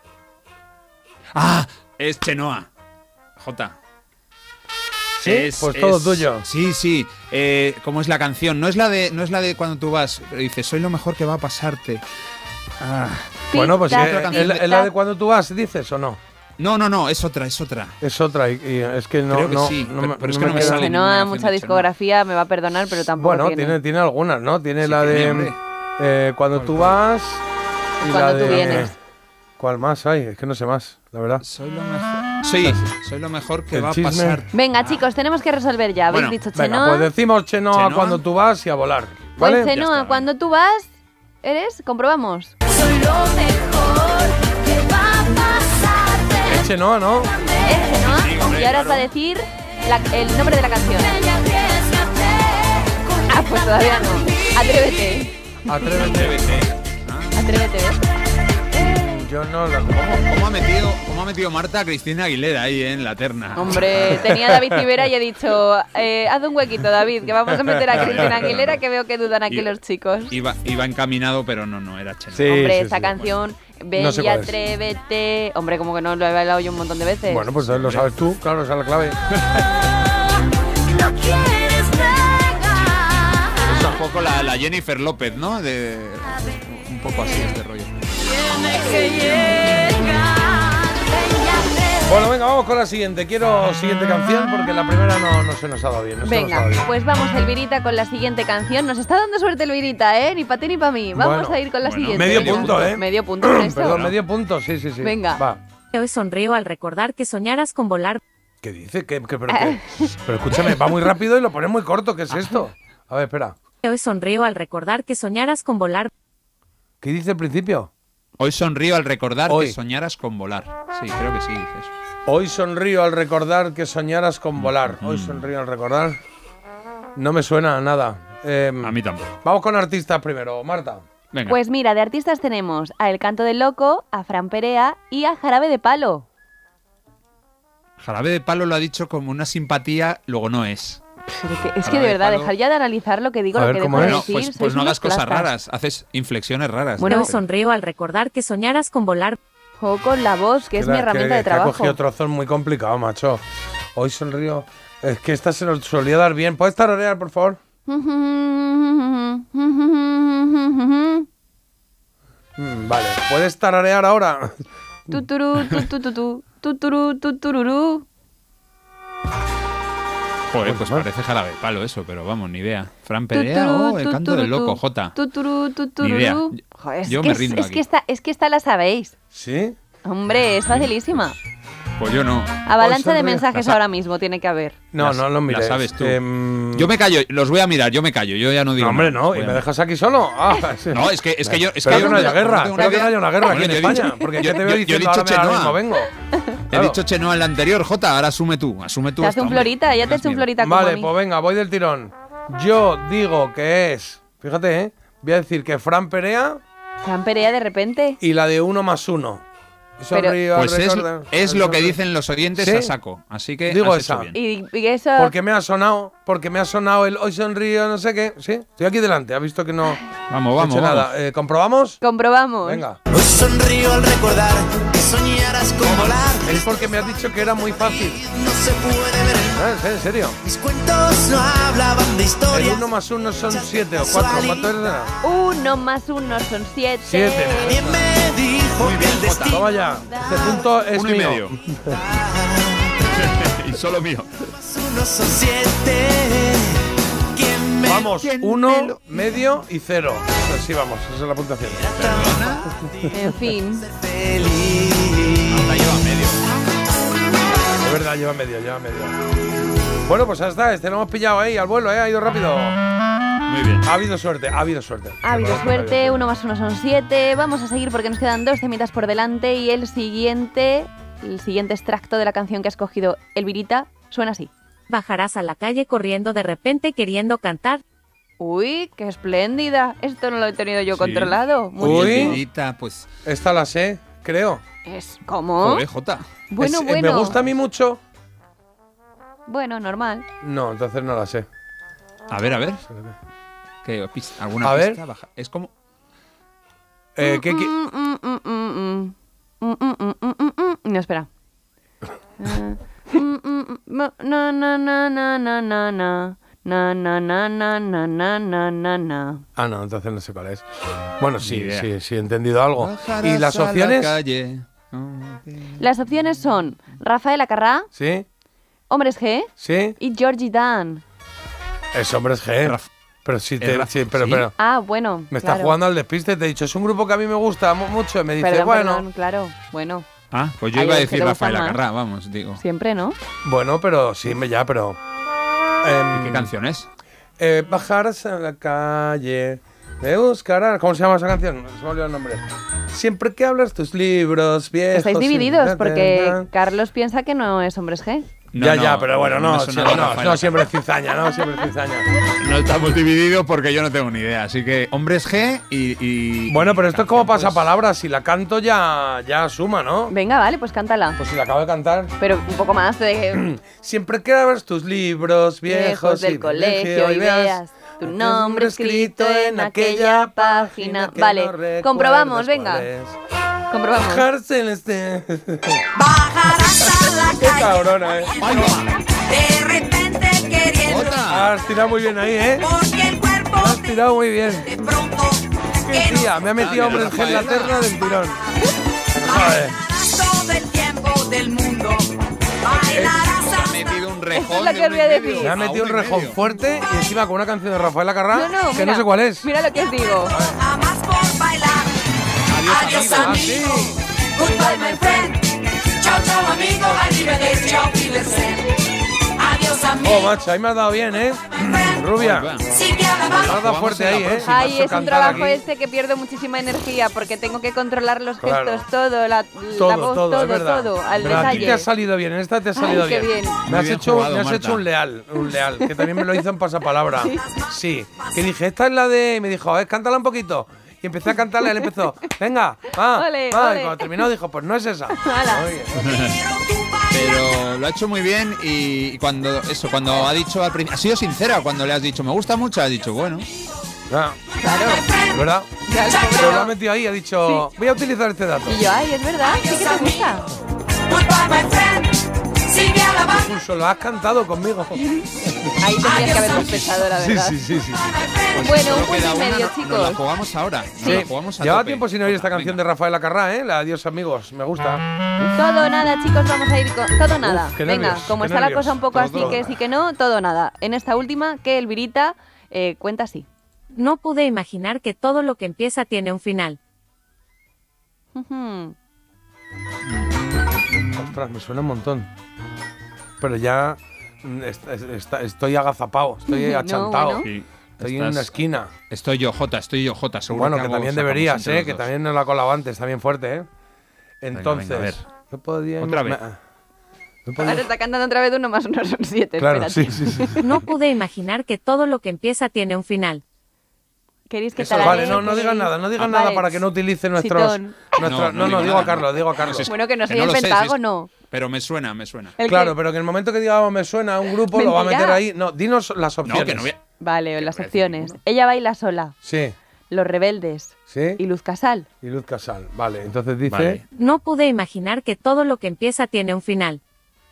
Speaker 7: Ah, es Chenoa. Jota.
Speaker 5: ¿sí? Pues todo tuyo.
Speaker 7: Sí. ¿Cómo es la canción? No es la de cuando tú vas. Pero dice, soy lo mejor que va a pasarte.
Speaker 5: Bueno, pues
Speaker 6: Tic-tac,
Speaker 5: ¿es la de cuando tú vas, dices o no?
Speaker 7: No, es otra.
Speaker 5: Es otra, y es que no.
Speaker 7: Creo que
Speaker 5: no,
Speaker 7: sí,
Speaker 5: no
Speaker 7: pero es que no me
Speaker 5: queda.
Speaker 7: sale.
Speaker 6: Chenoa,
Speaker 7: ninguna
Speaker 6: mucha
Speaker 7: canción de
Speaker 6: discografía, me va a perdonar, pero tampoco
Speaker 5: Bueno, tiene algunas, ¿no? Tiene
Speaker 7: Sí,
Speaker 5: la
Speaker 7: tiene,
Speaker 5: de
Speaker 7: hombre.
Speaker 5: Cuando tú vas y
Speaker 6: Cuando
Speaker 5: la
Speaker 6: tú
Speaker 5: de
Speaker 6: vienes.
Speaker 5: ¿Cuál más hay? Es que no sé más, la verdad.
Speaker 7: Soy lo mejor. Sí, soy lo mejor que
Speaker 5: El
Speaker 7: va a
Speaker 5: chisme.
Speaker 7: pasar.
Speaker 6: Venga, chicos, tenemos que resolver ya. Habéis
Speaker 7: Bueno,
Speaker 6: dicho
Speaker 5: Venga,
Speaker 6: Chenoa.
Speaker 5: pues decimos Chenoa
Speaker 7: Chenoa.
Speaker 5: cuando tú vas y a volar.
Speaker 6: Pues
Speaker 5: ¿Vale?
Speaker 6: Chenoa,
Speaker 7: está,
Speaker 6: cuando tú vas, ¿eres? Comprobamos.
Speaker 12: Soy lo mejor que va a pasarte.
Speaker 5: Es Chenoa, ¿no?
Speaker 6: Es Chenoa.
Speaker 7: Sí, hombre,
Speaker 6: Y ahora os
Speaker 7: claro.
Speaker 6: va a decir el nombre de la canción.
Speaker 12: Ven, arriésgate.
Speaker 6: Ah, pues todavía no. Atrévete. Atrévete, ¿ves?
Speaker 5: Yo no la
Speaker 7: ¿Cómo ha metido Marta a Cristina Aguilera ahí en la terna?
Speaker 6: Hombre, tenía a David Civera y he dicho, haz un huequito, David, que vamos a meter a Cristina Aguilera, que veo que dudan aquí los chicos.
Speaker 7: Iba encaminado, pero no era Chenoa.
Speaker 5: Sí,
Speaker 6: Hombre,
Speaker 5: sí,
Speaker 6: esta
Speaker 5: sí.
Speaker 6: canción, ven
Speaker 5: No sé
Speaker 6: y
Speaker 5: cuál es.
Speaker 6: atrévete. Hombre, como que no lo he bailado yo un montón de veces.
Speaker 5: Bueno, pues lo sabes tú, claro, esa es la clave.
Speaker 12: No quieres negar.
Speaker 7: Es un poco la Jennifer López, ¿no? Un poco así este rollo.
Speaker 12: Tiene que llegar. Ven y atrévete.
Speaker 5: Bueno, venga, vamos con la siguiente. Quiero siguiente canción porque la primera no se nos ha dado bien.
Speaker 6: Venga, pues vamos, Elvirita, con la siguiente canción. Nos está dando suerte Elvirita, ¿eh? Ni para ti ni para mí. Vamos
Speaker 5: Bueno,
Speaker 6: a ir con la siguiente.
Speaker 5: medio punto, ¿eh?
Speaker 6: Medio punto con esto.
Speaker 5: Perdón, medio punto, sí.
Speaker 6: Venga.
Speaker 5: Va.
Speaker 16: Hoy sonrío al recordar que soñaras con volar.
Speaker 5: ¿Qué dice? Pero escúchame, va muy rápido y lo pones muy corto. ¿Qué es esto? A ver, espera.
Speaker 16: Hoy sonrío al recordar que soñaras con volar.
Speaker 5: ¿Qué dice al principio?
Speaker 7: Hoy sonrío al recordar
Speaker 5: Hoy.
Speaker 7: que soñaras con volar. Sí, creo que sí, dices.
Speaker 5: Hoy sonrío al recordar que soñaras con volar. Hoy sonrío al recordar. No me suena a nada.
Speaker 7: A mí tampoco.
Speaker 5: Vamos con artistas primero, Marta.
Speaker 7: Venga.
Speaker 6: Pues mira, de artistas tenemos a El Canto del Loco, a Fran Perea y a Jarabe de Palo.
Speaker 7: Jarabe de Palo lo ha dicho como una simpatía, luego no es.
Speaker 6: Pero es que
Speaker 7: Jarabe
Speaker 6: de
Speaker 7: de
Speaker 6: verdad,
Speaker 7: Palo.
Speaker 6: dejar ya de analizar lo que digo,
Speaker 5: A
Speaker 6: lo
Speaker 5: ver,
Speaker 6: que
Speaker 5: ¿cómo
Speaker 6: dejo de
Speaker 5: es?
Speaker 7: No,
Speaker 6: decir.
Speaker 7: pues
Speaker 6: sois
Speaker 7: no hagas
Speaker 6: unos
Speaker 7: cosas
Speaker 6: plastas.
Speaker 7: raras, haces inflexiones raras.
Speaker 16: Bueno,
Speaker 7: ¿no?
Speaker 16: hoy sonrío al recordar que soñaras con volar.
Speaker 6: Juego con la voz, que es mi herramienta de
Speaker 5: que ha
Speaker 6: trabajo.
Speaker 5: cogido trozos muy complicados, macho. Hoy sonrío. Es que esta se nos solía dar bien. ¿Puedes tararear, por favor? Vale. ¿Puedes tararear ahora?
Speaker 6: Tuturú, tutututú, tuturú, tutururú.
Speaker 7: Joder, pues parece Jarabe de Palo eso, pero vamos, ni idea. Fran
Speaker 6: Tuturú,
Speaker 7: Perea, El Canto del
Speaker 6: tuturutú,
Speaker 7: Loco, Jota.
Speaker 6: Tuturú,
Speaker 7: Ni idea.
Speaker 6: tutururú. Joder,
Speaker 7: Yo me rindo
Speaker 6: es
Speaker 7: aquí.
Speaker 6: que esta la sabéis.
Speaker 5: ¿Sí?
Speaker 6: Hombre, es facilísima.
Speaker 7: Pues yo no.
Speaker 6: Avalancha de mensajes ahora mismo tiene que haber.
Speaker 5: No lo mires.
Speaker 7: La sabes tú. Yo me callo, los voy a mirar, yo me callo, yo ya no digo.
Speaker 5: No, hombre,
Speaker 7: nada,
Speaker 5: no, y me dejas aquí solo. Sí.
Speaker 7: No, es que yo.
Speaker 5: Pero que no haya guerra, creo que no haya una guerra aquí en España. Porque yo te veo diciendo ahora mismo vengo.
Speaker 7: He dicho Chenoa en la anterior, Jota, ahora asume tú.
Speaker 6: Te hace un florita, ya te he hecho un florita como
Speaker 5: Vale,
Speaker 6: a mí.
Speaker 5: pues venga, voy del tirón. Yo digo que es, fíjate, voy a decir que Fran Perea.
Speaker 6: Fran Perea de repente.
Speaker 5: Y la de 1 más 1.
Speaker 7: Pues es lo que dicen los oyentes
Speaker 5: ¿Sí?
Speaker 7: a saco. Así que
Speaker 5: digo
Speaker 7: has
Speaker 5: esa.
Speaker 7: hecho bien.
Speaker 6: Y eso.
Speaker 5: Porque me ha sonado el hoy sonrío, no sé qué. Sí, estoy aquí delante. Ha visto que no
Speaker 7: Vamos.
Speaker 5: he hecho nada. ¿Comprobamos?
Speaker 6: Comprobamos.
Speaker 5: Venga.
Speaker 24: Hoy sonrío al recordar que soñaras con volar.
Speaker 5: Es porque me has dicho que era muy fácil.
Speaker 24: No se puede ver el
Speaker 5: ¿En serio?
Speaker 24: Mis cuentos no hablaban de historia.
Speaker 5: El 1 más 1 son 7 o 4. ¿Cuánto era?
Speaker 6: 1 más 1 son 7.
Speaker 5: 7.
Speaker 24: Bien me dijo
Speaker 7: Muy bien,
Speaker 24: que el destino.
Speaker 5: Toma ya. Este punto es
Speaker 7: 1 y
Speaker 5: mío.
Speaker 7: medio. Y solo mío.
Speaker 24: 1 son 7. ¿Quién me
Speaker 5: Vamos, 1, medio y 0. Pues sí, vamos, esa es la puntuación.
Speaker 6: En fin.
Speaker 7: Anda, lleva medio.
Speaker 5: De verdad, lleva medio. Bueno, pues ya está, este lo hemos pillado ahí al vuelo, ha ido rápido.
Speaker 7: Muy bien.
Speaker 5: Ha habido suerte.
Speaker 6: Ha habido suerte, 1 más 1 son 7. Vamos a seguir porque nos quedan 2 temitas por delante y el siguiente extracto de la canción que ha escogido Elvirita suena así.
Speaker 16: Bajarás a la calle corriendo de repente queriendo cantar.
Speaker 6: Uy, qué espléndida. Esto no lo he tenido yo
Speaker 7: Sí.
Speaker 6: controlado.
Speaker 7: Elvirita, pues.
Speaker 5: Esta la sé, creo.
Speaker 6: Es como.
Speaker 7: Joder, Jota.
Speaker 6: Bueno.
Speaker 5: ¿Me gusta a mí mucho?
Speaker 6: Bueno, normal.
Speaker 5: No, entonces no la sé.
Speaker 7: A ver. ¿Qué pista? ¿Alguna
Speaker 5: A
Speaker 7: pista?
Speaker 5: ver.
Speaker 7: Baja. Es como.
Speaker 6: No, espera.
Speaker 5: Ah, no, entonces no sé cuál es. Bueno,
Speaker 7: Ni
Speaker 5: sí,
Speaker 7: idea.
Speaker 5: he entendido algo.
Speaker 7: Bajarás
Speaker 5: ¿Y las
Speaker 7: a la
Speaker 5: opciones?
Speaker 7: calle.
Speaker 6: Las opciones son Rafael Acarrá,
Speaker 5: Sí,
Speaker 6: Hombres G
Speaker 5: sí.
Speaker 6: y Georgie Dan.
Speaker 5: Es Hombres G. Pero sí, pero
Speaker 6: Ah, bueno.
Speaker 5: me está jugando al despiste. Te he dicho, es un grupo que a mí me gusta mucho. Y me dice,
Speaker 6: Perdón, claro. Bueno.
Speaker 7: Ah, pues yo
Speaker 6: Hay
Speaker 7: iba a
Speaker 6: los que
Speaker 7: decir
Speaker 6: te gustan
Speaker 7: Rafael
Speaker 6: más.
Speaker 7: Acarrá, vamos, digo.
Speaker 6: Siempre, ¿no?
Speaker 5: Bueno, pero sí, pero.
Speaker 7: ¿Y qué canción es?
Speaker 5: Bajarás a la calle, me buscarás. ¿Cómo se llama esa canción? Se me olvidó el nombre. Siempre que hablas tus libros viejos.
Speaker 6: Estáis divididos porque Carlos piensa que no es Hombres G.
Speaker 5: Pero bueno, no siempre es cizaña, no siempre es cizaña.
Speaker 7: No estamos divididos porque yo no tengo ni idea. Así que Hombres G y
Speaker 5: Bueno, pero esto es como pasapalabras. Si la canto ya suma, ¿no?
Speaker 6: Venga, vale, pues cántala.
Speaker 5: Pues si la acabo de cantar.
Speaker 6: Pero un poco más de...
Speaker 5: Siempre que abras tus libros viejos
Speaker 6: del colegio y veas tu nombre escrito en aquella página. Vale, comprobamos, venga. Comprobamos.
Speaker 5: Bajarse en este.
Speaker 12: Bajarás a la
Speaker 5: Qué
Speaker 12: calle.
Speaker 5: cabrona,
Speaker 12: De repente queriendo.
Speaker 5: Has tirado muy bien ahí,
Speaker 12: Porque el cuerpo
Speaker 5: Has tirado muy bien.
Speaker 12: de pronto.
Speaker 5: Qué tía, me ha metido Hombres G en la terna del tirón. Joder.
Speaker 12: Todo el tiempo del mundo. Bailarás
Speaker 7: ha metido un rejón.
Speaker 6: Eso es lo que os voy a decir.
Speaker 5: Me ha metido un rejón fuerte y encima con una canción de Rafael Acarrá que
Speaker 6: mira,
Speaker 5: no sé cuál es.
Speaker 6: Mira lo que os digo.
Speaker 12: a más por bailar. Adiós, amigo. Goodbye, my friend. Chao, chao, amigo. Arrivederci, auf Wiedersehen. Adiós, amigo.
Speaker 5: Oh, macho, ahí me has dado bien, Rubia.
Speaker 12: Sigue a la
Speaker 5: Me has dado fuerte ahí,
Speaker 6: Ay,
Speaker 5: Macho,
Speaker 6: es un
Speaker 5: cantar
Speaker 6: trabajo
Speaker 5: aquí.
Speaker 6: este que pierde muchísima energía porque tengo que controlar los
Speaker 5: Claro.
Speaker 6: gestos, todo, la voz,
Speaker 5: es verdad.
Speaker 6: todo, al
Speaker 5: Pero
Speaker 6: detalle.
Speaker 5: aquí te ha salido bien, en esta te ha salido
Speaker 6: Ay, qué bien.
Speaker 5: Me
Speaker 7: Muy
Speaker 5: has
Speaker 7: bien
Speaker 5: hecho,
Speaker 7: jugado,
Speaker 5: me has
Speaker 7: Marta.
Speaker 5: hecho un leal, que también me lo hizo en pasapalabra.
Speaker 6: ¿Sí?
Speaker 5: Sí, que dije, esta es la de... Y me dijo, a ver, cántala un poquito. Y empecé a cantarla y él empezó, venga, va,
Speaker 6: Ole,
Speaker 5: va.
Speaker 6: ole.
Speaker 5: Y cuando terminó dijo, pues no es esa.
Speaker 6: Hala.
Speaker 5: Oye.
Speaker 7: Pero lo ha hecho muy bien y cuando ha dicho al principio, ha sido sincera cuando le has dicho me gusta mucho, has dicho bueno.
Speaker 5: Ah,
Speaker 6: Claro.
Speaker 5: ¿verdad?
Speaker 6: Ya, el pobre
Speaker 5: Pero lo
Speaker 6: no.
Speaker 5: ha metido ahí, ha dicho, voy a utilizar este dato.
Speaker 6: Y yo, ay, es verdad, sí que te gusta.
Speaker 12: Goodbye, my friend. Sigue a la banda.
Speaker 5: Incluso lo has cantado conmigo.
Speaker 6: Ahí tendrías que haber sospechado, la
Speaker 5: Sí,
Speaker 6: verdad.
Speaker 5: sí.
Speaker 6: Bueno,
Speaker 7: Solo
Speaker 6: un punto
Speaker 7: queda
Speaker 6: y
Speaker 7: una,
Speaker 6: medio,
Speaker 7: Nos la
Speaker 6: chicos.
Speaker 7: jugamos ahora. Nos
Speaker 5: Sí.
Speaker 7: la jugamos a
Speaker 5: Lleva
Speaker 7: tope.
Speaker 5: tiempo sin oír esta canción de Rafael Acarrá, la Adiós amigos, me gusta.
Speaker 6: Todo o nada, chicos, vamos a ir con... Todo o nada.
Speaker 5: Uf, qué
Speaker 6: Venga,
Speaker 5: nervios,
Speaker 6: como
Speaker 5: qué
Speaker 6: está
Speaker 5: nervios.
Speaker 6: la cosa un poco así,
Speaker 5: Todo.
Speaker 6: que sí que no, todo o nada. En esta última, que Elvirita cuenta así.
Speaker 16: No pude imaginar que todo lo que empieza tiene un final.
Speaker 6: Ujú.
Speaker 5: Ostras, me suena un montón. Pero ya estoy agazapado, estoy achantado.
Speaker 6: bueno.
Speaker 7: Sí.
Speaker 5: Estoy en una esquina.
Speaker 7: Estoy yo, Jota. Seguro
Speaker 5: Bueno, que
Speaker 7: hago-
Speaker 5: también
Speaker 7: sacamos
Speaker 5: deberías,
Speaker 7: entre los
Speaker 5: que
Speaker 7: dos.
Speaker 5: también nos la ha colado antes, está bien fuerte, ¿eh? Entonces,
Speaker 7: venga, a ver.
Speaker 5: ¿qué podía
Speaker 7: Otra vez.
Speaker 5: ¿qué podía-
Speaker 6: Ahora está cantando otra vez 1 más 1 son 7.
Speaker 5: Claro,
Speaker 6: espérate.
Speaker 5: sí.
Speaker 16: No pude imaginar que todo lo que empieza tiene un final.
Speaker 6: ¿Queréis que
Speaker 5: Eso,
Speaker 6: tal?
Speaker 5: vale, no digan nada,
Speaker 6: Vale.
Speaker 5: para que no utilice nuestros...
Speaker 6: Sitón.
Speaker 5: No, digo a Carlos.
Speaker 6: Bueno, que no
Speaker 7: Que
Speaker 6: soy
Speaker 7: no
Speaker 6: el
Speaker 7: lo sé,
Speaker 6: Pentágono.
Speaker 7: Pero me suena.
Speaker 5: Claro, pero que en el momento que digamos me suena a un grupo, lo va a
Speaker 6: Mentira.
Speaker 5: meter ahí. No, dinos las opciones.
Speaker 7: No, que no voy a-
Speaker 6: Vale, las opciones. Ella baila sola.
Speaker 5: Sí,
Speaker 6: Los Rebeldes.
Speaker 5: sí.
Speaker 6: Y Luz Casal.
Speaker 5: Y Luz Casal. Vale, entonces dice...
Speaker 7: Vale.
Speaker 16: No pude imaginar que todo lo que empieza tiene un final.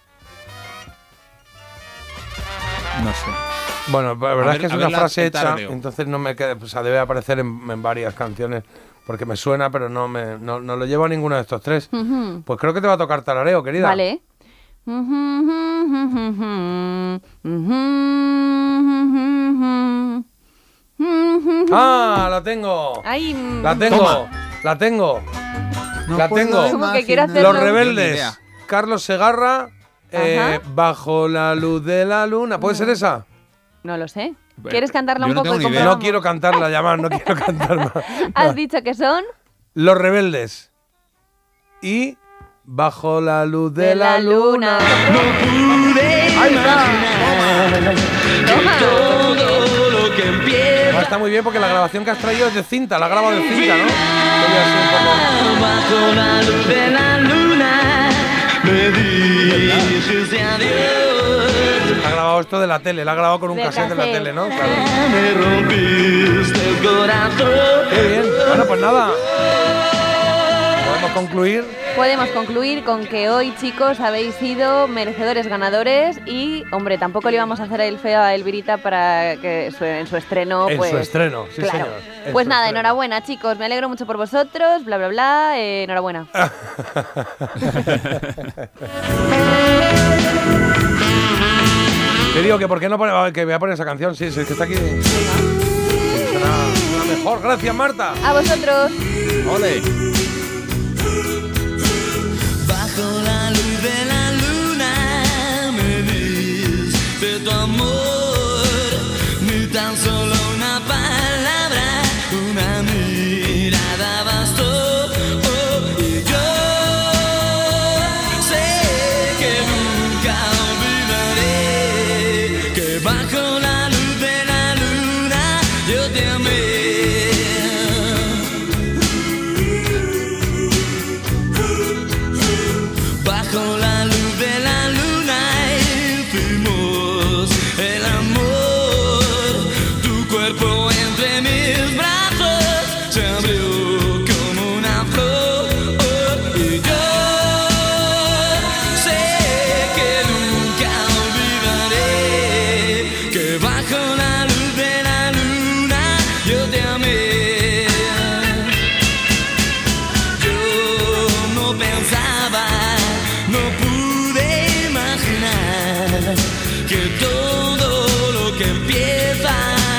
Speaker 7: No sé.
Speaker 5: Bueno, la verdad
Speaker 7: ver-
Speaker 5: es que es
Speaker 7: a
Speaker 5: una
Speaker 7: ver la-
Speaker 5: frase
Speaker 7: el
Speaker 5: hecha,
Speaker 7: tarareo.
Speaker 5: entonces no me queda, o sea, debe aparecer en varias canciones, porque me suena, pero no lo llevo a ninguno de estos tres.
Speaker 6: Ujú.
Speaker 5: Pues creo que te va a tocar tarareo, querida.
Speaker 6: Vale.
Speaker 5: ¡Ah, la tengo!
Speaker 6: Ay,
Speaker 5: La tengo,
Speaker 7: Toma.
Speaker 5: la tengo,
Speaker 7: No
Speaker 5: la
Speaker 7: puedo
Speaker 5: tengo.
Speaker 6: Como que quiere hacerlo.
Speaker 5: Los
Speaker 7: Ni
Speaker 5: Rebeldes,
Speaker 7: idea.
Speaker 5: Carlos Segarra,
Speaker 6: Ajá.
Speaker 5: Bajo la luz de la luna. ¿Puede ser esa?
Speaker 6: No lo sé.
Speaker 7: Bueno,
Speaker 6: ¿Quieres cantarla
Speaker 7: yo
Speaker 6: un
Speaker 7: no
Speaker 6: poco?
Speaker 7: tengo
Speaker 6: y
Speaker 7: ni idea.
Speaker 5: No
Speaker 6: comprobamos?
Speaker 5: quiero cantarla ya más, no quiero cantar más.
Speaker 6: ¿Has dicho que son?
Speaker 5: Los Rebeldes y Bajo la luz de la luna. Ahí está. No, está muy bien porque la grabación que has traído es de cinta, la ha grabado de cinta, ¿no? Voy así un poco.
Speaker 12: Bajo la luz de la luna, me dijiste adiós.
Speaker 5: Ha grabado esto de la tele, la ha grabado con un
Speaker 6: De
Speaker 5: cassette de la
Speaker 6: cassette.
Speaker 5: tele, ¿no? Claro.
Speaker 12: Me rompiste el corazón.
Speaker 5: Qué bien. Bueno, pues nada. Podemos concluir.
Speaker 6: Podemos concluir con que hoy, chicos, habéis sido merecedores ganadores y, hombre, tampoco le íbamos a hacer el feo a Elvirita para que en su estreno,
Speaker 5: En
Speaker 6: pues...
Speaker 5: su estreno, sí,
Speaker 6: claro.
Speaker 5: señor. En
Speaker 6: Pues
Speaker 5: su
Speaker 6: nada,
Speaker 5: estreno.
Speaker 6: enhorabuena, chicos. Me alegro mucho por vosotros, bla, bla, bla. Enhorabuena.
Speaker 5: Te digo que por qué no pone, que voy a poner esa canción, sí, sí, que está aquí. Será mejor. Gracias, Marta.
Speaker 6: A vosotros.
Speaker 7: ¡Ole!
Speaker 12: Bajo la luz de la luna, me diste tu amor. Ni tan solo una palabra, una mirada bastó. Oh, y yo sé que nunca olvidaré que bajo la luz de la luna yo te amé. Bajo la luz de la luna fuimos el amor. Tu cuerpo entre mis brazos se abrió como una flor. Y yo sé que nunca olvidaré que bajo la luz de la luna yo te amé. Yo no pensaba, no pude imaginar que todo lo que empieza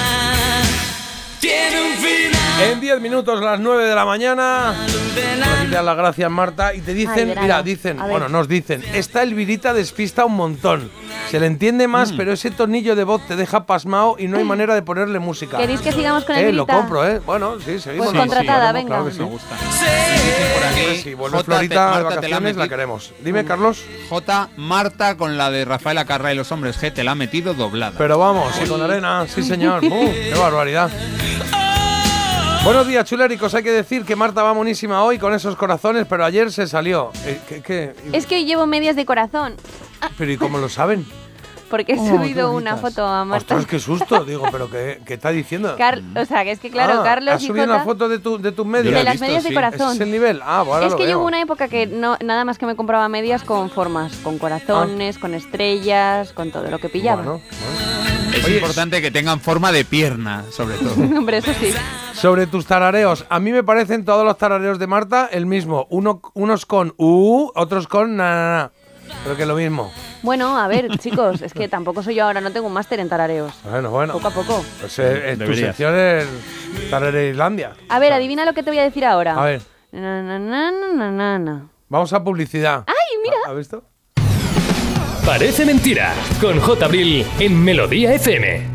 Speaker 12: tiene un final.
Speaker 5: En 10 minutos, las 9 de la mañana. Aquí te dan las gracias, Marta. Y te
Speaker 6: Ay,
Speaker 5: dicen,
Speaker 6: verano.
Speaker 5: mira, dicen,
Speaker 6: A ver.
Speaker 5: bueno, nos dicen, esta Elvirita despista un montón. Se le entiende más, pero ese tonillo de voz te deja pasmado y no hay manera de ponerle música.
Speaker 6: ¿Queréis que sigamos con el
Speaker 5: Lo compro, Bueno, sí, seguimos.
Speaker 6: Pues
Speaker 5: ¿no?
Speaker 6: contratada,
Speaker 5: Sí,
Speaker 6: venga.
Speaker 5: Claro que sí.
Speaker 7: Me gusta.
Speaker 5: Por aquí, si vuelve
Speaker 7: Jota,
Speaker 5: Florita de
Speaker 7: Marta, te la
Speaker 5: vacaciones, la
Speaker 7: metí.
Speaker 5: queremos. Dime, Carlos.
Speaker 7: J. Marta con la de Rafael Acarra y los hombres G te la ha metido doblada.
Speaker 5: Pero vamos, y con arena, sí señor. ¡Qué barbaridad! Buenos días, chuléricos. Hay que decir que Marta va monísima hoy con esos corazones, pero ayer se salió. ¿Qué?
Speaker 6: Es que hoy llevo medias de corazón,
Speaker 5: ¿Pero y cómo lo saben?
Speaker 6: porque he
Speaker 5: Oh,
Speaker 6: subido
Speaker 5: qué
Speaker 6: una
Speaker 5: bonitas.
Speaker 6: foto a Marta.
Speaker 5: Ostras, qué susto. Digo, ¿pero qué está diciendo?
Speaker 6: O sea, que es que claro, Carlos
Speaker 5: ¿Has
Speaker 6: y
Speaker 5: subido
Speaker 6: Jota...
Speaker 5: una foto de tus medias?
Speaker 6: De las medias de corazón.
Speaker 5: ¿Ese es el nivel? Ah, bueno,
Speaker 6: Es
Speaker 5: lo
Speaker 6: que yo
Speaker 5: veo.
Speaker 6: hubo una época que no, nada más que me compraba medias con formas, con corazones, con estrellas, con todo lo que pillaba.
Speaker 5: Bueno,
Speaker 7: Es importante que tengan forma de pierna, sobre todo.
Speaker 6: Hombre, eso sí.
Speaker 5: Sobre tus tarareos, a mí me parecen todos los tarareos de Marta el mismo. Unos con otros con na. Pero que lo mismo.
Speaker 6: Bueno, a ver, chicos, es que tampoco soy yo ahora, no tengo un máster en tarareos.
Speaker 5: Bueno.
Speaker 6: Poco a poco.
Speaker 5: Pues tu
Speaker 7: Deberías.
Speaker 5: sección es Tarare Islandia.
Speaker 6: A ver, adivina lo que te voy a decir ahora.
Speaker 5: A ver.
Speaker 6: Na, na, na, na, na, na.
Speaker 5: Vamos a publicidad.
Speaker 6: ¡Ay, Mira.
Speaker 5: ¿Has visto?
Speaker 3: Parece mentira, con J. Abril en Melodía FM.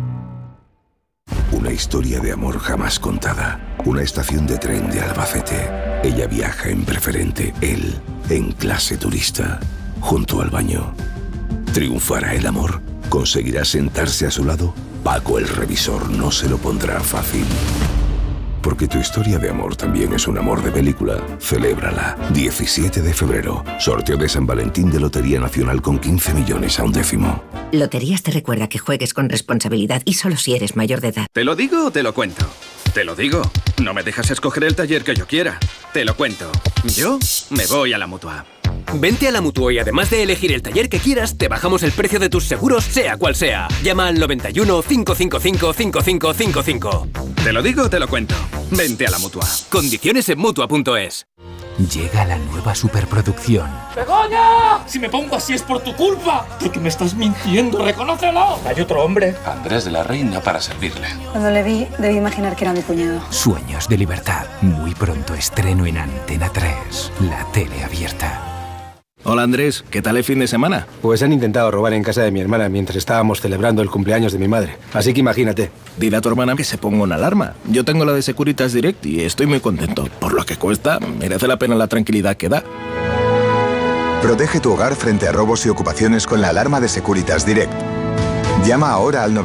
Speaker 11: Una historia de amor jamás contada. Una estación de tren de Albacete. Ella viaja en preferente, él en clase turista. Junto al baño. ¿Triunfará el amor? ¿Conseguirá sentarse a su lado? Paco el revisor no se lo pondrá fácil. Porque tu historia de amor también es un amor de película. Celébrala. 17 de febrero. Sorteo de San Valentín de Lotería Nacional con 15 millones a un décimo.
Speaker 1: Loterías te recuerda que juegues con responsabilidad y solo si eres mayor de edad.
Speaker 18: ¿Te lo digo o te lo cuento? Te lo digo. No me dejas escoger el taller que yo quiera. Te lo cuento. Yo me voy a la Mutua.
Speaker 19: Vente a la Mutua y además de elegir el taller que quieras, te bajamos el precio de tus seguros, sea cual sea. Llama al 91 555 5555.
Speaker 18: Te lo digo o te lo cuento. Vente a la Mutua.
Speaker 19: Condiciones en Mutua.es.
Speaker 20: Llega la nueva superproducción.
Speaker 25: ¡Begoña! Si me pongo así es por tu culpa. Porque me estás mintiendo, reconócelo. Hay otro hombre.
Speaker 26: Andrés de la Reina para servirle.
Speaker 27: Cuando le vi, debí imaginar que era mi cuñado.
Speaker 20: Sueños de libertad. Muy pronto estreno en Antena 3, la tele abierta.
Speaker 28: Hola Andrés, ¿qué tal el fin de semana?
Speaker 29: Pues han intentado robar en casa de mi hermana mientras estábamos celebrando el cumpleaños de mi madre. Así que imagínate.
Speaker 28: Dile a tu hermana que se ponga una alarma. Yo tengo la de Securitas Direct y estoy muy contento. Por lo que cuesta, merece la pena la tranquilidad que da.
Speaker 30: Protege tu hogar frente a robos y ocupaciones con la alarma de Securitas Direct. Llama ahora al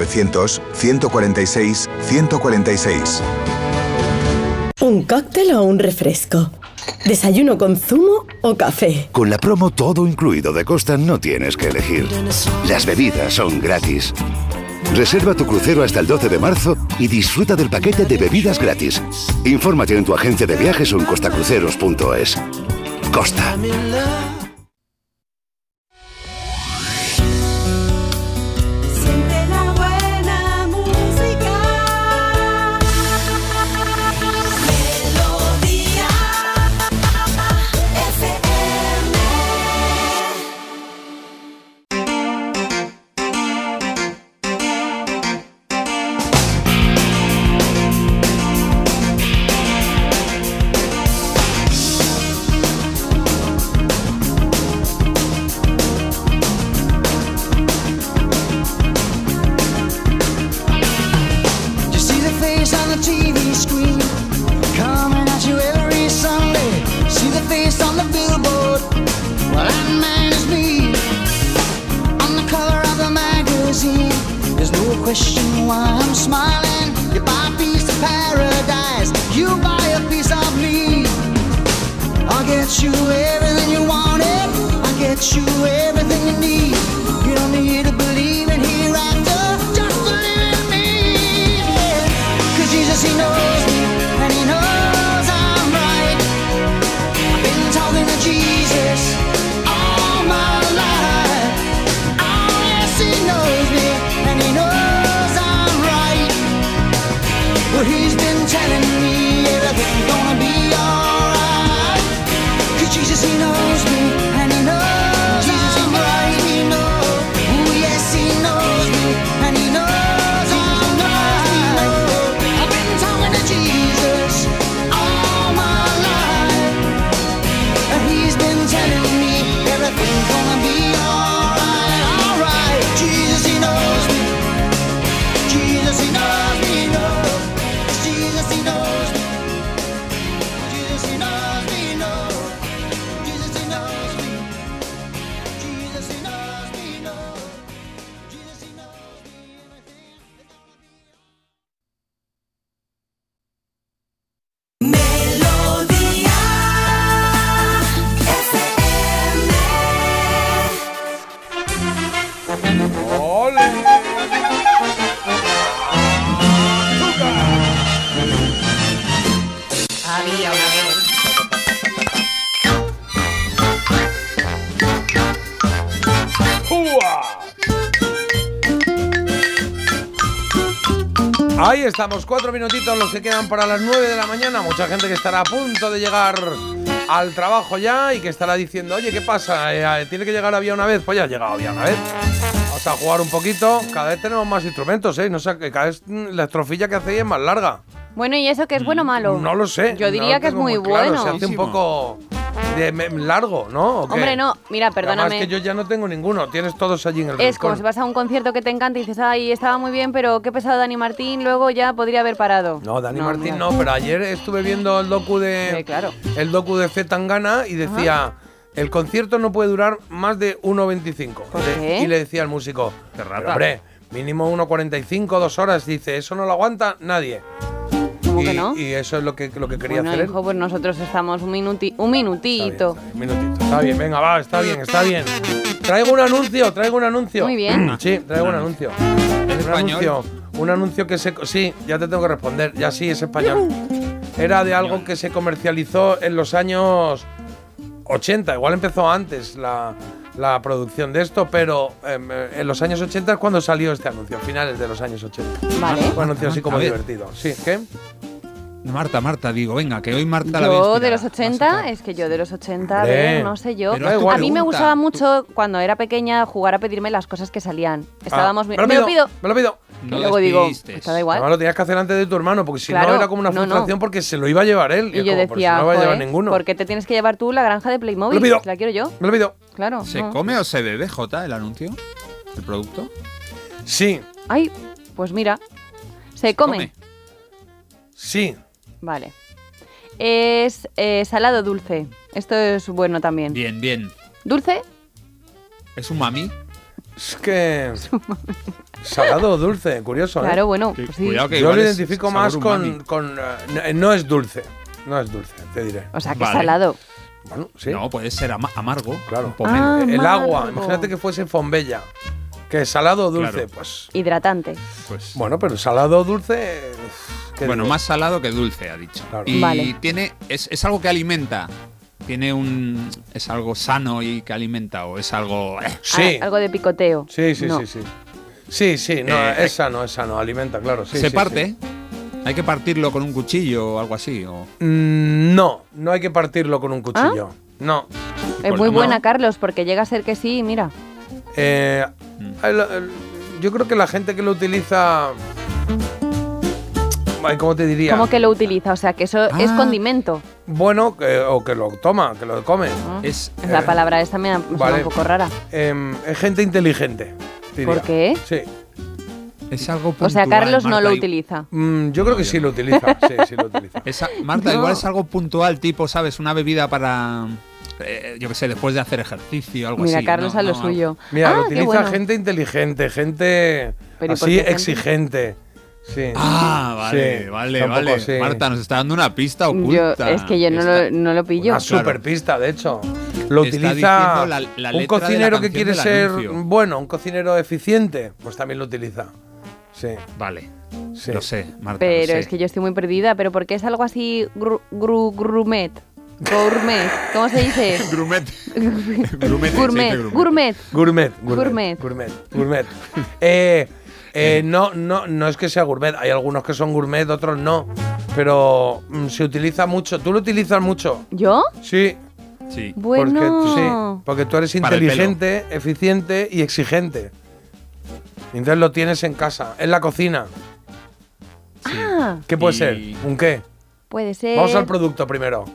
Speaker 30: 900-146-146.
Speaker 8: ¿Un cóctel o un refresco? ¿Desayuno con zumo o café?
Speaker 9: Con la promo todo incluido de Costa no tienes que elegir. Las bebidas son gratis. Reserva tu crucero hasta el 12 de marzo y disfruta del paquete de bebidas gratis. Infórmate en tu agencia de viajes o en costacruceros.es. Costa.
Speaker 12: Siente la buena música. Melodía
Speaker 24: You see the face on the TV screen, coming at you every Sunday. See the face on the billboard, well that man is me. On the cover of the magazine, there's no question why I'm smiling. You buy a piece of paradise, you buy a piece of me. I'll get you everything you wanted, I'll get you everything you need. You don't need to believe in hereafter, just believe in me. Yeah. 'Cause Jesus, he knows me, and he knows I'm right. I've been talking to Jesus all my life. Oh yes, he knows me, and he knows I'm right. Well, he's been telling me everything's gonna be alright. 'Cause Jesus, he knows me, and he knows I'm right. He knows, oh yes, he knows me, and he knows I'm right. I've been talking to Jesus all my life, and he's been telling me everything's gonna be alright, alright. Jesus, he knows me, Jesus, he knows me, he knows. Jesus, he knows me, Jesus, he knows me, he knows. Jesus, he knows me, Jesus, he knows me, he knows. Jesus, he knows me,
Speaker 12: Melodía
Speaker 5: ¡Ole!
Speaker 12: Había una vez.
Speaker 5: Ahí estamos, 4 minutitos los que quedan para las 9 de la mañana. Mucha gente que estará a punto de llegar al trabajo ya y que estará diciendo, oye, ¿qué pasa? ¿Tiene que llegar Había una vez? Pues ya ha llegado Había una vez. Vamos a jugar un poquito. Cada vez tenemos más instrumentos, ¿eh? No sé, que cada vez la estrofilla que hacéis es más larga.
Speaker 6: Bueno, ¿y eso qué es bueno o malo?
Speaker 5: No lo sé.
Speaker 6: Yo diría
Speaker 5: no
Speaker 6: que es muy
Speaker 5: claro,
Speaker 6: bueno.
Speaker 5: se hace un poco largo, ¿no? ¿O qué?
Speaker 6: Hombre, no, mira, perdóname.
Speaker 5: Además que yo ya no tengo ninguno, tienes todos allí en el
Speaker 6: Es
Speaker 5: rincón.
Speaker 6: como si vas a un concierto que te encanta y dices, ay, estaba muy bien, pero qué pesado Dani Martín, luego ya podría haber parado.
Speaker 5: No, Dani Martín no, pero ayer estuve viendo el docu de el docu de Z Tangana y decía, el concierto no puede durar más de 1.25.
Speaker 6: ¿Por qué?
Speaker 5: Y le decía al músico, pero, hombre, mínimo 1.45, 2 horas. Dice, eso no lo aguanta nadie.
Speaker 6: ¿Cómo que no?
Speaker 5: Y eso es lo que quería
Speaker 6: Bueno,
Speaker 5: hacer él.
Speaker 6: hijo, pues nosotros estamos un minutito.
Speaker 5: Está bien, venga, va, está bien. Traigo un anuncio.
Speaker 6: Muy bien.
Speaker 5: Sí, traigo un anuncio. Un anuncio que se... Sí, ya te tengo que responder. Ya sí, es español. Era de algo que se comercializó en los años 80. Igual empezó antes la producción de esto, pero en los años 80 es cuando salió este anuncio, finales de los años 80.
Speaker 6: Vale.
Speaker 5: Un anuncio así como
Speaker 7: A ver.
Speaker 5: divertido. Sí, ¿qué?
Speaker 7: Marta, digo, venga, que hoy Marta la
Speaker 6: Yo
Speaker 7: ve
Speaker 6: de los 80, es que yo de los 80, a
Speaker 5: Hombre.
Speaker 6: ver, no sé yo.
Speaker 7: Pero haz tu
Speaker 6: A mí me
Speaker 7: pregunta.
Speaker 6: gustaba mucho cuando era pequeña jugar a pedirme las cosas que salían. Estábamos
Speaker 5: me
Speaker 6: me lo pido.
Speaker 5: No
Speaker 6: Y luego digo,
Speaker 7: despistes.
Speaker 6: está da igual.
Speaker 5: No, lo tenías que hacer antes de tu hermano, porque si
Speaker 6: Claro,
Speaker 5: no era como una
Speaker 6: no,
Speaker 5: frustración porque se lo iba a llevar él.
Speaker 6: Y yo
Speaker 5: como,
Speaker 6: decía,
Speaker 5: pues, si no lo va a llevar
Speaker 6: "Joder,
Speaker 5: ninguno.
Speaker 6: ¿por qué te tienes que llevar tú la granja de Playmobil?
Speaker 5: Me lo pido.
Speaker 6: La quiero yo.
Speaker 5: Me lo pido.
Speaker 6: Claro.
Speaker 7: ¿Se
Speaker 6: no.
Speaker 7: come o se bebe, Jota, el anuncio? ¿El producto?
Speaker 5: Sí.
Speaker 6: Ay, pues mira. Se come.
Speaker 5: Sí.
Speaker 6: Vale. Es salado dulce. Esto es bueno también.
Speaker 7: Bien.
Speaker 6: ¿Dulce?
Speaker 7: ¿Es un mami?
Speaker 5: Es que... Salado o dulce, curioso, ¿eh?
Speaker 6: Claro, bueno, pues sí.
Speaker 7: Cuidado que
Speaker 5: Yo
Speaker 7: igual
Speaker 5: lo
Speaker 7: es
Speaker 5: identifico
Speaker 7: sabor
Speaker 5: más
Speaker 7: umami.
Speaker 5: con no es dulce. No es dulce, te diré.
Speaker 6: O sea, que
Speaker 7: Vale.
Speaker 6: salado.
Speaker 5: Bueno, sí.
Speaker 7: No, puede ser amargo.
Speaker 5: Claro.
Speaker 7: Un pomelo.
Speaker 5: El agua,
Speaker 6: Amargo.
Speaker 5: imagínate que fuese fombella. Que salado o dulce,
Speaker 7: Claro.
Speaker 5: pues...
Speaker 6: Hidratante.
Speaker 7: Pues,
Speaker 5: Bueno, pero salado o dulce... ¿qué
Speaker 7: bueno,
Speaker 5: digo?
Speaker 7: más salado que dulce, ha dicho.
Speaker 5: Claro.
Speaker 7: Y
Speaker 6: Vale.
Speaker 7: es algo que alimenta. Es algo sano y que alimenta, o es algo.
Speaker 5: Sí.
Speaker 6: Algo de picoteo.
Speaker 5: Sí,
Speaker 6: No.
Speaker 5: Sí, no, es sano, alimenta, claro. Sí,
Speaker 7: ¿Se
Speaker 5: sí,
Speaker 7: parte?
Speaker 5: sí.
Speaker 7: ¿Hay que partirlo con un cuchillo o algo así? O...
Speaker 5: No hay que partirlo con un cuchillo. No.
Speaker 6: Es muy buena, Carlos, porque llega a ser que sí, mira.
Speaker 5: Yo creo que la gente que lo utiliza... Ay, ¿cómo te diría?
Speaker 6: ¿Cómo que lo utiliza? O sea, que eso es condimento.
Speaker 5: Bueno, o que lo toma, que lo come.
Speaker 7: Es
Speaker 6: La palabra esta me da
Speaker 5: vale.
Speaker 6: un poco rara.
Speaker 5: Es gente inteligente, diría.
Speaker 6: ¿Por qué?
Speaker 5: Sí.
Speaker 7: Es algo
Speaker 6: O sea,
Speaker 7: puntual,
Speaker 6: Carlos no
Speaker 7: Marta,
Speaker 6: lo
Speaker 7: y-
Speaker 6: utiliza.
Speaker 5: Yo creo que sí lo utiliza. Sí lo utiliza.
Speaker 7: Marta,
Speaker 6: No.
Speaker 7: igual es algo puntual, tipo, ¿sabes? Una bebida para. Yo qué sé, después de hacer ejercicio, algo
Speaker 6: Mira,
Speaker 7: así.
Speaker 6: Carlos
Speaker 7: ¿no?
Speaker 6: a lo
Speaker 7: No,
Speaker 6: suyo.
Speaker 5: Mira, lo
Speaker 6: qué
Speaker 5: utiliza
Speaker 6: bueno.
Speaker 5: gente inteligente, gente
Speaker 6: Pero ¿y por
Speaker 5: así
Speaker 6: qué gente?
Speaker 5: exigente. Sí.
Speaker 7: Vale,
Speaker 5: Sí,
Speaker 7: vale,
Speaker 5: tampoco
Speaker 7: vale.
Speaker 5: sí.
Speaker 7: Marta, nos está dando una pista
Speaker 6: Yo,
Speaker 7: oculta.
Speaker 6: es que yo no lo pillo.
Speaker 5: Una super pista, de hecho. Lo
Speaker 7: Está
Speaker 5: utiliza
Speaker 7: diciendo la
Speaker 5: un
Speaker 7: letra de la
Speaker 5: cocinero que
Speaker 7: canción
Speaker 5: quiere
Speaker 7: del
Speaker 5: ser
Speaker 7: anuncio.
Speaker 5: bueno, un cocinero eficiente, pues también lo utiliza. Sí.
Speaker 7: Vale.
Speaker 5: Sí.
Speaker 7: Lo sé, Marta.
Speaker 6: Pero
Speaker 7: lo sé.
Speaker 6: es que yo estoy muy perdida. ¿Pero por qué es algo así gourmet? Gourmet. ¿Cómo se dice?
Speaker 7: Grumet.
Speaker 6: Gourmet.
Speaker 5: Gourmet. No es que sea gourmet. Hay algunos que son gourmet, otros no. Pero se utiliza mucho. ¿Tú lo utilizas mucho?
Speaker 6: ¿Yo?
Speaker 5: Sí.
Speaker 7: Sí.
Speaker 6: Bueno.
Speaker 5: Porque tú eres
Speaker 7: Para el
Speaker 5: inteligente, eficiente y exigente. Y entonces lo tienes en casa, en la cocina.
Speaker 6: Ah,
Speaker 5: ¿Qué puede
Speaker 7: Y-
Speaker 5: ser? ¿Un qué?
Speaker 6: puede ser.
Speaker 5: Vamos al producto primero.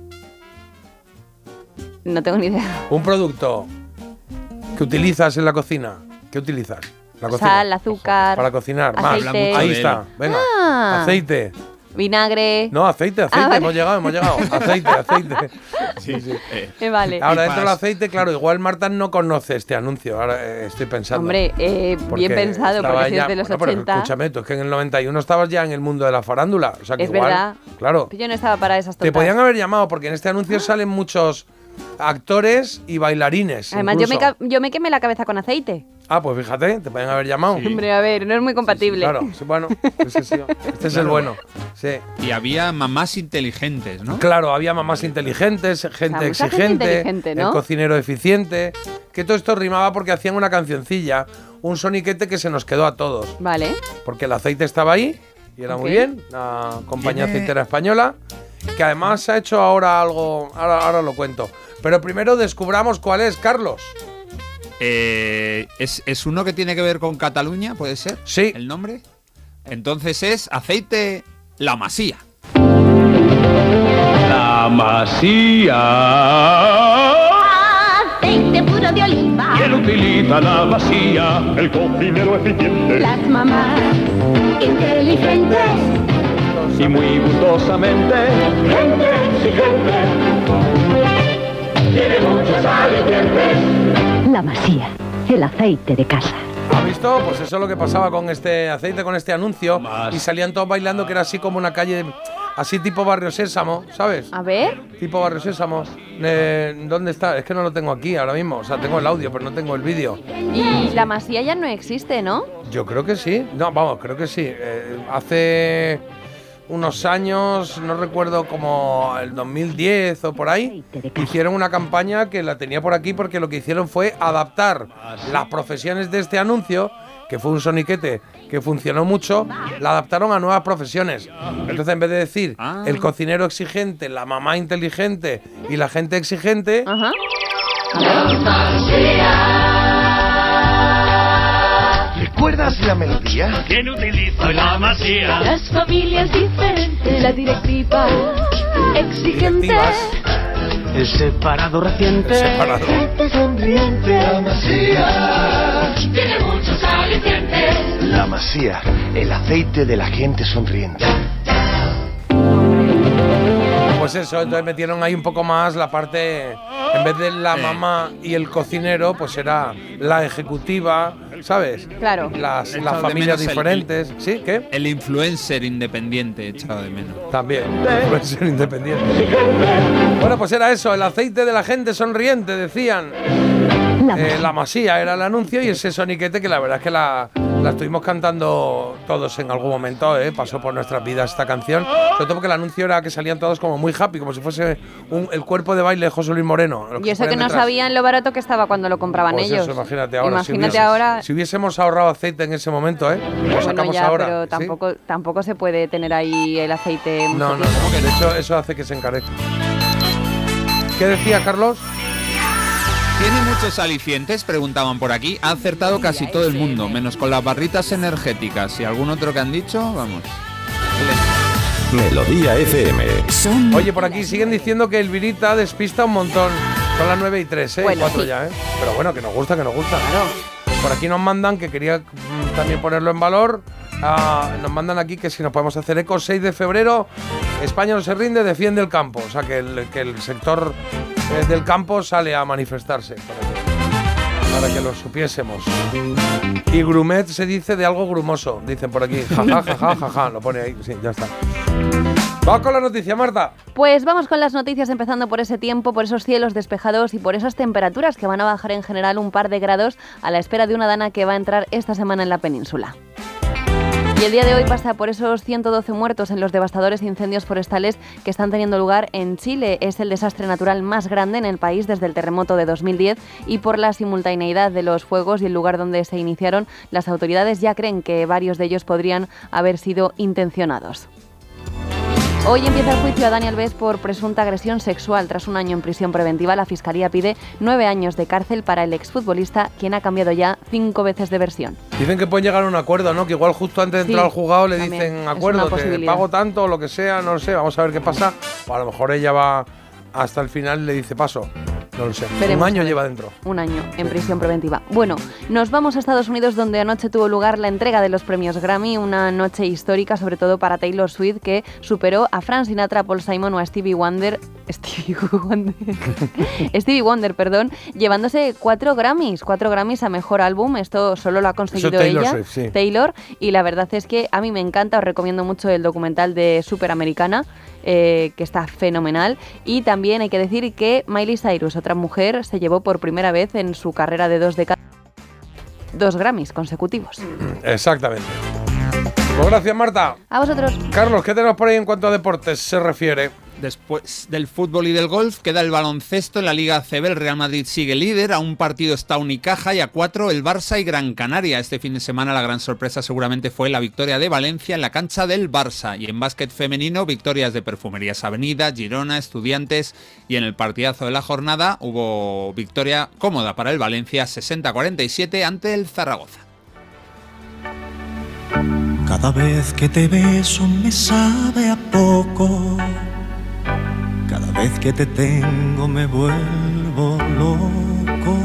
Speaker 6: No tengo ni idea.
Speaker 5: Un producto que utilizas en la cocina. ¿Qué utilizas? La cocina.
Speaker 6: Sal, azúcar.
Speaker 5: Para cocinar. Más.
Speaker 6: aceite.
Speaker 5: Ahí está. Venga.
Speaker 6: Ah.
Speaker 5: Aceite.
Speaker 6: Vinagre.
Speaker 5: No, aceite.
Speaker 6: vale.
Speaker 5: Hemos llegado. Aceite.
Speaker 7: Sí.
Speaker 6: Vale.
Speaker 5: Ahora,
Speaker 7: Y
Speaker 5: dentro del
Speaker 7: pas.
Speaker 5: aceite, claro, igual Marta no conoce este anuncio. Ahora estoy pensando.
Speaker 6: Hombre,
Speaker 5: Porque
Speaker 6: bien pensado,
Speaker 5: estaba
Speaker 6: porque si
Speaker 5: ya-
Speaker 6: es de los
Speaker 5: bueno, pero
Speaker 6: 80.
Speaker 5: escúchame, tú es que en el 91 estabas ya en el mundo de la farándula. O sea que
Speaker 6: Es
Speaker 5: igual,
Speaker 6: verdad.
Speaker 5: claro.
Speaker 6: Yo no estaba para esas
Speaker 5: Te
Speaker 6: tontas.
Speaker 5: podían haber llamado porque en este anuncio salen muchos actores y bailarines.
Speaker 6: Además,
Speaker 5: incluso.
Speaker 6: yo me quemé la cabeza con aceite.
Speaker 5: Ah, pues fíjate, te podían haber llamado.
Speaker 6: Hombre, a ver, no es muy compatible.
Speaker 5: Claro, sí, bueno, este es el bueno. Sí.
Speaker 7: Y había mamás inteligentes, ¿no?
Speaker 5: Claro, había mamás inteligentes, gente
Speaker 6: mucha gente
Speaker 5: exigente,
Speaker 6: inteligente, ¿no?
Speaker 5: el cocinero eficiente. Que todo esto rimaba porque hacían una cancioncilla, un soniquete que se nos quedó a todos.
Speaker 6: Vale.
Speaker 5: Porque el aceite estaba ahí y era muy
Speaker 6: Ok.
Speaker 5: bien, una compañía
Speaker 7: Tiene-
Speaker 5: aceitera española, que además ha hecho ahora algo, ahora lo cuento. Pero primero descubramos cuál es, Carlos.
Speaker 7: ¿Es uno que tiene que ver con Cataluña, puede ser?
Speaker 5: Sí.
Speaker 7: ¿El nombre? Entonces es aceite La Masía.
Speaker 2: La La Masía.
Speaker 4: Aceite puro de oliva.
Speaker 2: ¿Quién utiliza la Masía? El cocinero eficiente.
Speaker 4: Las mamás inteligentes.
Speaker 2: Y muy gustosamente. Gente exigente. Tiene muchos alicientes.
Speaker 4: La Masía, el aceite de casa.
Speaker 5: ¿Has visto? Pues eso es lo que pasaba con este aceite, con este anuncio. Y salían todos bailando, que era así como una calle, así tipo Barrio Sésamo, ¿sabes?
Speaker 6: A ver.
Speaker 5: Tipo Barrio Sésamo. ¿Dónde está? Es que no lo tengo aquí ahora mismo. O sea, tengo el audio, pero no tengo el vídeo.
Speaker 6: Y la Masía ya no existe, ¿no?
Speaker 5: Yo creo que sí. No, vamos, creo que sí. Hace unos años, no recuerdo, como el 2010 o por ahí, hicieron una campaña que la tenía por aquí porque lo que hicieron fue adaptar las profesiones de este anuncio, que fue un soniquete que funcionó mucho, la adaptaron a nuevas profesiones. Entonces, en vez de decir el cocinero exigente, la mamá inteligente y la gente exigente...
Speaker 4: ¿Recuerdas la melodía?
Speaker 2: ¿Quién utiliza la Masía?
Speaker 4: Las familias diferentes. La directiva exigente.
Speaker 2: El separado reciente.
Speaker 4: Gente sonriente.
Speaker 2: La Masía.
Speaker 4: Tiene muchos alicientes.
Speaker 2: La Masía, el aceite de la gente sonriente.
Speaker 5: Pues eso, entonces metieron ahí un poco más la parte, en vez de la mamá y el cocinero, pues era la ejecutiva, ¿sabes?
Speaker 6: Claro.
Speaker 5: Las familias diferentes. ¿Sí? ¿Qué?
Speaker 7: El influencer independiente, echado de menos.
Speaker 5: También, el influencer independiente. Bueno, pues era eso, el aceite de la gente sonriente, decían. La Masía era el anuncio y ese soniquete que la verdad es que la estuvimos cantando todos en algún momento, pasó por nuestras vidas esta canción, sobre todo porque el anuncio era que salían todos como muy happy, como si fuese el cuerpo de baile de José Luis Moreno.
Speaker 6: Y eso que no sabían lo barato que estaba cuando lo compraban
Speaker 5: pues
Speaker 6: ellos.
Speaker 5: Eso, imagínate ahora.
Speaker 6: Ahora.
Speaker 5: Si hubiésemos ahorrado aceite en ese momento, lo sacamos
Speaker 6: ya,
Speaker 5: ahora.
Speaker 6: Pero tampoco se puede tener ahí el aceite mucho
Speaker 5: No, de hecho eso hace que se encarezca. ¿Qué decía Carlos?
Speaker 7: ¿Tiene muchos alicientes? Preguntaban por aquí. Ha acertado casi todo el mundo, menos con las barritas energéticas. ¿Y algún otro que han dicho? Vamos.
Speaker 11: Melodía FM.
Speaker 5: Oye, por aquí siguen diciendo que el Virita despista un montón. Son las 9:03,
Speaker 6: Bueno,
Speaker 5: 4
Speaker 6: sí.
Speaker 5: ya, Pero bueno, que nos gusta.
Speaker 6: Claro.
Speaker 5: Por aquí nos mandan, que quería también ponerlo en valor, nos mandan aquí que si nos podemos hacer eco, 6 de febrero, España no se rinde, defiende el campo. O sea, que el sector del campo sale a manifestarse, para que lo supiésemos. Y grumet se dice de algo grumoso, dicen por aquí. Jaja, lo pone ahí, sí, ya está. Vamos con la noticia, Marta.
Speaker 6: Pues vamos con las noticias, empezando por ese tiempo, por esos cielos despejados y por esas temperaturas que van a bajar en general un par de grados a la espera de una dana que va a entrar esta semana en la península. Y el día de hoy pasa por esos 112 muertos en los devastadores incendios forestales que están teniendo lugar en Chile. Es el desastre natural más grande en el país desde el terremoto de 2010 y por la simultaneidad de los fuegos y el lugar donde se iniciaron, las autoridades ya creen que varios de ellos podrían haber sido intencionados. Hoy empieza el juicio a Dani Alves por presunta agresión sexual. Tras un año en prisión preventiva, la Fiscalía pide 9 años de cárcel para el exfutbolista, quien ha cambiado ya 5 veces de versión.
Speaker 5: Dicen que pueden llegar a un acuerdo, ¿no? Que igual justo antes de entrar al juzgado le dicen acuerdo, te pago tanto o lo que sea, no lo sé, vamos a ver qué pasa. O a lo mejor ella va hasta el final y le dice paso. No lo sé.
Speaker 6: Veremos,
Speaker 5: un año lleva dentro.
Speaker 6: Un año en prisión preventiva. Bueno, nos vamos a Estados Unidos, donde anoche tuvo lugar la entrega de los premios Grammy, una noche histórica, sobre todo para Taylor Swift, que superó a Frank Sinatra, a Paul Simon o a Stevie Wonder, llevándose 4 Grammys a Mejor Álbum. Esto solo lo ha conseguido
Speaker 5: Taylor
Speaker 6: ella,
Speaker 5: Swift, sí.
Speaker 6: Taylor, y la verdad es que a mí me encanta, os recomiendo mucho el documental de Superamericana, que está fenomenal. Y también hay que decir que Miley Cyrus, otra mujer, se llevó por primera vez en su carrera de 2 décadas 2 Grammys consecutivos.
Speaker 5: Exactamente. Pues gracias, Marta.
Speaker 6: A vosotros.
Speaker 5: Carlos, ¿qué tenemos por ahí en cuanto a deportes se refiere?
Speaker 7: Después del fútbol y del golf, queda el baloncesto en la Liga ACB. El Real Madrid sigue líder, a un partido está Unicaja y a 4 el Barça y Gran Canaria. Este fin de semana la gran sorpresa seguramente fue la victoria de Valencia en la cancha del Barça. Y en básquet femenino, victorias de Perfumerías Avenida, Girona, Estudiantes, y en el partidazo de la jornada hubo victoria cómoda para el Valencia, 60-47 ante el Zaragoza.
Speaker 24: Cada vez que te beso me sabe a poco. Cada vez que te tengo me vuelvo loco.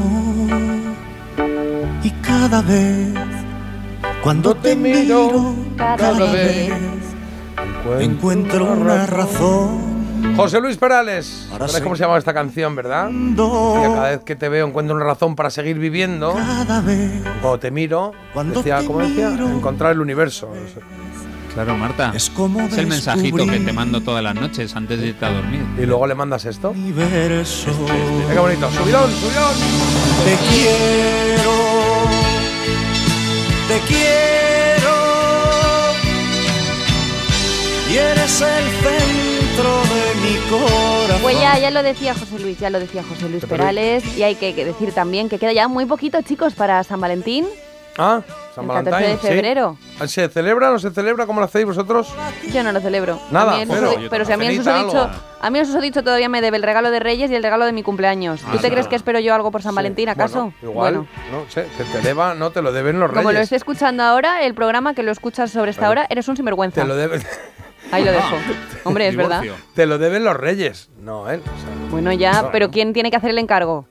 Speaker 24: Y cada vez, cuando te miro, cada vez encuentro una razón.
Speaker 5: José Luis Perales, ¿sabes cómo se llama esta canción, verdad? Y cada vez que te veo encuentro una razón para seguir viviendo. Cuando te miro, decía, ¿cómo decía? Encontrar el universo.
Speaker 7: Claro, Marta. Es el mensajito que te mando todas las noches antes de irte a dormir.
Speaker 5: Y luego le mandas esto. Venga, bonito. Subidón, subidón.
Speaker 24: Te quiero, te quiero. Y eres el centro de mi corazón.
Speaker 6: Pues ya lo decía José Luis Perales. Y hay que decir también que queda ya muy poquito, chicos, para San Valentín.
Speaker 5: Ah, San Valentín.
Speaker 6: El 14 de febrero.
Speaker 5: ¿Sí? ¿Se celebra o no se celebra? ¿Cómo lo hacéis vosotros?
Speaker 6: Yo no lo celebro.
Speaker 5: Nada,
Speaker 6: pero si a mí el susodicho todavía me debe el regalo de Reyes y el regalo de mi cumpleaños. ¿Tú te crees que espero yo algo por San Valentín, acaso?
Speaker 5: Bueno, igual, no sé, que te deba, no te lo deben los Reyes.
Speaker 6: Como lo estoy escuchando ahora, el programa que lo escuchas sobre esta hora, eres un sinvergüenza.
Speaker 5: Te lo deben.
Speaker 6: Ahí lo dejo. Hombre, es verdad.
Speaker 5: Te lo deben los Reyes, no él.
Speaker 6: Bueno, ya, pero ¿quién tiene que hacer el encargo?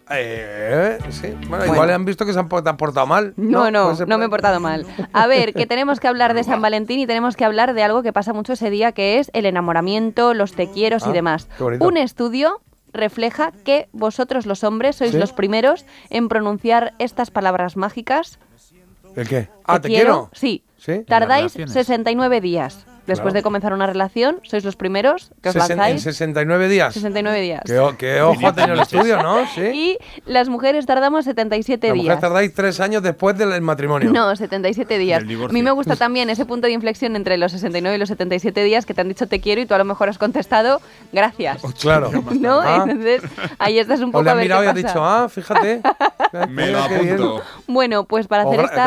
Speaker 5: Sí. Bueno, igual han visto que se han portado mal.
Speaker 6: No me he portado mal. A ver, que tenemos que hablar de San Valentín y tenemos que hablar de algo que pasa mucho ese día, que es el enamoramiento, los te quieros y demás. Un estudio refleja que vosotros los hombres sois los primeros en pronunciar estas palabras mágicas.
Speaker 5: ¿El qué? ¿Te quiero?
Speaker 6: Sí. Tardáis 69 días. Después de comenzar una relación, sois los primeros que os lanzáis.
Speaker 5: ¿En 69 días?
Speaker 6: 69 días.
Speaker 5: Qué ojo ha tenido el estudio, ¿no? ¿Sí?
Speaker 6: Y las mujeres tardamos 77 días.
Speaker 5: Las mujeres tardáis 3 años después del matrimonio.
Speaker 6: No, 77 días. A mí me gusta también ese punto de inflexión entre los 69 y los 77 días que te han dicho te quiero y tú a lo mejor has contestado gracias.
Speaker 5: Claro.
Speaker 6: ¿No? Entonces, ahí estás un poco
Speaker 5: a ver qué pasa. O le has mirado y has dicho, fíjate.
Speaker 7: Me lo apunto.
Speaker 6: Bueno, pues para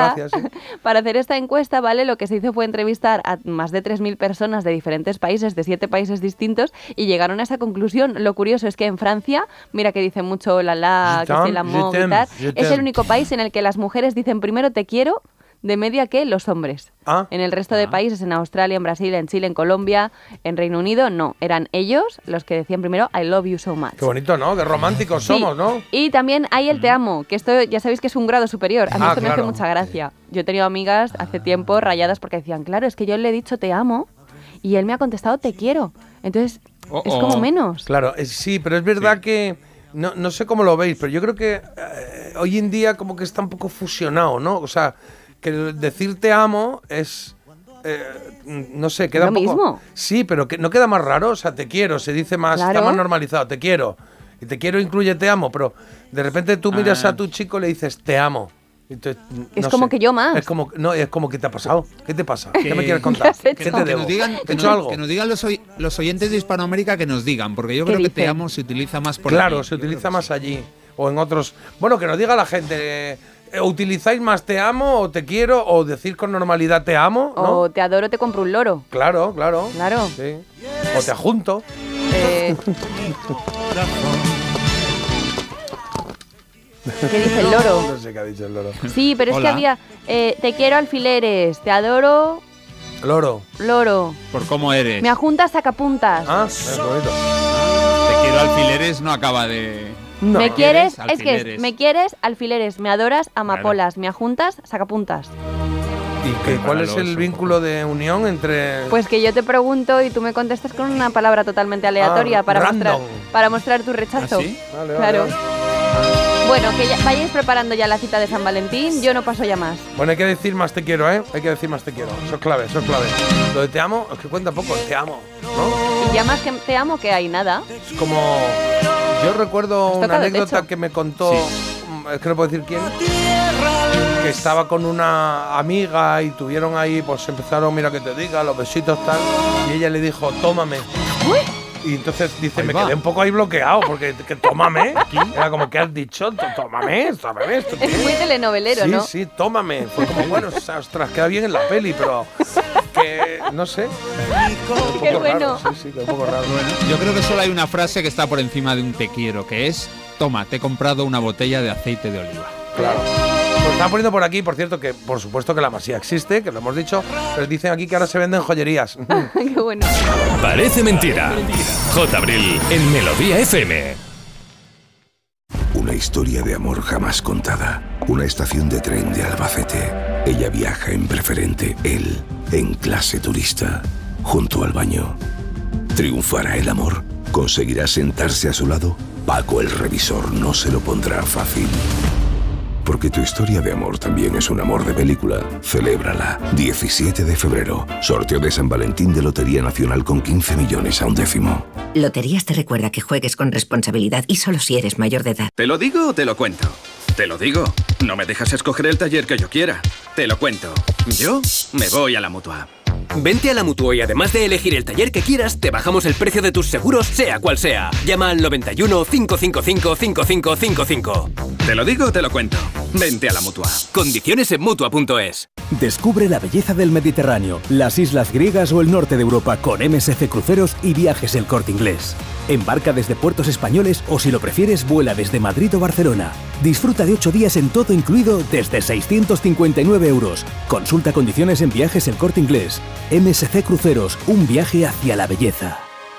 Speaker 6: hacer esta encuesta, ¿vale? Lo que se hizo fue entrevistar a más de 3.000 personas de diferentes países, de 7 países distintos, y llegaron a esa conclusión. Lo curioso es que en Francia, mira que dicen mucho que si el amor y tal, es el único país en el que las mujeres dicen primero te quiero de media que los hombres. En el resto de países, en Australia, en Brasil, en Chile, en Colombia, en Reino Unido, no. Eran ellos los que decían primero I love you so much.
Speaker 5: Qué bonito, ¿no? Qué románticos somos, ¿no?
Speaker 6: Y también hay el te amo, que esto ya sabéis que es un grado superior. A mí esto me hace mucha gracia. Yo he tenido amigas hace tiempo rayadas porque decían, claro, es que yo le he dicho te amo y él me ha contestado te quiero. Entonces, es como menos.
Speaker 5: Claro, sí, pero es verdad que no sé cómo lo veis, pero yo creo que hoy en día como que está un poco fusionado, ¿no? O sea, que decir te amo es... no sé, queda un poco...
Speaker 6: mismo.
Speaker 5: Sí, pero que no queda más raro. O sea, te quiero, se dice más, está más normalizado, te quiero. Y te quiero incluye te amo, pero de repente tú miras a tu chico y le dices te amo. Entonces,
Speaker 6: es como que yo más.
Speaker 5: Es como ¿qué te ha pasado? ¿Qué te pasa? ¿Qué me quieres contar? ¿Qué te debo?
Speaker 7: Que nos digan los oyentes de Hispanoamérica, que nos digan, porque yo creo que te amo se utiliza más por
Speaker 5: Claro,
Speaker 7: aquí.
Speaker 5: se utiliza más allí. O en otros... Bueno, que nos diga la gente... ¿Utilizáis más te amo o te quiero o decir con normalidad te amo? ¿No?
Speaker 6: O te adoro, te compro un loro.
Speaker 5: Claro.
Speaker 6: Sí.
Speaker 5: O te adjunto.
Speaker 6: ¿Qué dice el loro?
Speaker 5: No sé qué ha dicho el loro.
Speaker 6: Sí, pero es que había te quiero alfileres, te adoro... Loro.
Speaker 7: Por cómo eres.
Speaker 6: Me adjuntas sacapuntas.
Speaker 5: Es bonito.
Speaker 7: Te quiero alfileres no acaba de...
Speaker 6: No. Me quieres, me quieres, alfileres, me adoras, amapolas, me adjuntas, sacapuntas.
Speaker 5: ¿Y cuál es el vínculo de unión entre...?
Speaker 6: Pues que yo te pregunto y tú me contestas con una palabra totalmente aleatoria para mostrar tu rechazo.
Speaker 5: ¿Ah, sí? Vale,
Speaker 6: claro. Bueno, que vayáis preparando ya la cita de San Valentín, yo no paso ya más.
Speaker 5: Bueno, hay que decir más te quiero, ¿eh? Hay que decir más te quiero. Eso es clave. Lo de te amo, es que cuenta poco, te amo, ¿no?
Speaker 6: Y ya más que te amo, que hay nada.
Speaker 5: Es como... Yo recuerdo una anécdota que me contó, es que no puedo decir quién, que estaba con una amiga y tuvieron ahí, pues empezaron, mira que te diga, los besitos tal, y ella le dijo, tómame.
Speaker 6: ¿Uy?
Speaker 5: Y entonces dice, me quedé un poco ahí bloqueado, porque que tómame, era como que has dicho, tómame esto.
Speaker 6: Es muy telenovelero, ¿no?
Speaker 5: Sí, tómame. Fue como, bueno, ostras, queda bien en la peli, pero que, no sé.
Speaker 6: Qué bueno.
Speaker 5: Sí, un poco raro.
Speaker 7: Bueno, yo creo que solo hay una frase que está por encima de un te quiero, que es, toma, te he comprado una botella de aceite de oliva.
Speaker 5: Claro. Están poniendo por aquí, por cierto, que por supuesto que la masía existe, que lo hemos dicho, pero dicen aquí que ahora se venden joyerías.
Speaker 6: Qué bueno.
Speaker 3: Parece mentira. J. Abril en Melodía FM.
Speaker 11: Una historia de amor jamás contada. Una estación de tren de Albacete. Ella viaja en preferente, él en clase turista. Junto al baño. ¿Triunfará el amor? ¿Conseguirá sentarse a su lado? Paco el revisor no se lo pondrá fácil. Porque tu historia de amor también es un amor de película. Celébrala. 17 de febrero. Sorteo de San Valentín de Lotería Nacional con 15 millones a un décimo.
Speaker 1: Loterías te recuerda que juegues con responsabilidad y solo si eres mayor de edad.
Speaker 18: ¿Te lo digo o te lo cuento? Te lo digo. No me dejas escoger el taller que yo quiera. Te lo cuento. Yo me voy a la Mutua.
Speaker 19: Vente a la Mutua y además de elegir el taller que quieras, te bajamos el precio de tus seguros, sea cual sea. Llama al 91 555 5555.
Speaker 18: Te lo digo o te lo cuento. Vente a la Mutua.
Speaker 19: Condiciones en Mutua.es.
Speaker 10: Descubre la belleza del Mediterráneo, las islas griegas o el norte de Europa con MSC Cruceros y Viajes El Corte Inglés. Embarca desde puertos españoles o, si lo prefieres, vuela desde Madrid o Barcelona. Disfruta de 8 días en todo incluido desde 659 euros. Consulta condiciones en Viajes El Corte Inglés. MSC Cruceros, un viaje hacia la belleza.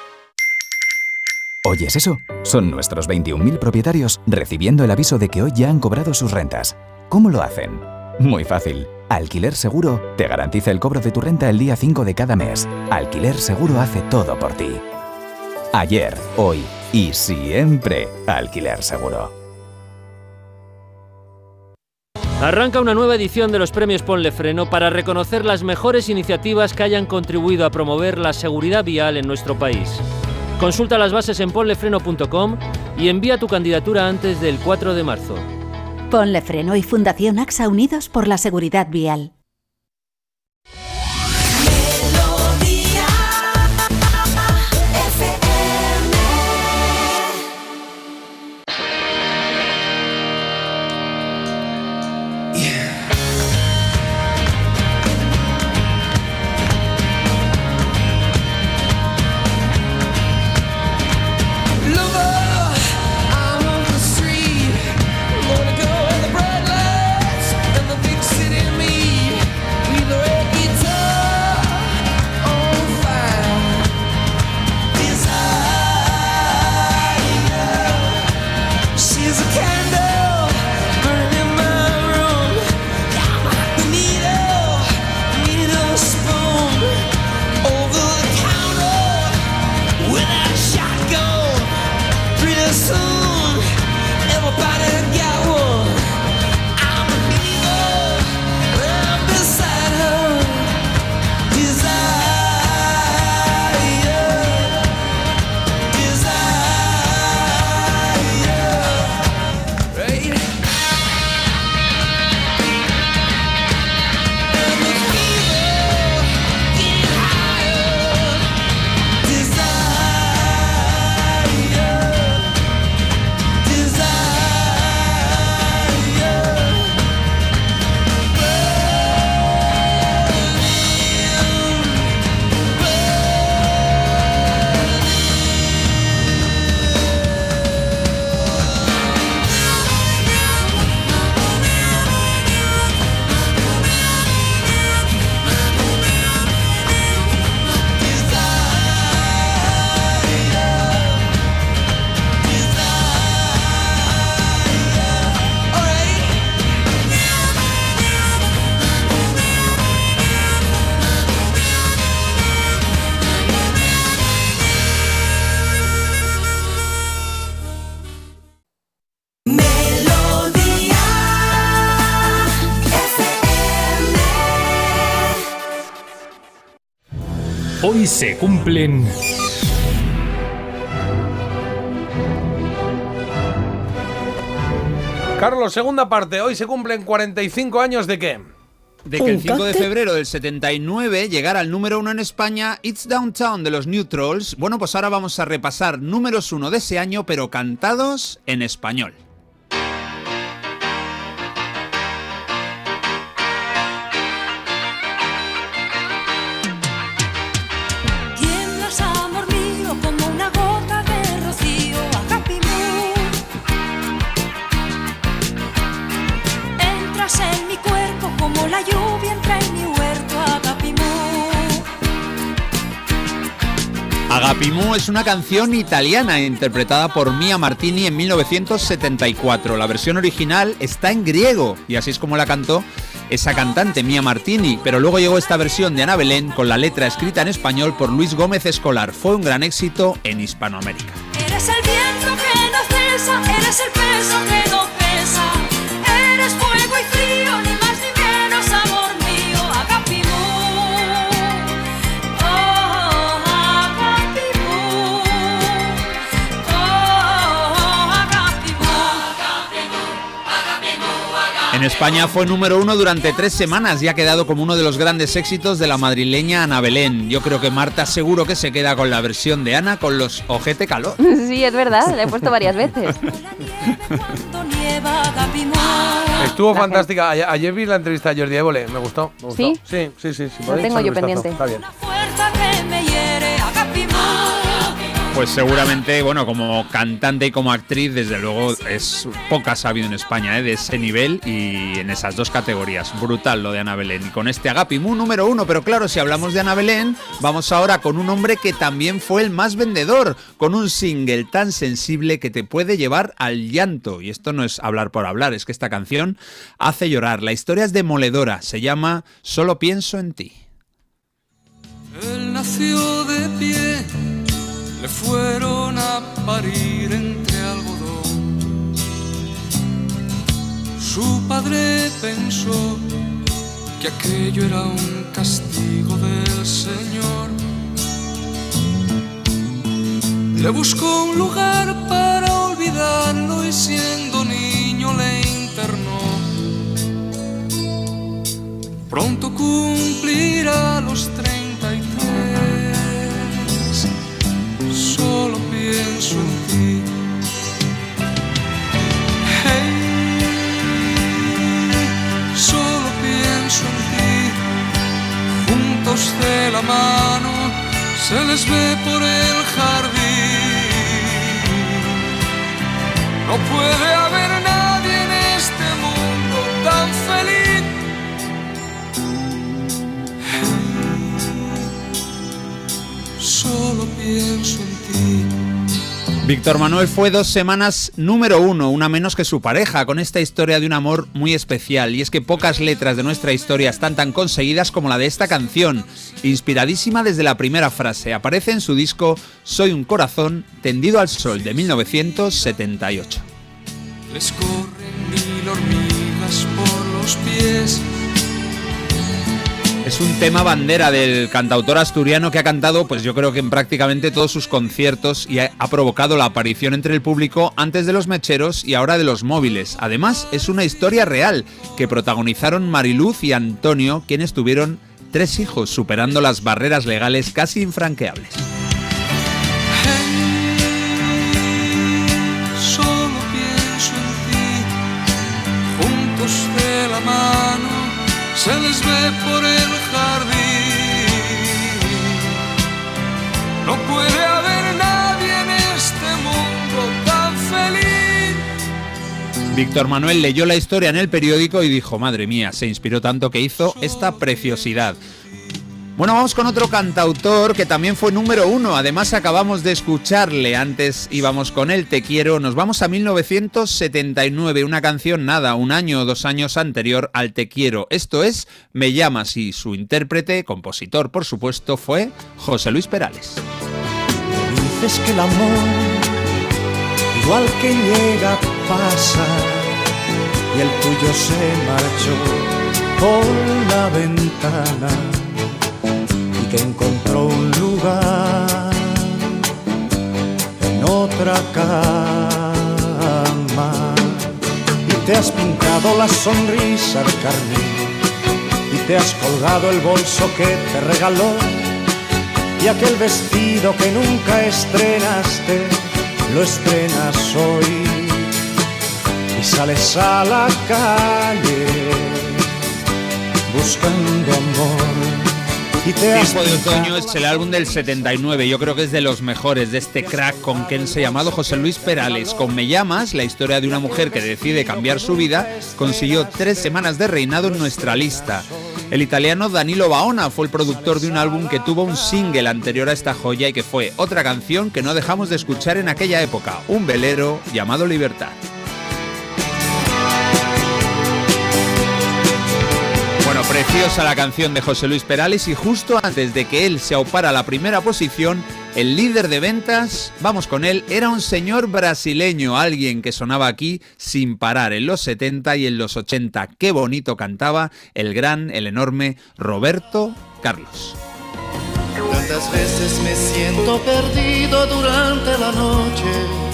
Speaker 20: ¿Oyes eso? Son nuestros 21.000 propietarios recibiendo el aviso de que hoy ya han cobrado sus rentas. ¿Cómo lo hacen? Muy fácil. Alquiler Seguro te garantiza el cobro de tu renta el día 5 de cada mes. Alquiler Seguro hace todo por ti. Ayer, hoy y siempre Alquiler Seguro.
Speaker 13: Arranca una nueva edición de los premios Ponle Freno para reconocer las mejores iniciativas que hayan contribuido a promover la seguridad vial en nuestro país. Consulta las bases en ponlefreno.com y envía tu candidatura antes del 4 de marzo.
Speaker 14: Ponle Freno y Fundación AXA, unidos por la seguridad vial.
Speaker 3: Hoy se cumplen...
Speaker 5: Carlos, segunda parte. Hoy se cumplen 45 años ¿de qué?
Speaker 7: De que el 5 de febrero del 79 llegara al número 1 en España It's Downtown de los New Trolls. Bueno, pues ahora vamos a repasar números 1 de ese año, pero cantados en español.
Speaker 4: Tiemblas, amor mío, como una gota de rocío, Happy Moon. Entras en
Speaker 7: Agapimú es una canción italiana interpretada por Mia Martini en 1974. La versión original está en griego y así es como la cantó esa cantante, Mia Martini, pero luego llegó esta versión de Ana Belén con la letra escrita en español por Luis Gómez Escolar. Fue un gran éxito en Hispanoamérica.
Speaker 4: Eres el viento que no cesa, eres el peso que no pesa, eres fuego y frío, ni más ni menos, amor mío, Agapimú. Oh, Agapimú. Oh, Agapimú.
Speaker 7: En España fue número 1 durante 3 semanas y ha quedado como uno de los grandes éxitos de la madrileña Ana Belén. Yo creo que Marta seguro que se queda con la versión de Ana con los ojete calor.
Speaker 6: Sí, es verdad, la he puesto varias veces.
Speaker 5: Estuvo fantástica. Ayer vi la entrevista a Jordi Évole, me gustó.
Speaker 6: ¿Sí?
Speaker 5: Sí.
Speaker 6: Lo tengo yo pendiente.
Speaker 5: Está bien.
Speaker 4: Fuerza que me hiere, Agapimú.
Speaker 7: Pues seguramente, bueno, como cantante y como actriz, desde luego es pocas ha habido en España, de ese nivel y en esas dos categorías. Brutal lo de Ana Belén. Y con este Agapimú número 1, pero claro, si hablamos de Ana Belén, vamos ahora con un hombre que también fue el más vendedor, con un single tan sensible que te puede llevar al llanto. Y esto no es hablar por hablar, es que esta canción hace llorar. La historia es demoledora, se llama Solo pienso en ti.
Speaker 24: Él nació de pie, le fueron a parir entre algodón. Su padre pensó que aquello era un castigo del Señor. Le buscó un lugar para olvidarlo y siendo niño le internó. Pronto cumplirá los 33. Solo pienso en ti. Hey, solo pienso en ti. Juntos de la mano se les ve por el jardín. No puede haber nadie en este mundo tan feliz. Solo pienso en ti.
Speaker 7: Víctor Manuel fue 2 semanas número 1, una menos que su pareja, con esta historia de un amor muy especial. Y es que pocas letras de nuestra historia están tan conseguidas como la de esta canción, inspiradísima desde la primera frase. Aparece en su disco Soy un corazón tendido al sol de 1978.
Speaker 24: Les corren 1000 hormigas por los pies.
Speaker 7: Es un tema bandera del cantautor asturiano que ha cantado, pues yo creo que en prácticamente todos sus conciertos y ha provocado la aparición entre el público antes de los mecheros y ahora de los móviles. Además, es una historia real que protagonizaron Mariluz y Antonio, quienes tuvieron 3 hijos, superando las barreras legales casi infranqueables.
Speaker 24: Solo pienso en ti. Juntos de la mano se les ve por el jardín. No puede haber nadie en este mundo tan feliz.
Speaker 7: Víctor Manuel leyó la historia en el periódico y dijo, madre mía, se inspiró tanto que hizo esta preciosidad. Bueno, vamos con otro cantautor que también fue número 1. Además, acabamos de escucharle. Antes íbamos con él, Te quiero. Nos vamos a 1979. Una canción, nada, 1 año o 2 años anterior al Te quiero. Esto es Me llamas y su intérprete, compositor, por supuesto, fue José Luis Perales.
Speaker 24: Dices que el amor, igual que llega, pasa, y el tuyo se marchó por la ventana. Que encontró un lugar en otra cama y te has pintado la sonrisa de carmín y te has colgado el bolso que te regaló y aquel vestido que nunca estrenaste lo estrenas hoy y sales a la calle buscando amor.
Speaker 7: Tiempo de otoño es el álbum del 79, yo creo que es de los mejores de este crack conquense llamado José Luis Perales. Con Me llamas, la historia de una mujer que decide cambiar su vida, consiguió 3 semanas de reinado en nuestra lista. El italiano Danilo Baona fue el productor de un álbum que tuvo un single anterior a esta joya y que fue otra canción que no dejamos de escuchar en aquella época, un velero llamado Libertad. Preciosa la canción de José Luis Perales y justo antes de que él se aupara a la primera posición, el líder de ventas, vamos con él, era un señor brasileño, alguien que sonaba aquí sin parar en los 70 y en los 80. Qué bonito cantaba el gran, el enorme Roberto Carlos.
Speaker 15: Tantas veces me siento perdido durante la noche,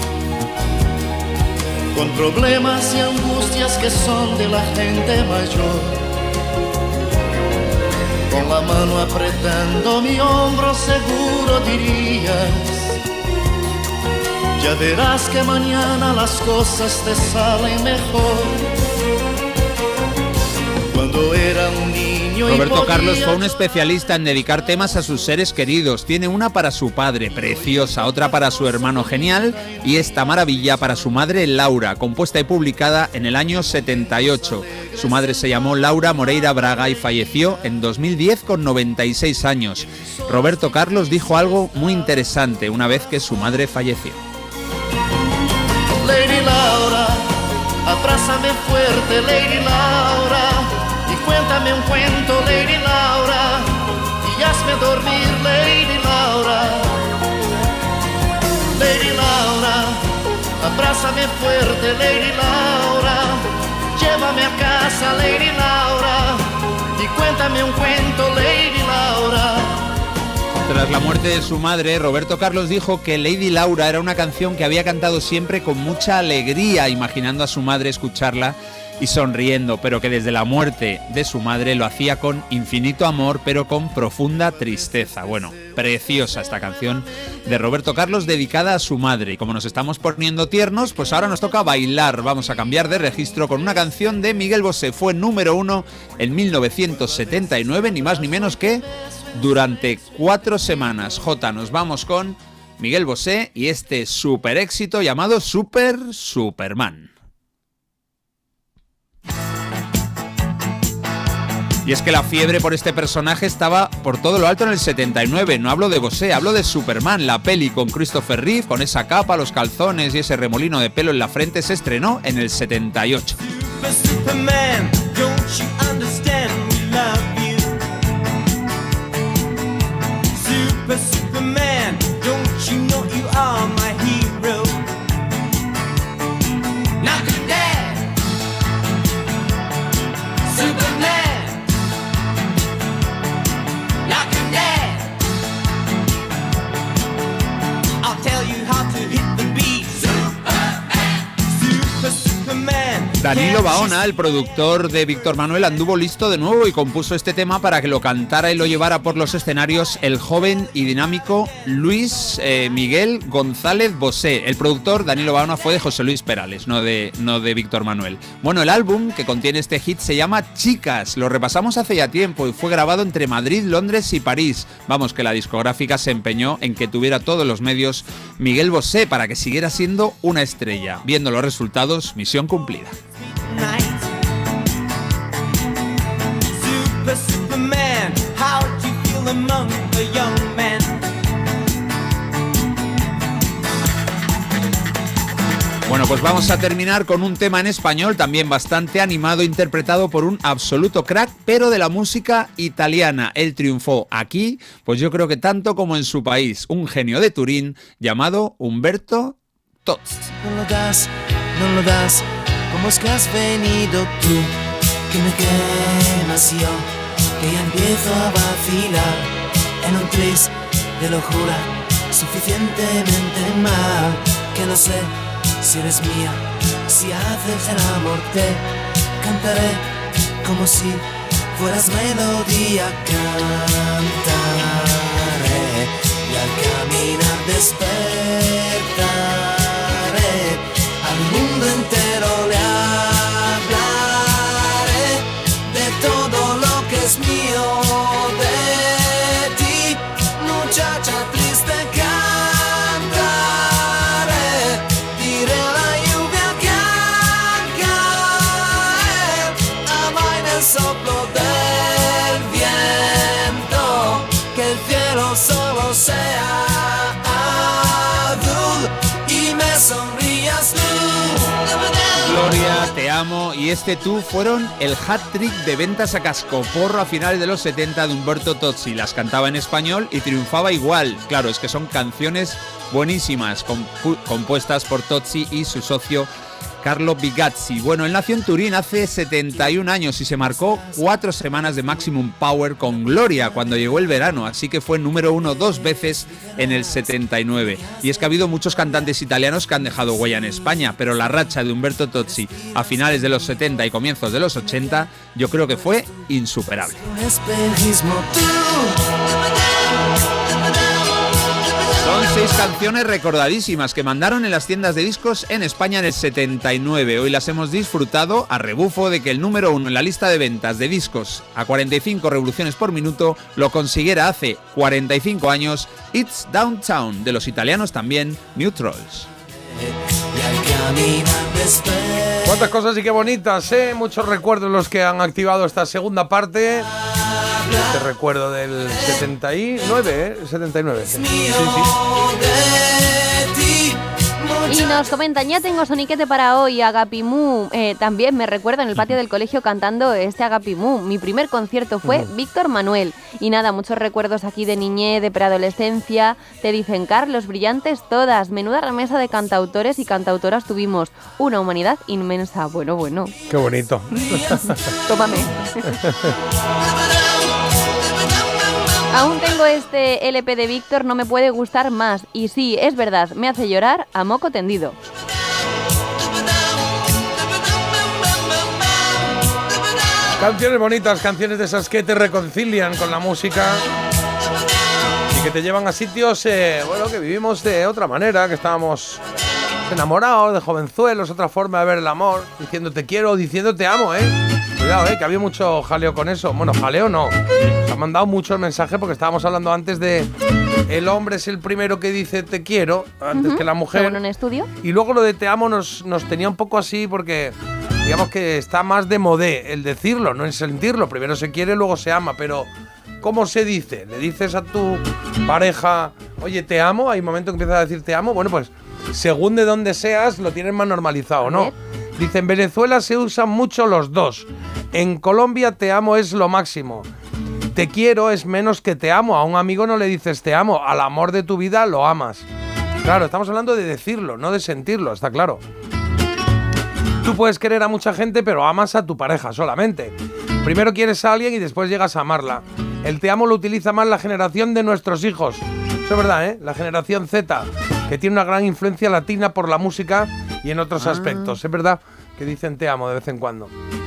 Speaker 15: con problemas y angustias que son de la gente mayor. Con la mano apretando mi hombro seguro dirías: ya verás que mañana las cosas te salen mejor. Cuando era un niño
Speaker 7: Roberto Carlos fue un especialista en dedicar temas a sus seres queridos. Tiene una para su padre, preciosa, otra para su hermano, genial, y esta maravilla para su madre, Laura, compuesta y publicada en el año 78. Su madre se llamó Laura Moreira Braga y falleció en 2010 con 96 años. Roberto Carlos dijo algo muy interesante una vez que su madre falleció.
Speaker 15: Lady Laura, abrázame fuerte, Lady Laura, y cuéntame un cuento, Lady Laura, y hazme dormir, Lady Laura. Lady Laura, abrázame fuerte, Lady Laura, llévame a casa, Lady Laura, y cuéntame un cuento, Lady Laura.
Speaker 7: Tras la muerte de su madre, Roberto Carlos dijo que Lady Laura era una canción que había cantado siempre con mucha alegría, imaginando a su madre escucharla y sonriendo, pero que desde la muerte de su madre lo hacía con infinito amor, pero con profunda tristeza. Bueno, preciosa esta canción de Roberto Carlos dedicada a su madre. Y como nos estamos poniendo tiernos, pues ahora nos toca bailar. Vamos a cambiar de registro con una canción de Miguel Bosé. Fue número 1 en 1979, ni más ni menos que durante 4 semanas. Jota, nos vamos con Miguel Bosé y este super éxito llamado Superman. Y es que la fiebre por este personaje estaba por todo lo alto en el 79. No hablo de Bosé, hablo de Superman. La peli con Christopher Reeve, con esa capa, los calzones y ese remolino de pelo en la frente, se estrenó en el 78.
Speaker 24: Superman, don't you understand we love you? Superman, don't you know you are my hero? Knock him dead, Superman. Knock him dead. I'll tell you how to hit the beat. Superman.
Speaker 7: Danilo Baona, el productor de Víctor Manuel, anduvo listo de nuevo y compuso este tema para que lo cantara y lo llevara por los escenarios el joven y dinámico Luis Miguel González Bosé. El productor, Danilo Baona, fue de José Luis Perales, no de Víctor Manuel. Bueno, el álbum que contiene este hit se llama Chicas. Lo repasamos hace ya tiempo y fue grabado entre Madrid, Londres y París. Vamos, que la discográfica se empeñó en que tuviera todos los medios Miguel Bosé para que siguiera siendo una estrella. Viendo los resultados, misión cumplida.
Speaker 24: Superman, how do you feel among the young men?
Speaker 7: Bueno, pues vamos a terminar con un tema en español también bastante animado, interpretado por un absoluto crack, pero de la música italiana. Él triunfó aquí, pues yo creo que tanto como en su país, un genio de Turín llamado Umberto Tozzi.
Speaker 24: No lo das, ¿cómo es que has venido tú? Que me quemas yo, que ya empiezo a vacilar en un tris de locura suficientemente mal, que no sé si eres mía, si haces el amor te cantaré como si fueras melodía, cantaré y al caminar despertaré, al mundo entero le hablaré de todo lo que es mío, de
Speaker 7: y este Tú fueron el hat-trick de ventas a cascoporro a finales de los 70 de Umberto Tozzi. Las cantaba en español y triunfaba igual. Claro, es que son canciones buenísimas, compuestas por Tozzi y su socio Carlo Bigazzi. Bueno, él nació en Turín hace 71 años y se marcó 4 semanas de Maximum Power con Gloria cuando llegó el verano, así que fue número 1 2 veces en el 79. Y es que ha habido muchos cantantes italianos que han dejado huella en España, pero la racha de Umberto Tozzi a finales de los 70 y comienzos de los 80 yo creo que fue insuperable. Son 6 canciones recordadísimas que mandaron en las tiendas de discos en España en el 79. Hoy las hemos disfrutado a rebufo de que el número 1 en la lista de ventas de discos a 45 revoluciones por minuto lo consiguiera hace 45 años It's Downtown, de los italianos también Neutrals.
Speaker 5: Cuántas cosas y qué bonitas, ¿eh? Muchos recuerdos los que han activado esta segunda parte. Este recuerdo del 79, ¿eh? 79. Sí.
Speaker 6: Y nos comentan, ya tengo soniquete para hoy, Agapimú. También me recuerdo en el patio del colegio cantando este Agapimú. Mi primer concierto fue Víctor Manuel. Y nada, muchos recuerdos aquí de niñez, de preadolescencia. Te dicen, Carlos, brillantes todas. Menuda remesa de cantautores y cantautoras tuvimos. Una humanidad inmensa. Bueno.
Speaker 5: Qué bonito.
Speaker 6: Tómame. Aún tengo este LP de Víctor, no me puede gustar más. Y sí, es verdad, me hace llorar a moco tendido.
Speaker 5: Canciones bonitas, canciones de esas que te reconcilian con la música y que te llevan a sitios, que vivimos de otra manera, que estábamos enamorados, de jovenzuelos, otra forma de ver el amor, diciendo te quiero, diciendo te amo, Cuidado, que había mucho jaleo con eso. Bueno, jaleo no. Nos han mandado mucho el mensaje porque estábamos hablando antes de el hombre es el primero que dice te quiero antes que la mujer.
Speaker 6: Según un estudio.
Speaker 5: Y luego lo de te amo nos tenía un poco así porque digamos que está más de modé el decirlo, no el sentirlo. Primero se quiere, luego se ama, pero ¿cómo se dice? ¿Le dices a tu pareja, oye, te amo? Hay momentos que empiezas a decir te amo. Bueno, pues según de dónde seas, lo tienes más normalizado, ¿no? Dice, en Venezuela se usan mucho los dos. En Colombia te amo es lo máximo. Te quiero es menos que te amo. A un amigo no le dices te amo. Al amor de tu vida lo amas. Claro, estamos hablando de decirlo, no de sentirlo, está claro. Tú puedes querer a mucha gente, pero amas a tu pareja solamente. Primero quieres a alguien y después llegas a amarla. El te amo lo utiliza más la generación de nuestros hijos. Eso es verdad, ¿eh? La generación Z, que tiene una gran influencia latina por la música y en otros aspectos. Es verdad que dicen te amo de vez en cuando.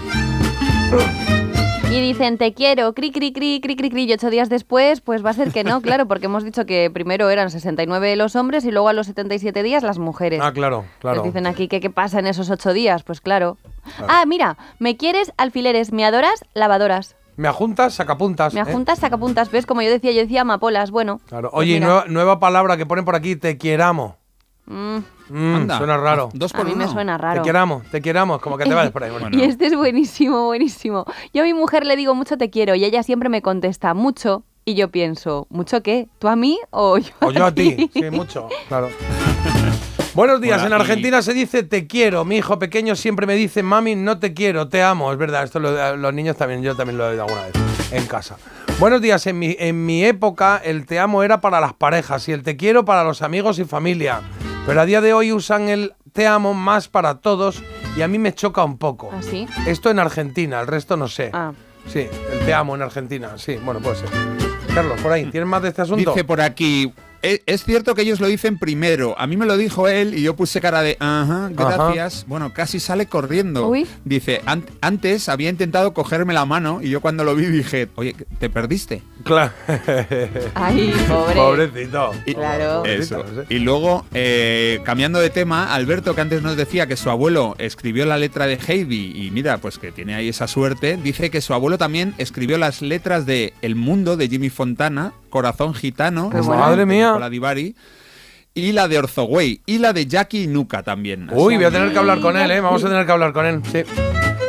Speaker 6: Y dicen te quiero, cri, cri, cri, cri, cri, cri. Y 8 días después, pues va a ser que no, claro, porque hemos dicho que primero eran 69 los hombres y luego a los 77 días las mujeres.
Speaker 5: Ah, claro.
Speaker 6: Les dicen aquí que qué pasa en esos 8 días, pues claro. Ah, mira, me quieres, alfileres, me adoras, lavadoras.
Speaker 5: Me ajuntas, sacapuntas.
Speaker 6: Me ajuntas, sacapuntas. ¿Ves? Como yo decía amapolas, bueno.
Speaker 5: Claro.
Speaker 6: Pues
Speaker 5: oye, nueva palabra que ponen por aquí, te quieramo. Suena raro.
Speaker 6: A mí me suena raro.
Speaker 5: Te quieramos, como que te vayas por ahí. Bueno.
Speaker 6: Y este es buenísimo. Yo a mi mujer le digo mucho te quiero y ella siempre me contesta mucho y yo pienso, ¿mucho qué? ¿Tú a mí o yo a ti?
Speaker 5: O yo a ti, sí, mucho, claro. Buenos días, en Argentina se dice te quiero. Mi hijo pequeño siempre me dice mami, no te quiero, te amo. Es verdad, esto los niños también, yo también lo he oído alguna vez en casa. Buenos días, en mi época el te amo era para las parejas y el te quiero para los amigos y familia. Pero a día de hoy usan el te amo más para todos y a mí me choca un poco.
Speaker 6: ¿Ah, sí?
Speaker 5: Esto en Argentina, el resto no sé.
Speaker 6: Ah.
Speaker 5: Sí, el te amo en Argentina, sí, bueno, puede ser. Carlos, por ahí, ¿tienes más de este asunto?
Speaker 7: Dice por aquí, es cierto que ellos lo dicen primero. A mí me lo dijo él y yo puse cara de ajá, gracias. Ajá. Bueno, casi sale corriendo.
Speaker 6: Uy.
Speaker 7: Dice, antes había intentado cogerme la mano y yo cuando lo vi dije, oye, ¿te perdiste?
Speaker 5: Claro.
Speaker 6: Ay, pobre.
Speaker 5: Pobrecito.
Speaker 6: Claro.
Speaker 7: Eso. Y luego, cambiando de tema, Alberto, que antes nos decía que su abuelo escribió la letra de Heidi y mira, pues que tiene ahí esa suerte, dice que su abuelo también escribió las letras de El Mundo de Jimmy Fontana, Corazón Gitano,
Speaker 5: madre mía,
Speaker 7: la Divari, y la de Orzogüey y la de Jackie Nuca también.
Speaker 5: Uy, voy a tener que hablar con él, vamos a tener que hablar con él, sí.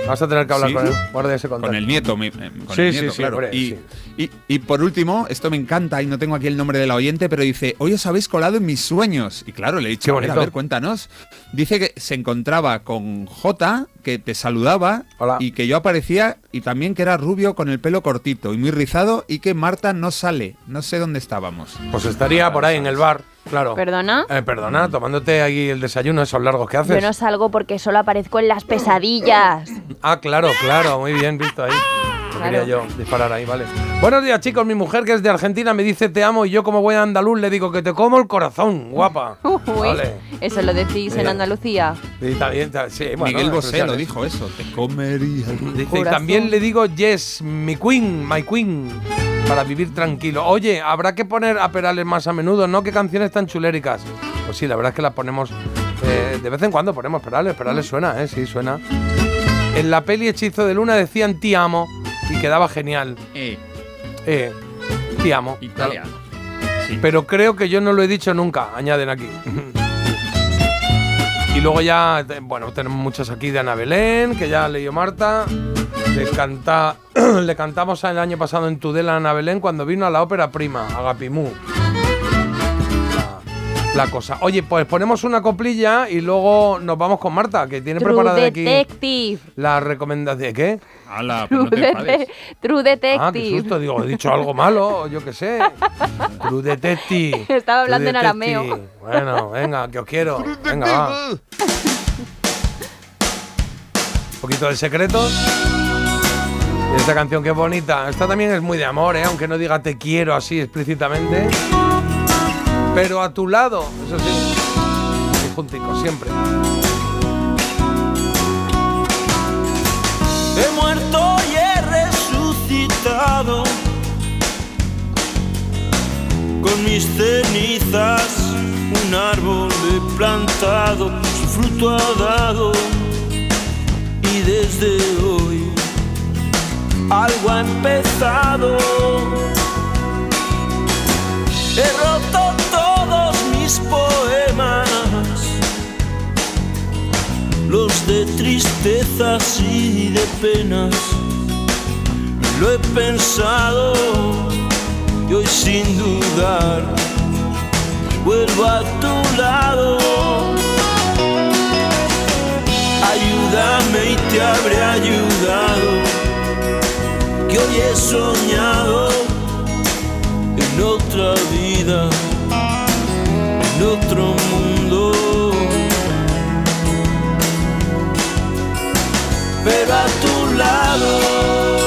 Speaker 5: Vas a tener que hablar
Speaker 7: Sí.
Speaker 5: con él. Guarda ese contacto.
Speaker 7: Con el nieto, claro.
Speaker 5: hombre,
Speaker 7: Y por último, esto me encanta, y no tengo aquí el nombre de la oyente, pero dice, hoy os habéis colado en mis sueños. Y claro, le he dicho, a ver, cuéntanos. Dice que se encontraba con Jota, que te saludaba, y que yo aparecía, y también que era rubio con el pelo cortito y muy rizado, y que Marta no sale. No sé dónde estábamos.
Speaker 5: Pues estaría por ahí en el bar, claro.
Speaker 6: ¿Perdona?
Speaker 5: Perdona, tomándote ahí el desayuno, esos largos que haces.
Speaker 6: Yo no salgo porque solo aparezco en las pesadillas.
Speaker 5: Ah, claro, muy bien visto ahí. No
Speaker 6: Claro.
Speaker 5: quería yo disparar ahí, vale. Buenos días, chicos. Mi mujer, que es de Argentina, me dice te amo, y yo, como buen andaluz, le digo que te como el corazón, guapa.
Speaker 6: Uy,
Speaker 5: Vale.
Speaker 6: ¿eso lo decís en
Speaker 5: Mira.
Speaker 6: Andalucía?
Speaker 5: Y también, sí, bueno,
Speaker 7: Miguel Bosé
Speaker 5: expresiones.
Speaker 7: lo dijo eso, te comería el
Speaker 5: Dice, y
Speaker 7: corazón.
Speaker 5: también le digo yes, my queen, para vivir tranquilo. Oye, habrá que poner a Perales más a menudo, ¿no? Qué canciones tan chuléricas. Pues sí, la verdad es que las ponemos de vez en cuando, ponemos Perales suena, sí, suena. En la peli Hechizo de Luna decían te amo y quedaba genial. Te amo.
Speaker 7: Italiano.
Speaker 5: Sí. Pero creo que yo no lo he dicho nunca, añaden aquí. Y luego ya, bueno, tenemos muchas aquí de Ana Belén, que ya leyó Marta. Le cantamos el año pasado en Tudela a Ana Belén cuando vino a la ópera prima, Agapimú. La cosa. Oye, pues ponemos una coplilla y luego nos vamos con Marta, que tiene preparada aquí
Speaker 6: Detective.
Speaker 5: la recomendación. ¿Qué?
Speaker 7: Ala,
Speaker 6: True, True Detective.
Speaker 5: Ah, qué susto, digo, he dicho algo malo, yo qué sé. True Detective.
Speaker 6: Estaba hablando
Speaker 5: True
Speaker 6: en arameo.
Speaker 5: Detective. Bueno, venga, que os quiero. Venga, va. Un poquito de secretos. Y esta canción que es bonita. Esta también es muy de amor, aunque no diga te quiero así explícitamente. Pero a tu lado, eso sí. Y junticos, siempre.
Speaker 16: He muerto y he resucitado, con mis cenizas un árbol he plantado, su fruto ha dado, y desde hoy algo ha empezado. He roto todos mis poemas, los de tristezas y de penas. Lo he pensado y hoy sin dudar vuelvo a tu lado. Ayúdame y te habré ayudado, que hoy he soñado en otra vida, en otro mundo. Pero a tu lado.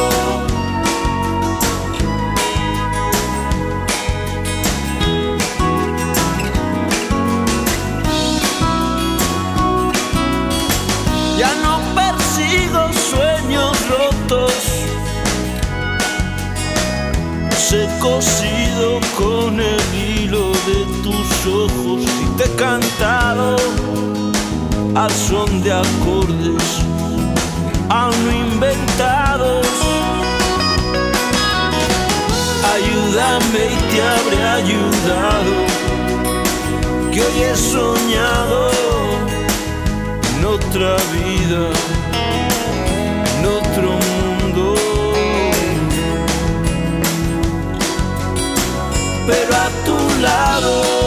Speaker 16: Ya no persigo sueños rotos, los he cosido con el hilo de tus ojos y te he cantado al son de acordes aún no inventados. Ayúdame y te habré ayudado, que hoy he soñado en otra vida, en otro mundo. Pero a tu lado.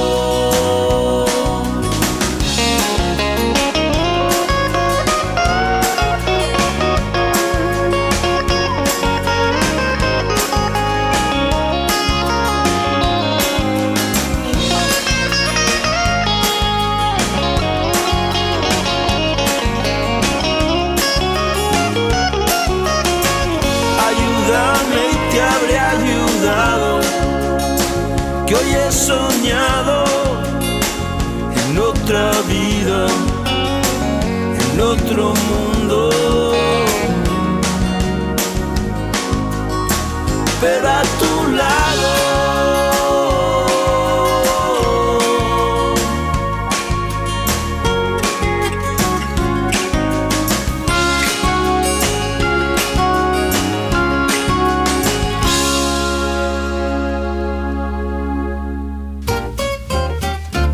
Speaker 16: Que hoy he soñado en otra vida, en otro mundo. Pero a tu lado.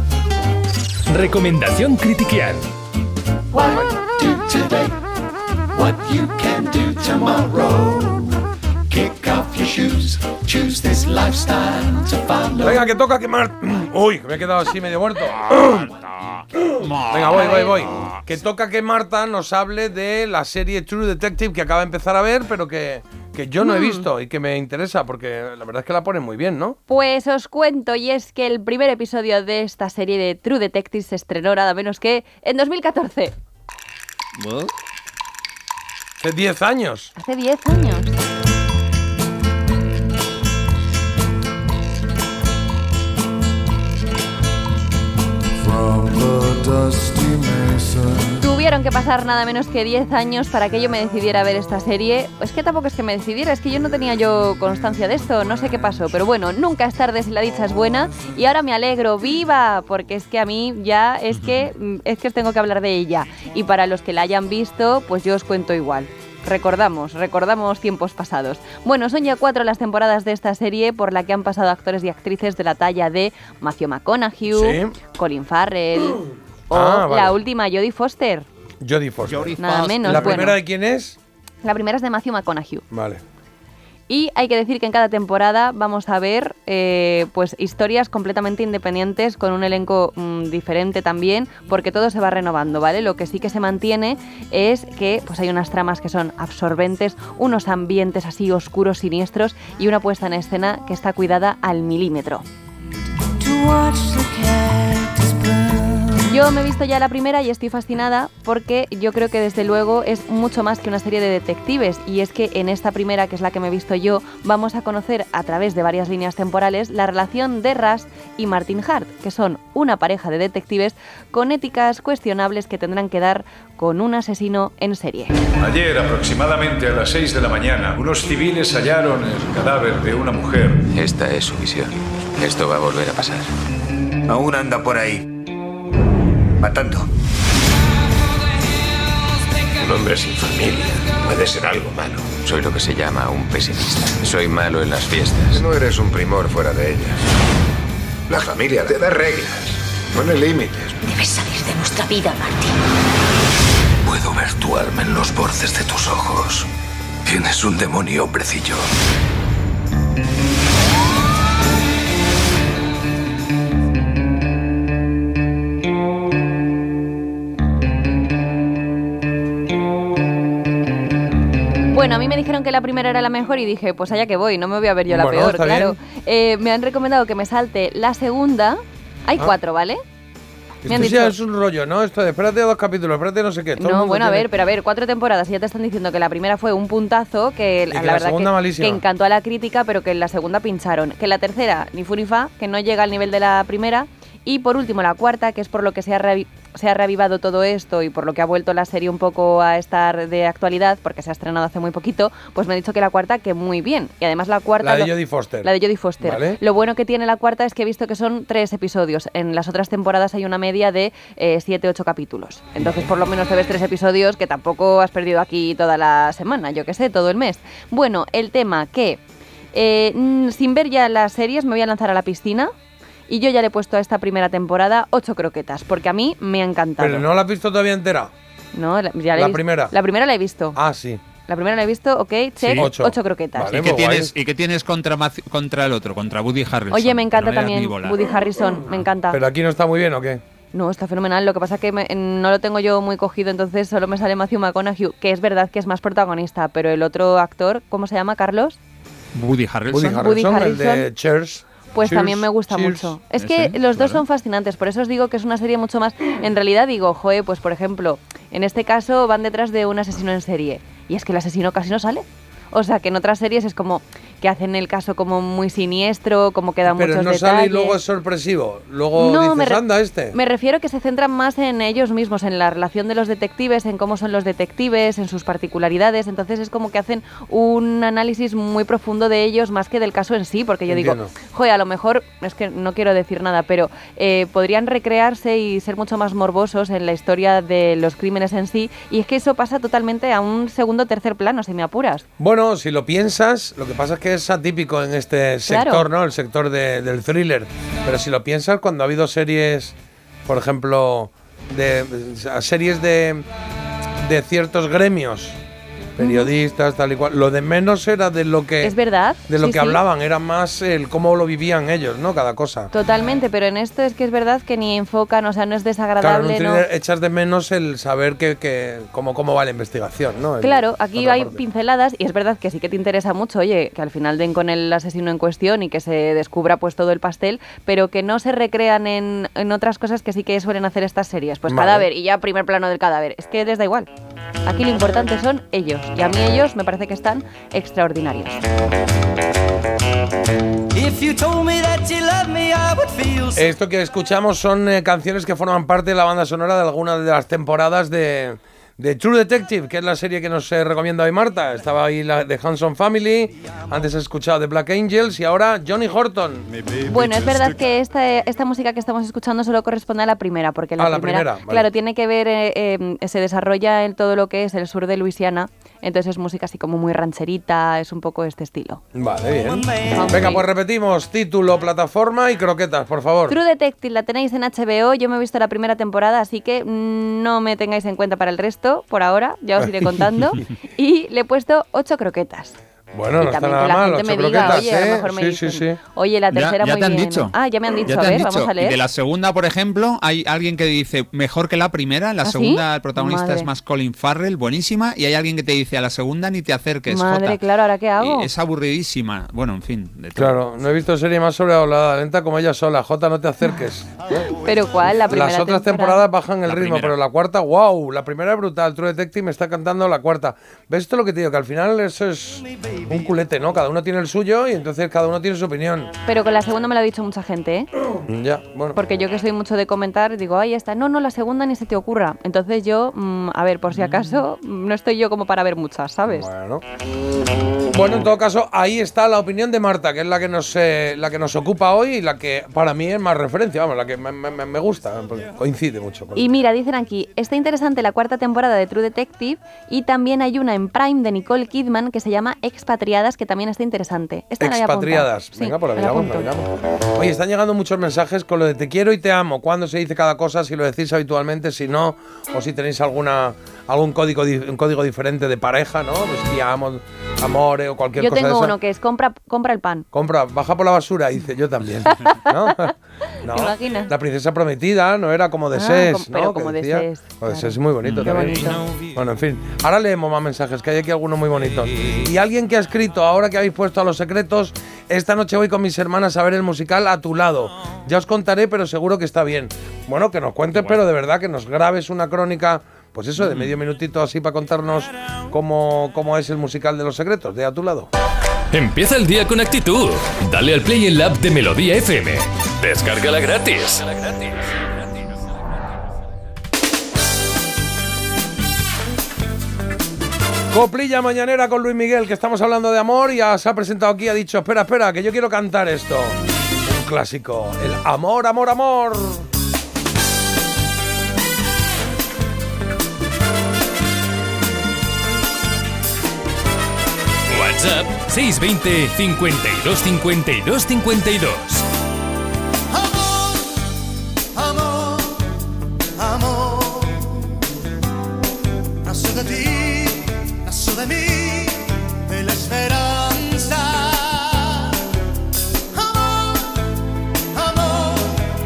Speaker 3: Recomendación Critiquian.
Speaker 24: what you can do tomorrow. Kick off your shoes, choose this lifestyle to follow.
Speaker 5: Venga, que toca quemar. Uy, me he quedado así medio muerto. Venga, voy. Que toca que Marta nos hable de la serie True Detective que acaba de empezar a ver, pero que yo no he visto y que me interesa, porque la verdad es que la ponen muy bien, ¿no?
Speaker 6: Pues os cuento, y es que el primer episodio de esta serie de True Detective se estrenó nada menos que en 2014.
Speaker 5: Hace 10 años.
Speaker 6: Hace 10 años. Tuvieron que pasar nada menos que 10 años para que yo me decidiera a ver esta serie. Es que tampoco es que me decidiera, es que yo no tenía yo constancia de esto, no sé qué pasó. Pero bueno, nunca es tarde si la dicha es buena. Y ahora me alegro, ¡viva! Porque es que a mí ya es que os tengo que hablar de ella. Y para los que la hayan visto, pues yo os cuento igual. Recordamos tiempos pasados. Bueno, son ya 4 las temporadas de esta serie por la que han pasado actores y actrices de la talla de Matthew McConaughey, ¿sí? Colin Farrell o la última, Jodie Foster.
Speaker 5: Jodie Foster.
Speaker 6: Nada menos.
Speaker 5: ¿La primera de quién es?
Speaker 6: La primera es de Matthew McConaughey.
Speaker 5: Vale.
Speaker 6: Y hay que decir que en cada temporada vamos a ver pues historias completamente independientes con un elenco diferente también, porque todo se va renovando, ¿vale? Lo que sí que se mantiene es que pues hay unas tramas que son absorbentes, unos ambientes así oscuros, siniestros y una puesta en escena que está cuidada al milímetro. Yo me he visto ya la primera y estoy fascinada porque yo creo que desde luego es mucho más que una serie de detectives, y es que en esta primera, que es la que me he visto yo, vamos a conocer a través de varias líneas temporales la relación de Russ y Martin Hart, que son una pareja de detectives con éticas cuestionables que tendrán que dar con un asesino en serie.
Speaker 17: Ayer, aproximadamente a las 6 de la mañana, unos civiles hallaron el cadáver de una mujer.
Speaker 21: Esta es su misión. Esto va a volver a pasar.
Speaker 22: Aún anda por ahí, matando.
Speaker 21: Un hombre sin familia puede ser algo malo. Soy lo que se llama un pesimista. Soy malo en las fiestas.
Speaker 22: No eres un primor fuera de ellas. La familia te da reglas, pone límites.
Speaker 23: Debes salir de nuestra vida, Martin.
Speaker 11: Puedo ver tu alma en los bordes de tus ojos. Tienes un demonio, hombrecillo.
Speaker 6: Bueno, a mí me dijeron que la primera era la mejor y dije, pues allá que voy, no me voy a ver yo la peor, claro. Me han recomendado que me salte la segunda. Hay 4, ¿vale?
Speaker 5: Me han dicho, es un rollo, ¿no? Esto de espérate 2 capítulos, espérate no sé qué.
Speaker 6: No, bueno, a ver, 4 temporadas y ya te están diciendo que la primera fue un puntazo, que la verdad que encantó a la crítica, pero que en la segunda pincharon. Que la tercera, ni fu ni fa, que no llega al nivel de la primera. Y por último, la cuarta, que es por lo que se ha reavivado todo esto y por lo que ha vuelto la serie un poco a estar de actualidad, porque se ha estrenado hace muy poquito, pues me ha dicho que la cuarta, que muy bien. Y además la cuarta...
Speaker 5: La de Jodie Foster.
Speaker 6: La de Jodie Foster.
Speaker 5: ¿Vale?
Speaker 6: Lo bueno que tiene la cuarta es que he visto que son 3 episodios. En las otras temporadas hay una media de 7-8 capítulos. Entonces, por lo menos te ves 3 episodios, que tampoco has perdido aquí toda la semana, yo qué sé, todo el mes. Bueno, el tema que... sin ver ya las series, me voy a lanzar a la piscina. Y yo ya le he puesto a esta primera temporada 8 croquetas, porque a mí me ha encantado.
Speaker 5: ¿Pero no la has visto todavía entera?
Speaker 6: No, ya
Speaker 5: la primera.
Speaker 6: La primera la he visto.
Speaker 5: Ah, sí.
Speaker 6: La primera la he visto, ok, check, 8 croquetas.
Speaker 7: Vale, ¿Y qué tienes contra el otro, contra Woody Harrelson?
Speaker 6: Oye, me encanta también Woody Harrelson, me encanta.
Speaker 5: ¿Pero aquí no está muy bien o qué?
Speaker 6: No, está fenomenal. Lo que pasa es que no lo tengo yo muy cogido, entonces solo me sale Matthew McConaughey, que es verdad que es más protagonista, pero el otro actor, ¿cómo se llama, Carlos?
Speaker 7: Woody Harrelson.
Speaker 5: Woody Harrelson, el de Cheers.
Speaker 6: Pues también me gusta mucho. Es que los dos son fascinantes, por eso os digo que es una serie mucho más... En realidad digo, joe, pues por ejemplo, en este caso van detrás de un asesino en serie. Y es que el asesino casi no sale. O sea, que en otras series es como que hacen el caso como muy siniestro, como que dan muchos detalles.
Speaker 5: Pero no sale y luego es sorpresivo. Luego no, dices, anda este.
Speaker 6: Me refiero que se centran más en ellos mismos, en la relación de los detectives, en cómo son los detectives, en sus particularidades. Entonces es como que hacen un análisis muy profundo de ellos más que del caso en sí. Porque yo digo, joder, a lo mejor, es que no quiero decir nada, pero podrían recrearse y ser mucho más morbosos en la historia de los crímenes en sí. Y es que eso pasa totalmente a un segundo o tercer plano, si me apuras.
Speaker 5: Bueno, si lo piensas, lo que pasa es que es atípico en este sector, ¿no? El sector del thriller. Pero si lo piensas, cuando ha habido series, por ejemplo, series de ciertos gremios periodistas, tal y cual. Lo de menos era de lo que...
Speaker 6: Es verdad.
Speaker 5: De lo
Speaker 6: sí,
Speaker 5: que
Speaker 6: sí.
Speaker 5: hablaban, era más el cómo lo vivían ellos, ¿no? Cada cosa.
Speaker 6: Totalmente, pero en esto es que es verdad que ni enfocan, o sea, no es
Speaker 5: Claro,
Speaker 6: desagradable,
Speaker 5: en un
Speaker 6: ¿no?
Speaker 5: thriller echas de menos el saber cómo va la investigación, ¿no?
Speaker 6: Claro, aquí
Speaker 5: otra
Speaker 6: hay
Speaker 5: parte.
Speaker 6: pinceladas y es verdad que sí que te interesa mucho, oye, que al final den con el asesino en cuestión y que se descubra pues todo el pastel, pero que no se recrean en otras cosas que sí que suelen hacer estas series. Pues
Speaker 5: Vale.
Speaker 6: cadáver y ya primer plano del cadáver. Es que les da igual. Aquí lo importante son ellos y a mí ellos me parece que están extraordinarios.
Speaker 5: Esto que escuchamos son canciones que forman parte de la banda sonora de alguna de las temporadas de True Detective, que es la serie que nos recomienda hoy Marta. Estaba ahí la de Hanson Family, antes he escuchado de Black Angels y ahora Johnny Horton.
Speaker 6: Bueno, es verdad que esta música que estamos escuchando solo corresponde a la primera, porque la primera,
Speaker 5: vale.
Speaker 6: claro, tiene que ver, se desarrolla en todo lo que es el sur de Luisiana, entonces es música así como muy rancherita, es un poco este estilo.
Speaker 5: Vale, bien. Venga, pues repetimos, título, plataforma y croquetas, por favor.
Speaker 6: True Detective la tenéis en HBO, yo me he visto la primera temporada, así que no me tengáis en cuenta para el resto, por ahora, ya os iré contando, y le he puesto 8 croquetas.
Speaker 5: Bueno,
Speaker 6: Y
Speaker 5: no está
Speaker 6: también
Speaker 5: nada
Speaker 6: que la
Speaker 5: mal,
Speaker 6: gente
Speaker 5: 8
Speaker 6: me diga,
Speaker 5: croquetas,
Speaker 6: oye, a lo mejor me
Speaker 5: sí,
Speaker 6: dicen,
Speaker 5: sí.
Speaker 6: oye, la tercera
Speaker 7: ya
Speaker 6: muy
Speaker 7: te han
Speaker 6: bien.
Speaker 7: dicho.
Speaker 6: Ah, ya me han dicho,
Speaker 7: Ya
Speaker 6: a
Speaker 7: te han
Speaker 6: ver,
Speaker 7: dicho.
Speaker 6: vamos a leer.
Speaker 7: Y de la segunda, por ejemplo, hay alguien que dice mejor que la primera. La
Speaker 6: ¿Ah, sí?
Speaker 7: segunda, el protagonista
Speaker 6: Madre.
Speaker 7: es más Colin Farrell, buenísima. Y hay alguien que te dice a la segunda ni te acerques,
Speaker 6: Madre,
Speaker 7: Jota.
Speaker 6: claro, ¿ahora qué hago?
Speaker 7: Y es aburridísima. Bueno, en fin. De todo.
Speaker 5: Claro, no he visto serie más sobrehablada, lenta como ella sola. Jota, no te acerques.
Speaker 6: ¿Pero cuál? La primera
Speaker 5: Las otras
Speaker 6: temporada.
Speaker 5: temporadas bajan el
Speaker 7: La
Speaker 5: ritmo,
Speaker 7: primera.
Speaker 5: pero la cuarta, wow, la primera es brutal. True Detective me está cantando la cuarta. ¿Ves esto lo que te digo? Que al final eso es un culete, ¿no? Cada uno tiene el suyo y entonces cada uno tiene su opinión.
Speaker 6: Pero con la segunda me lo ha dicho mucha gente, ¿eh?
Speaker 5: Ya, bueno.
Speaker 6: Porque yo que soy mucho de comentar, digo, ay, esta, no, la segunda ni se te ocurra. Entonces yo, a ver, por si acaso, no estoy yo como para ver muchas, ¿sabes?
Speaker 5: Bueno, en todo caso, ahí está la opinión de Marta, que es la que nos ocupa hoy y la que para mí es más referencia, vamos, la que me gusta, porque coincide mucho con...
Speaker 6: Y mira, dicen aquí, está interesante la cuarta temporada de True Detective y también hay una en Prime de Nicole Kidman que se llama Expatriadas, que también está interesante. Esta me la había
Speaker 5: Expatriadas.
Speaker 6: apuntado.
Speaker 5: Venga,
Speaker 6: Sí,
Speaker 5: pues la
Speaker 6: me la
Speaker 5: miramos,
Speaker 6: apunto.
Speaker 5: la miramos. Oye, están llegando muchos mensajes con lo de te quiero y te amo. ¿Cuándo se dice cada cosa? Si lo decís habitualmente, si no, o si tenéis algún código diferente de pareja, ¿no? Pues te amo, amore o cualquier
Speaker 6: Yo
Speaker 5: cosa de
Speaker 6: tengo
Speaker 5: esa.
Speaker 6: uno que es compra el pan.
Speaker 5: Compra, baja por la basura, dice yo también. ¿No? No,
Speaker 6: ¿Te imaginas?
Speaker 5: La princesa prometida no era como de SES, ¿no?
Speaker 6: pero
Speaker 5: Que
Speaker 6: como de
Speaker 5: decía.
Speaker 6: SES,
Speaker 5: Como de SES es muy bonito
Speaker 6: Qué
Speaker 5: también.
Speaker 6: bonito.
Speaker 5: Bueno, en fin. Ahora leemos más mensajes, que hay aquí algunos muy bonitos. Y alguien que ha escrito, ahora que habéis puesto a los secretos, esta noche voy con mis hermanas a ver el musical A tu lado. Ya os contaré, pero seguro que está bien. Bueno, que nos cuentes, pero de verdad que nos grabes una crónica, pues eso, de medio minutito así para contarnos cómo es el musical de los secretos, de A tu lado.
Speaker 3: Empieza el día con actitud. Dale al play en la app de Melodía FM. Descárgala gratis.
Speaker 5: Coplilla mañanera con Luis Miguel, que estamos hablando de amor y ya se ha presentado aquí, ha dicho, espera, que yo quiero cantar esto. Un clásico, el amor, amor, amor.
Speaker 3: WhatsApp 620 52 52 52.
Speaker 24: Amor, amor, nació de ti, nació de mí, de la esperanza. Amor, amor,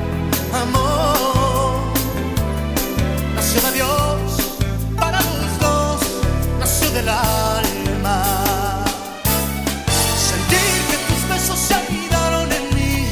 Speaker 24: amor, nació de Dios para los dos, nació del alma. Sentir que tus besos se anidaron en mí,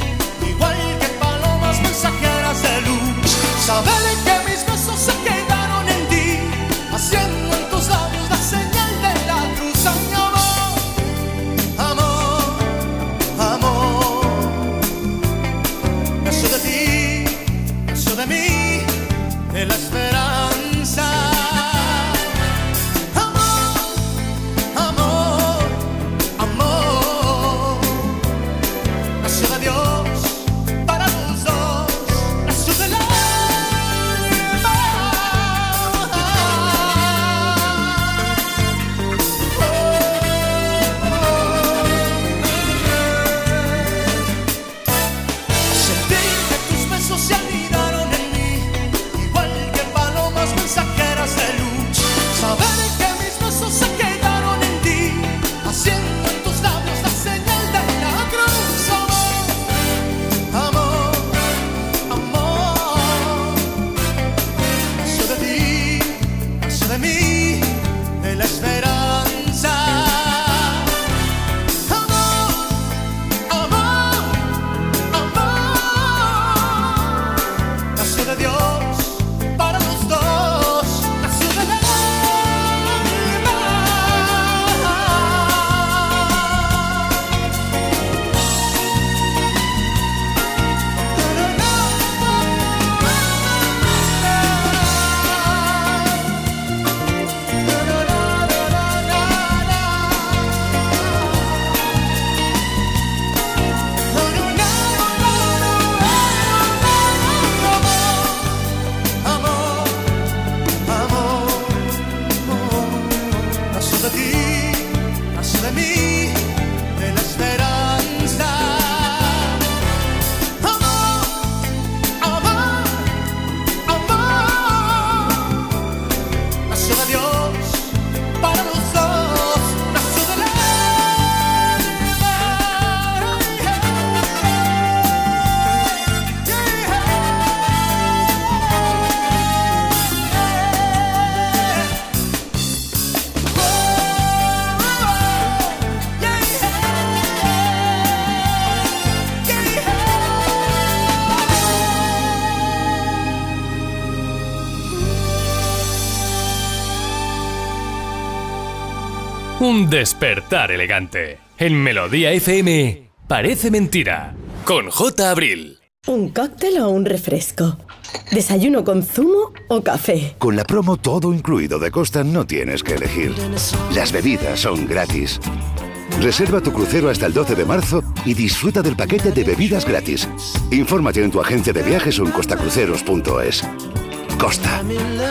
Speaker 3: Un despertar elegante. En Melodía FM, Parece Mentira, con J. Abril.
Speaker 2: ¿Un cóctel o un refresco? ¿Desayuno con zumo o café?
Speaker 11: Con la promo Todo Incluido de Costa no tienes que elegir. Las bebidas son gratis. Reserva tu crucero hasta el 12 de marzo y disfruta del paquete de bebidas gratis. Infórmate en tu agencia de viajes o en costacruceros.es. Costa.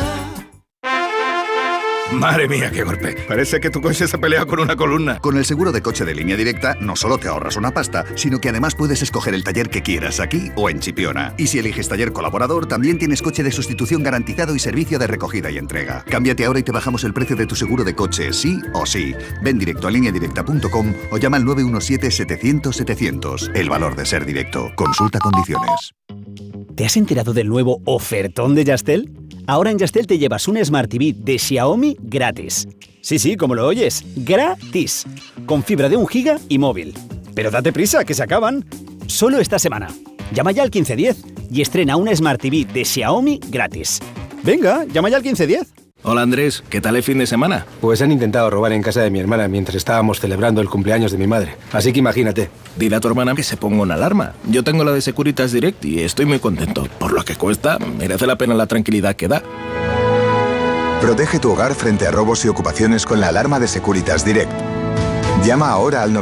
Speaker 8: Madre mía, qué golpe. Parece que tu coche se ha peleado con una columna.
Speaker 9: Con el seguro de coche de Línea Directa no solo te ahorras una pasta, sino que además puedes escoger el taller que quieras aquí o en Chipiona. Y si eliges taller colaborador, también tienes coche de sustitución garantizado y servicio de recogida y entrega. Cámbiate ahora y te bajamos el precio de tu seguro de coche, sí o sí. Ven directo a lineadirecta.com o llama al 917-700-700. El valor de ser directo. Consulta condiciones.
Speaker 10: ¿Te has enterado del nuevo ofertón de Yastel? Ahora en Yastel te llevas un Smart TV de Xiaomi gratis. Sí, como lo oyes, gratis. Con fibra de 1 giga y móvil. Pero date prisa, que se acaban. Solo esta semana. Llama ya al 1510 y estrena una Smart TV de Xiaomi gratis. Venga, llama ya al 1510.
Speaker 8: Hola Andrés, ¿qué tal el fin de semana?
Speaker 12: Pues han intentado robar en casa de mi hermana mientras estábamos celebrando el cumpleaños de mi madre. Así que imagínate.
Speaker 8: Dile a tu hermana que se ponga una alarma. Yo tengo la de Securitas Direct y estoy muy contento. Por lo que cuesta, merece la pena la tranquilidad que da.
Speaker 25: Protege tu hogar frente a robos y ocupaciones con la alarma de Securitas Direct. Llama ahora al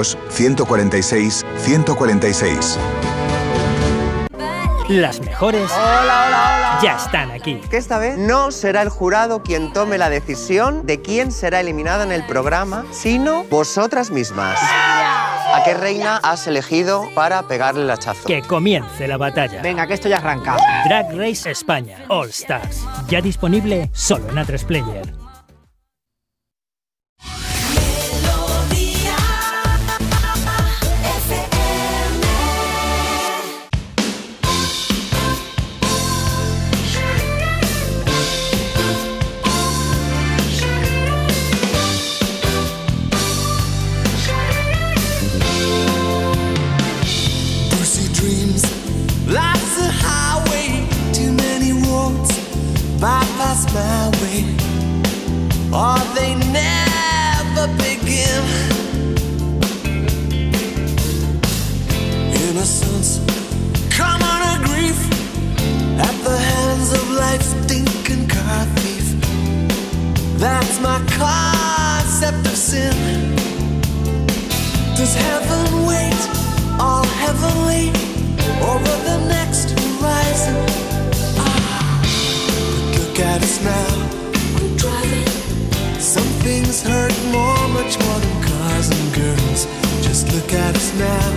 Speaker 25: 900-146-146.
Speaker 26: Las mejores ya están aquí.
Speaker 27: Que esta vez no será el jurado quien tome la decisión de quién será eliminada en el programa, sino vosotras mismas. ¿A qué reina has elegido para pegarle el hachazo?
Speaker 26: Que comience la batalla.
Speaker 27: Venga, que esto ya arranca.
Speaker 26: Drag Race España All Stars. Ya disponible solo en A3 Player.
Speaker 24: Bypass my way, or they never begin. Innocence, common grief, at the hands of life's stinking car thief. That's my concept of sin. Does heaven wait, all heavenly, over the next horizon? Look at us now, we're driving. Some things hurt more, much more than cars and girls. Just look at us now.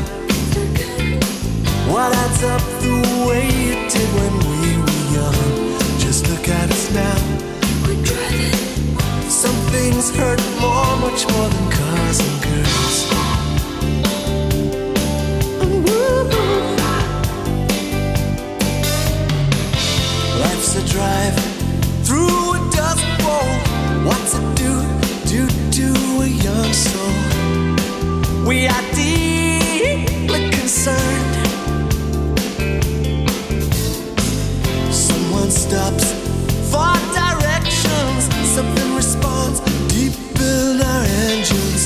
Speaker 24: What adds up the way it did when we were young? Just look at us now, we're driving. Some things hurt more, much more than cars and girls. Life's a drive through a dust bowl. What's it do to a young soul? We are deeply concerned. Someone stops for directions. Something responds deep in our engines.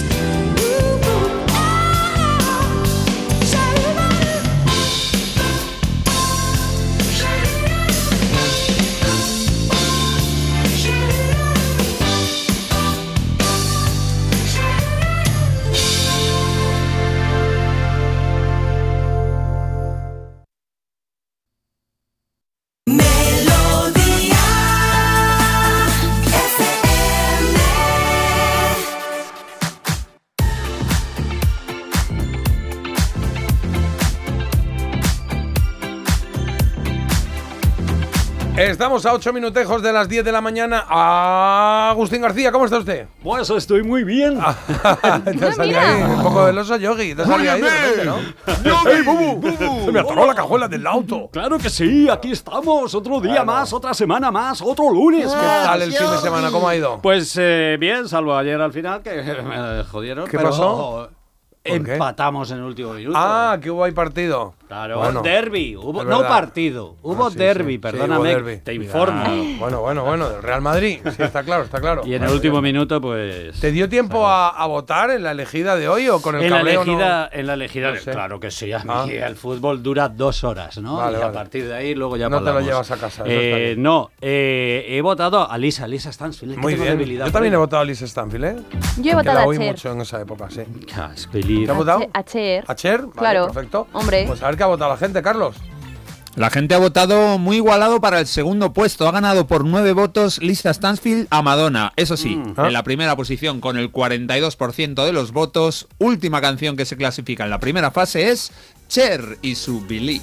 Speaker 5: Estamos a 8 minutejos de las 10 de la mañana. Agustín García, ¿cómo está usted?
Speaker 28: Pues estoy muy bien.
Speaker 5: Te salió ahí un poco del oso yogi. Te salió ahí de repente, ¿no? ¡Ey, Bubu! Se me atoró la cajuela del auto.
Speaker 28: Claro que sí, aquí estamos. Otro día más, otra semana más, otro lunes.
Speaker 5: ¿Qué tal el fin de semana? ¿Cómo ha ido?
Speaker 28: Pues bien, salvo ayer al final, que me jodieron.
Speaker 5: ¿Qué pasó?
Speaker 28: Empatamos en el último minuto.
Speaker 5: Ah, que hubo ahí partido.
Speaker 1: Claro,
Speaker 5: Bueno,
Speaker 1: derbi, hubo,
Speaker 5: es
Speaker 1: no
Speaker 5: verdad.
Speaker 1: partido, hubo
Speaker 5: Sí,
Speaker 1: derbi,
Speaker 5: sí,
Speaker 1: perdóname,
Speaker 5: hubo derbi.
Speaker 1: te informo.
Speaker 5: Bueno, del Real Madrid, sí, está claro.
Speaker 1: Y en el
Speaker 5: Bueno,
Speaker 1: último
Speaker 5: ya.
Speaker 1: minuto, pues...
Speaker 5: ¿Te dio tiempo a votar en la elegida de hoy o con el
Speaker 1: En la
Speaker 5: cabreo
Speaker 1: elegida,
Speaker 5: no?
Speaker 1: en la elegida,
Speaker 5: No sé.
Speaker 1: claro que sí, a mí el fútbol dura 2 horas, ¿no?
Speaker 5: Vale,
Speaker 1: y a
Speaker 5: vale.
Speaker 1: partir de ahí luego ya
Speaker 5: No te lo
Speaker 1: hablamos.
Speaker 5: llevas a casa, eso está bien.
Speaker 1: No, he votado a Lisa Stansfield. es que
Speaker 5: Muy
Speaker 1: tengo
Speaker 5: bien.
Speaker 1: debilidad
Speaker 5: Yo
Speaker 1: por
Speaker 5: también he
Speaker 1: ella.
Speaker 5: votado a Liz Stanfield, ¿eh?
Speaker 6: Yo he
Speaker 5: Que
Speaker 6: votado
Speaker 5: la
Speaker 6: a
Speaker 5: oí
Speaker 6: Cher.
Speaker 5: mucho en esa época, sí.
Speaker 1: Cas, Believe.
Speaker 5: ¿Te has votado?
Speaker 6: A Cher.
Speaker 5: ¿A Cher? Vale,
Speaker 6: Claro.
Speaker 5: perfecto.
Speaker 6: Hombre.
Speaker 5: Pues a ver qué ha votado la gente, Carlos.
Speaker 7: La gente ha votado muy igualado para el segundo puesto. Ha ganado por 9 votos Lisa Stansfield a Madonna. Eso sí, en la primera posición con el 42% de los votos. Última canción que se clasifica en la primera fase es Cher y su Believe.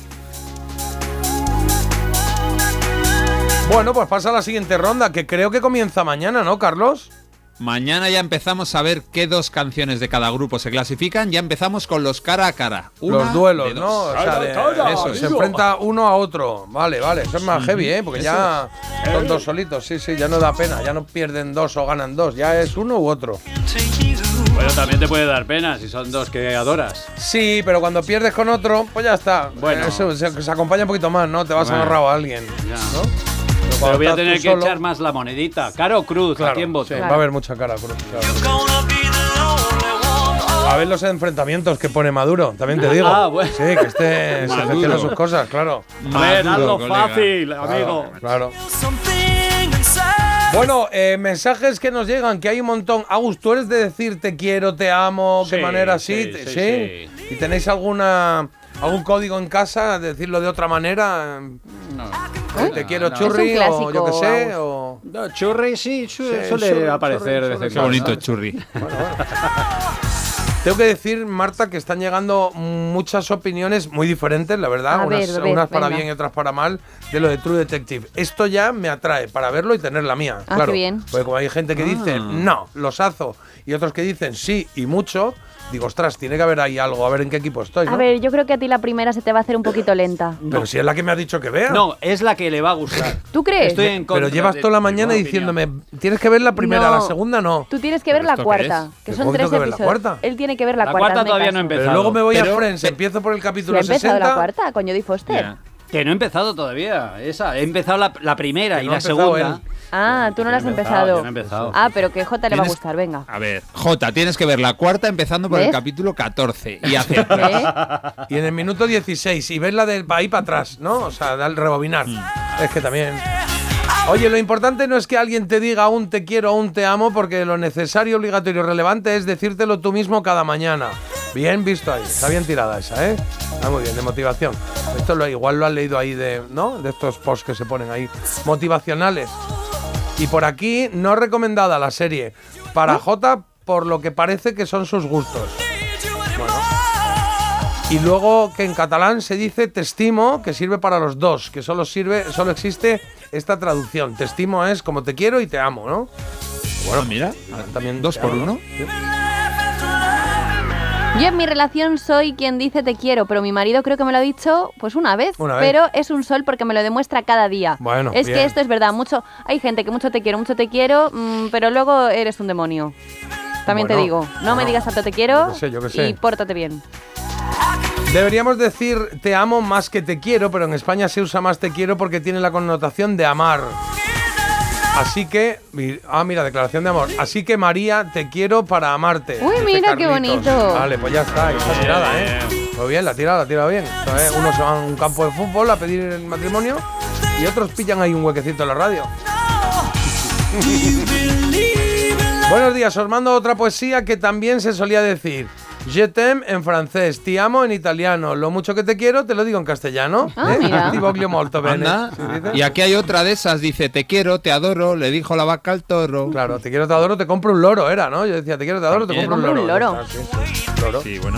Speaker 5: Bueno, pues pasa a la siguiente ronda, que creo que comienza mañana, ¿no, Carlos?
Speaker 7: Mañana ya empezamos a ver qué 2 canciones de cada grupo se clasifican. Ya empezamos con los cara a cara.
Speaker 5: Los duelos,
Speaker 7: de
Speaker 5: ¿no?
Speaker 7: dos.
Speaker 5: O sea, eso, se enfrenta uno a otro. Vale, eso es más heavy, ¿eh? Porque
Speaker 7: Eso
Speaker 5: ya son 2 solitos. Sí, ya no da pena. Ya no pierden 2 o ganan 2. Ya es uno u otro.
Speaker 1: Bueno, también te puede dar pena si son 2 que adoras.
Speaker 5: Sí, pero cuando pierdes con otro, pues ya está.
Speaker 1: Bueno.
Speaker 5: Eso se acompaña un poquito más, ¿no? Te vas
Speaker 1: Bueno.
Speaker 5: agarrado a alguien,
Speaker 1: Ya.
Speaker 5: ¿no?
Speaker 1: Pero voy a
Speaker 5: estás
Speaker 1: tener
Speaker 5: tú
Speaker 1: que
Speaker 5: solo-
Speaker 1: echar más la monedita. Caro Cruz,
Speaker 5: Claro,
Speaker 1: ¿a quién voto?
Speaker 5: sí, va a haber mucha cara, Cruz. Claro. A ver los enfrentamientos que pone Maduro, también te digo.
Speaker 1: Ah, bueno.
Speaker 5: Sí, que se
Speaker 7: Maduro.
Speaker 5: gestiona sus cosas, claro.
Speaker 1: A ver,
Speaker 7: Maduro,
Speaker 1: hazlo
Speaker 7: colega.
Speaker 1: fácil, amigo.
Speaker 5: Claro. Bueno, mensajes que nos llegan, que hay un montón. Agus, ¿tú eres de decir te quiero, te amo, qué
Speaker 1: Sí,
Speaker 5: manera
Speaker 1: sí,
Speaker 5: sí?
Speaker 1: sí.
Speaker 5: ¿Y tenéis algún código en casa, decirlo de otra manera? Te quiero
Speaker 1: no.
Speaker 5: churri
Speaker 6: Es un
Speaker 5: o yo qué
Speaker 6: clásico,
Speaker 5: sé.
Speaker 6: Agus.
Speaker 5: O...
Speaker 1: No, churri sí, suele
Speaker 5: churri,
Speaker 1: aparecer de vez en
Speaker 7: Qué
Speaker 1: cuando.
Speaker 7: bonito churri.
Speaker 5: Tengo que decir, Marta, que están llegando muchas opiniones muy diferentes, la verdad.
Speaker 6: A ver,
Speaker 5: unas para
Speaker 6: venga.
Speaker 5: bien y otras para mal, de lo de True Detective. Esto ya me atrae para verlo y tener la mía.
Speaker 6: Ah,
Speaker 5: claro.
Speaker 6: qué bien.
Speaker 5: Porque como hay gente que dice no, los azo, y otros que dicen sí y mucho, digo, ostras, tiene que haber ahí algo, a ver en qué equipo estoy, ¿no?
Speaker 6: A ver, yo creo que a ti la primera se te va a hacer un poquito lenta.
Speaker 5: Pero si es la que me ha dicho que vea.
Speaker 1: No, es la que le va a gustar.
Speaker 6: ¿Tú crees?
Speaker 1: Estoy en contra
Speaker 5: Pero llevas
Speaker 1: de
Speaker 5: toda la
Speaker 1: tu
Speaker 5: mañana
Speaker 1: opinión.
Speaker 5: diciéndome, tienes que ver la primera,
Speaker 6: No.
Speaker 5: la segunda no.
Speaker 6: Tú tienes que ver
Speaker 7: ¿Pero
Speaker 6: la
Speaker 7: esto qué
Speaker 6: cuarta,
Speaker 7: es?
Speaker 6: que
Speaker 5: ¿Pero
Speaker 6: son
Speaker 5: cómo que
Speaker 6: 3
Speaker 5: tengo que ver la
Speaker 6: episodios.
Speaker 5: cuarta?
Speaker 6: Él tiene que ver la
Speaker 1: La
Speaker 6: cuarta.
Speaker 1: cuarta
Speaker 6: hazme
Speaker 1: todavía no
Speaker 6: caso.
Speaker 1: he empezado.
Speaker 5: Pero luego me voy
Speaker 7: Pero-
Speaker 5: a Friends, empiezo por el
Speaker 6: Sí,
Speaker 5: capítulo
Speaker 6: ha empezado
Speaker 5: 60.
Speaker 6: la cuarta con Jodie Foster.
Speaker 7: Ya.
Speaker 1: Que no he empezado todavía, esa. He empezado la primera
Speaker 5: Que
Speaker 1: y
Speaker 5: no ha
Speaker 1: la
Speaker 5: empezado
Speaker 1: segunda.
Speaker 5: él.
Speaker 6: Ah, tú no la has
Speaker 1: Yo no he
Speaker 6: empezado.
Speaker 1: empezado.
Speaker 6: Ah, pero que J le va a
Speaker 7: Tienes-
Speaker 6: gustar, venga.
Speaker 7: A ver, Jota, tienes que ver la cuarta empezando por el
Speaker 6: ¿Ves?
Speaker 7: capítulo 14 y hacia atrás.
Speaker 6: ¿Eh?
Speaker 5: Y en el minuto 16, y ves la del ahí para atrás, ¿no? O sea, da el rebobinar. Es que también. Oye, lo importante no es que alguien te diga un te quiero o un te amo, porque lo necesario, obligatorio y relevante es decírtelo tú mismo cada mañana. Bien visto ahí. Está bien tirada esa, ¿eh? Está muy bien, de motivación. Esto igual lo has leído ahí ¿no? De estos posts que se ponen ahí. Motivacionales. Y por aquí, no recomendada la serie. Para Jota, por lo que parece que son sus gustos. Bueno. Y luego que en catalán se dice t'estimo, que sirve para los dos, que solo existe esta traducción. T'estimo es como te quiero y te amo, ¿no?
Speaker 7: Bueno, mira,
Speaker 5: También
Speaker 7: 2 por 1.
Speaker 6: Yo en mi relación soy quien dice te quiero, pero mi marido creo que me lo ha dicho pues una vez.
Speaker 5: Una vez.
Speaker 6: Pero es un sol porque me lo demuestra cada día.
Speaker 5: Bueno,
Speaker 6: es
Speaker 5: bien.
Speaker 6: que esto es verdad. Hay gente que mucho te quiero, pero luego eres un demonio. También te
Speaker 5: Bueno,
Speaker 6: digo, no me digas tanto te quiero
Speaker 5: yo qué sé.
Speaker 6: y pórtate bien.
Speaker 5: Deberíamos decir te amo más que te quiero, pero en España se usa más te quiero porque tiene la connotación de amar. Así que, mira, declaración de amor. Así que María, te quiero para amarte.
Speaker 6: Uy,
Speaker 5: Dice
Speaker 6: mira qué
Speaker 5: Carlitos.
Speaker 6: bonito.
Speaker 5: Vale, pues ya está, ahí está tirada, ¿eh? Muy bien, la ha tirado bien. Esto, ¿eh? Unos se van a un campo de fútbol a pedir el matrimonio y otros pillan ahí un huequecito en la radio. Buenos días, os mando otra poesía que también se solía decir. Je t'aime en francés, ti amo en italiano. Lo mucho que te quiero te lo digo en castellano.
Speaker 6: Ah, mira.
Speaker 5: Ti voglio molto bene.
Speaker 7: Anda.
Speaker 5: ¿Sí dice?
Speaker 7: Y aquí hay otra de esas, dice, te quiero, te adoro, le dijo la vaca al toro.
Speaker 5: Claro, te quiero, te adoro, te compro un loro, era, ¿no? Yo decía, te quiero, te adoro, te
Speaker 7: También.
Speaker 5: compro un
Speaker 6: Compro
Speaker 5: loro.
Speaker 6: un loro.
Speaker 5: Ya está, sí, loro.
Speaker 7: Sí, bueno.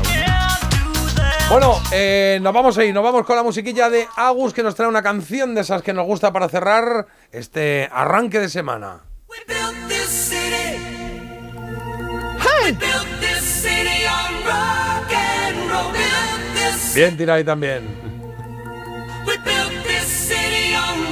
Speaker 5: Bueno, nos vamos a ir, nos vamos con la musiquilla de Agus, que nos trae una canción de esas que nos gusta para cerrar este arranque de semana. Bien tirado ahí también.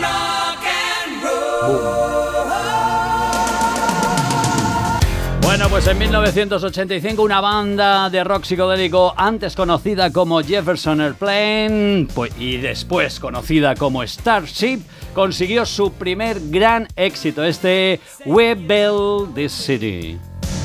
Speaker 1: Bueno, Pues en 1985 una banda de rock psicodélico antes conocida como Jefferson Airplane y después conocida como Starship consiguió su primer gran éxito, este We Built This City.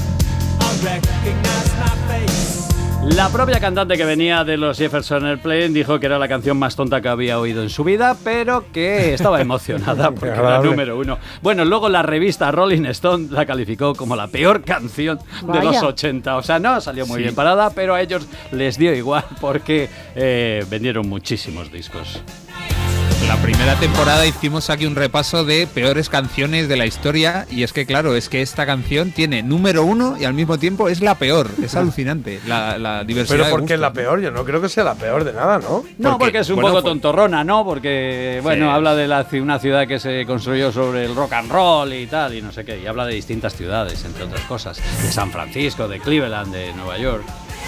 Speaker 1: La propia cantante que venía de los Jefferson Airplane dijo que era la canción más tonta que había oído en su vida, pero que estaba emocionada porque era número 1. Bueno, luego la revista Rolling Stone la calificó como la peor canción de los 80. O sea, no salió muy bien parada, pero a ellos les dio igual porque vendieron muchísimos discos.
Speaker 7: La primera temporada hicimos aquí un repaso de peores canciones de la historia y es que claro, es que esta canción tiene número 1 y al mismo tiempo es la peor. Es alucinante la diversidad.
Speaker 5: Pero ¿por qué es la peor? Yo no creo que sea la peor de nada, ¿no?
Speaker 1: No, porque es un poco tontorrona, ¿no? Porque, bueno, habla de una ciudad que se construyó sobre el rock and roll y tal, y no sé qué. Y habla de distintas ciudades, entre otras cosas. De San Francisco, de Cleveland, de Nueva York.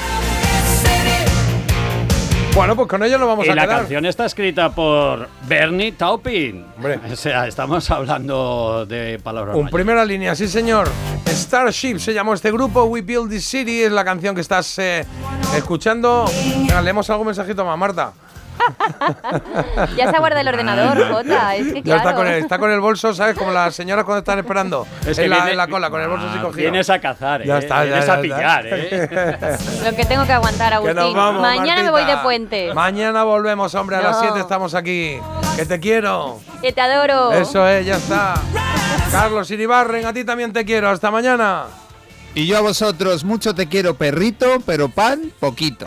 Speaker 5: Bueno, pues con ello nos vamos a quedar.
Speaker 1: Y la canción está escrita por Bernie Taupin.
Speaker 5: Hombre.
Speaker 1: O sea, estamos hablando de palabras mayores.
Speaker 5: Primera línea, sí señor. Starship se llamó este grupo. We Built This City es la canción que estás escuchando. Venga, leemos algún mensajito más, Marta.
Speaker 6: Ya se aguarda el ordenador, Jota. Es que
Speaker 5: Ya
Speaker 6: claro.
Speaker 5: está con el bolso, ¿sabes? Como las señoras cuando están esperando
Speaker 1: Es que
Speaker 5: en la cola, con el bolso así cogido.
Speaker 1: Vienes a cazar,
Speaker 5: Ya está,
Speaker 1: vienes
Speaker 5: ya
Speaker 1: a pillar,
Speaker 6: Lo que tengo que aguantar, Agustín.
Speaker 5: nos vamos,
Speaker 6: Mañana
Speaker 5: Martita.
Speaker 6: me voy de puente.
Speaker 5: Mañana volvemos, hombre, a las 7 estamos aquí. Que te quiero.
Speaker 6: Que te adoro.
Speaker 5: Eso es, ya está. Carlos Iribarren, a ti también te quiero. Hasta mañana.
Speaker 7: Y yo a vosotros, mucho te quiero, perrito, pero pan, poquito.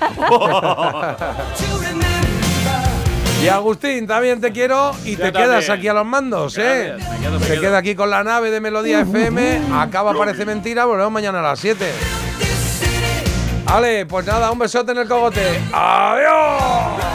Speaker 5: Y Agustín, también te quiero y te quedas aquí a los mandos, ¿eh? Te queda aquí con la nave de Melodía FM. Acaba Parece Mentira, volvemos mañana a las 7. Vale, pues nada, un besote en el cogote. ¡Adiós!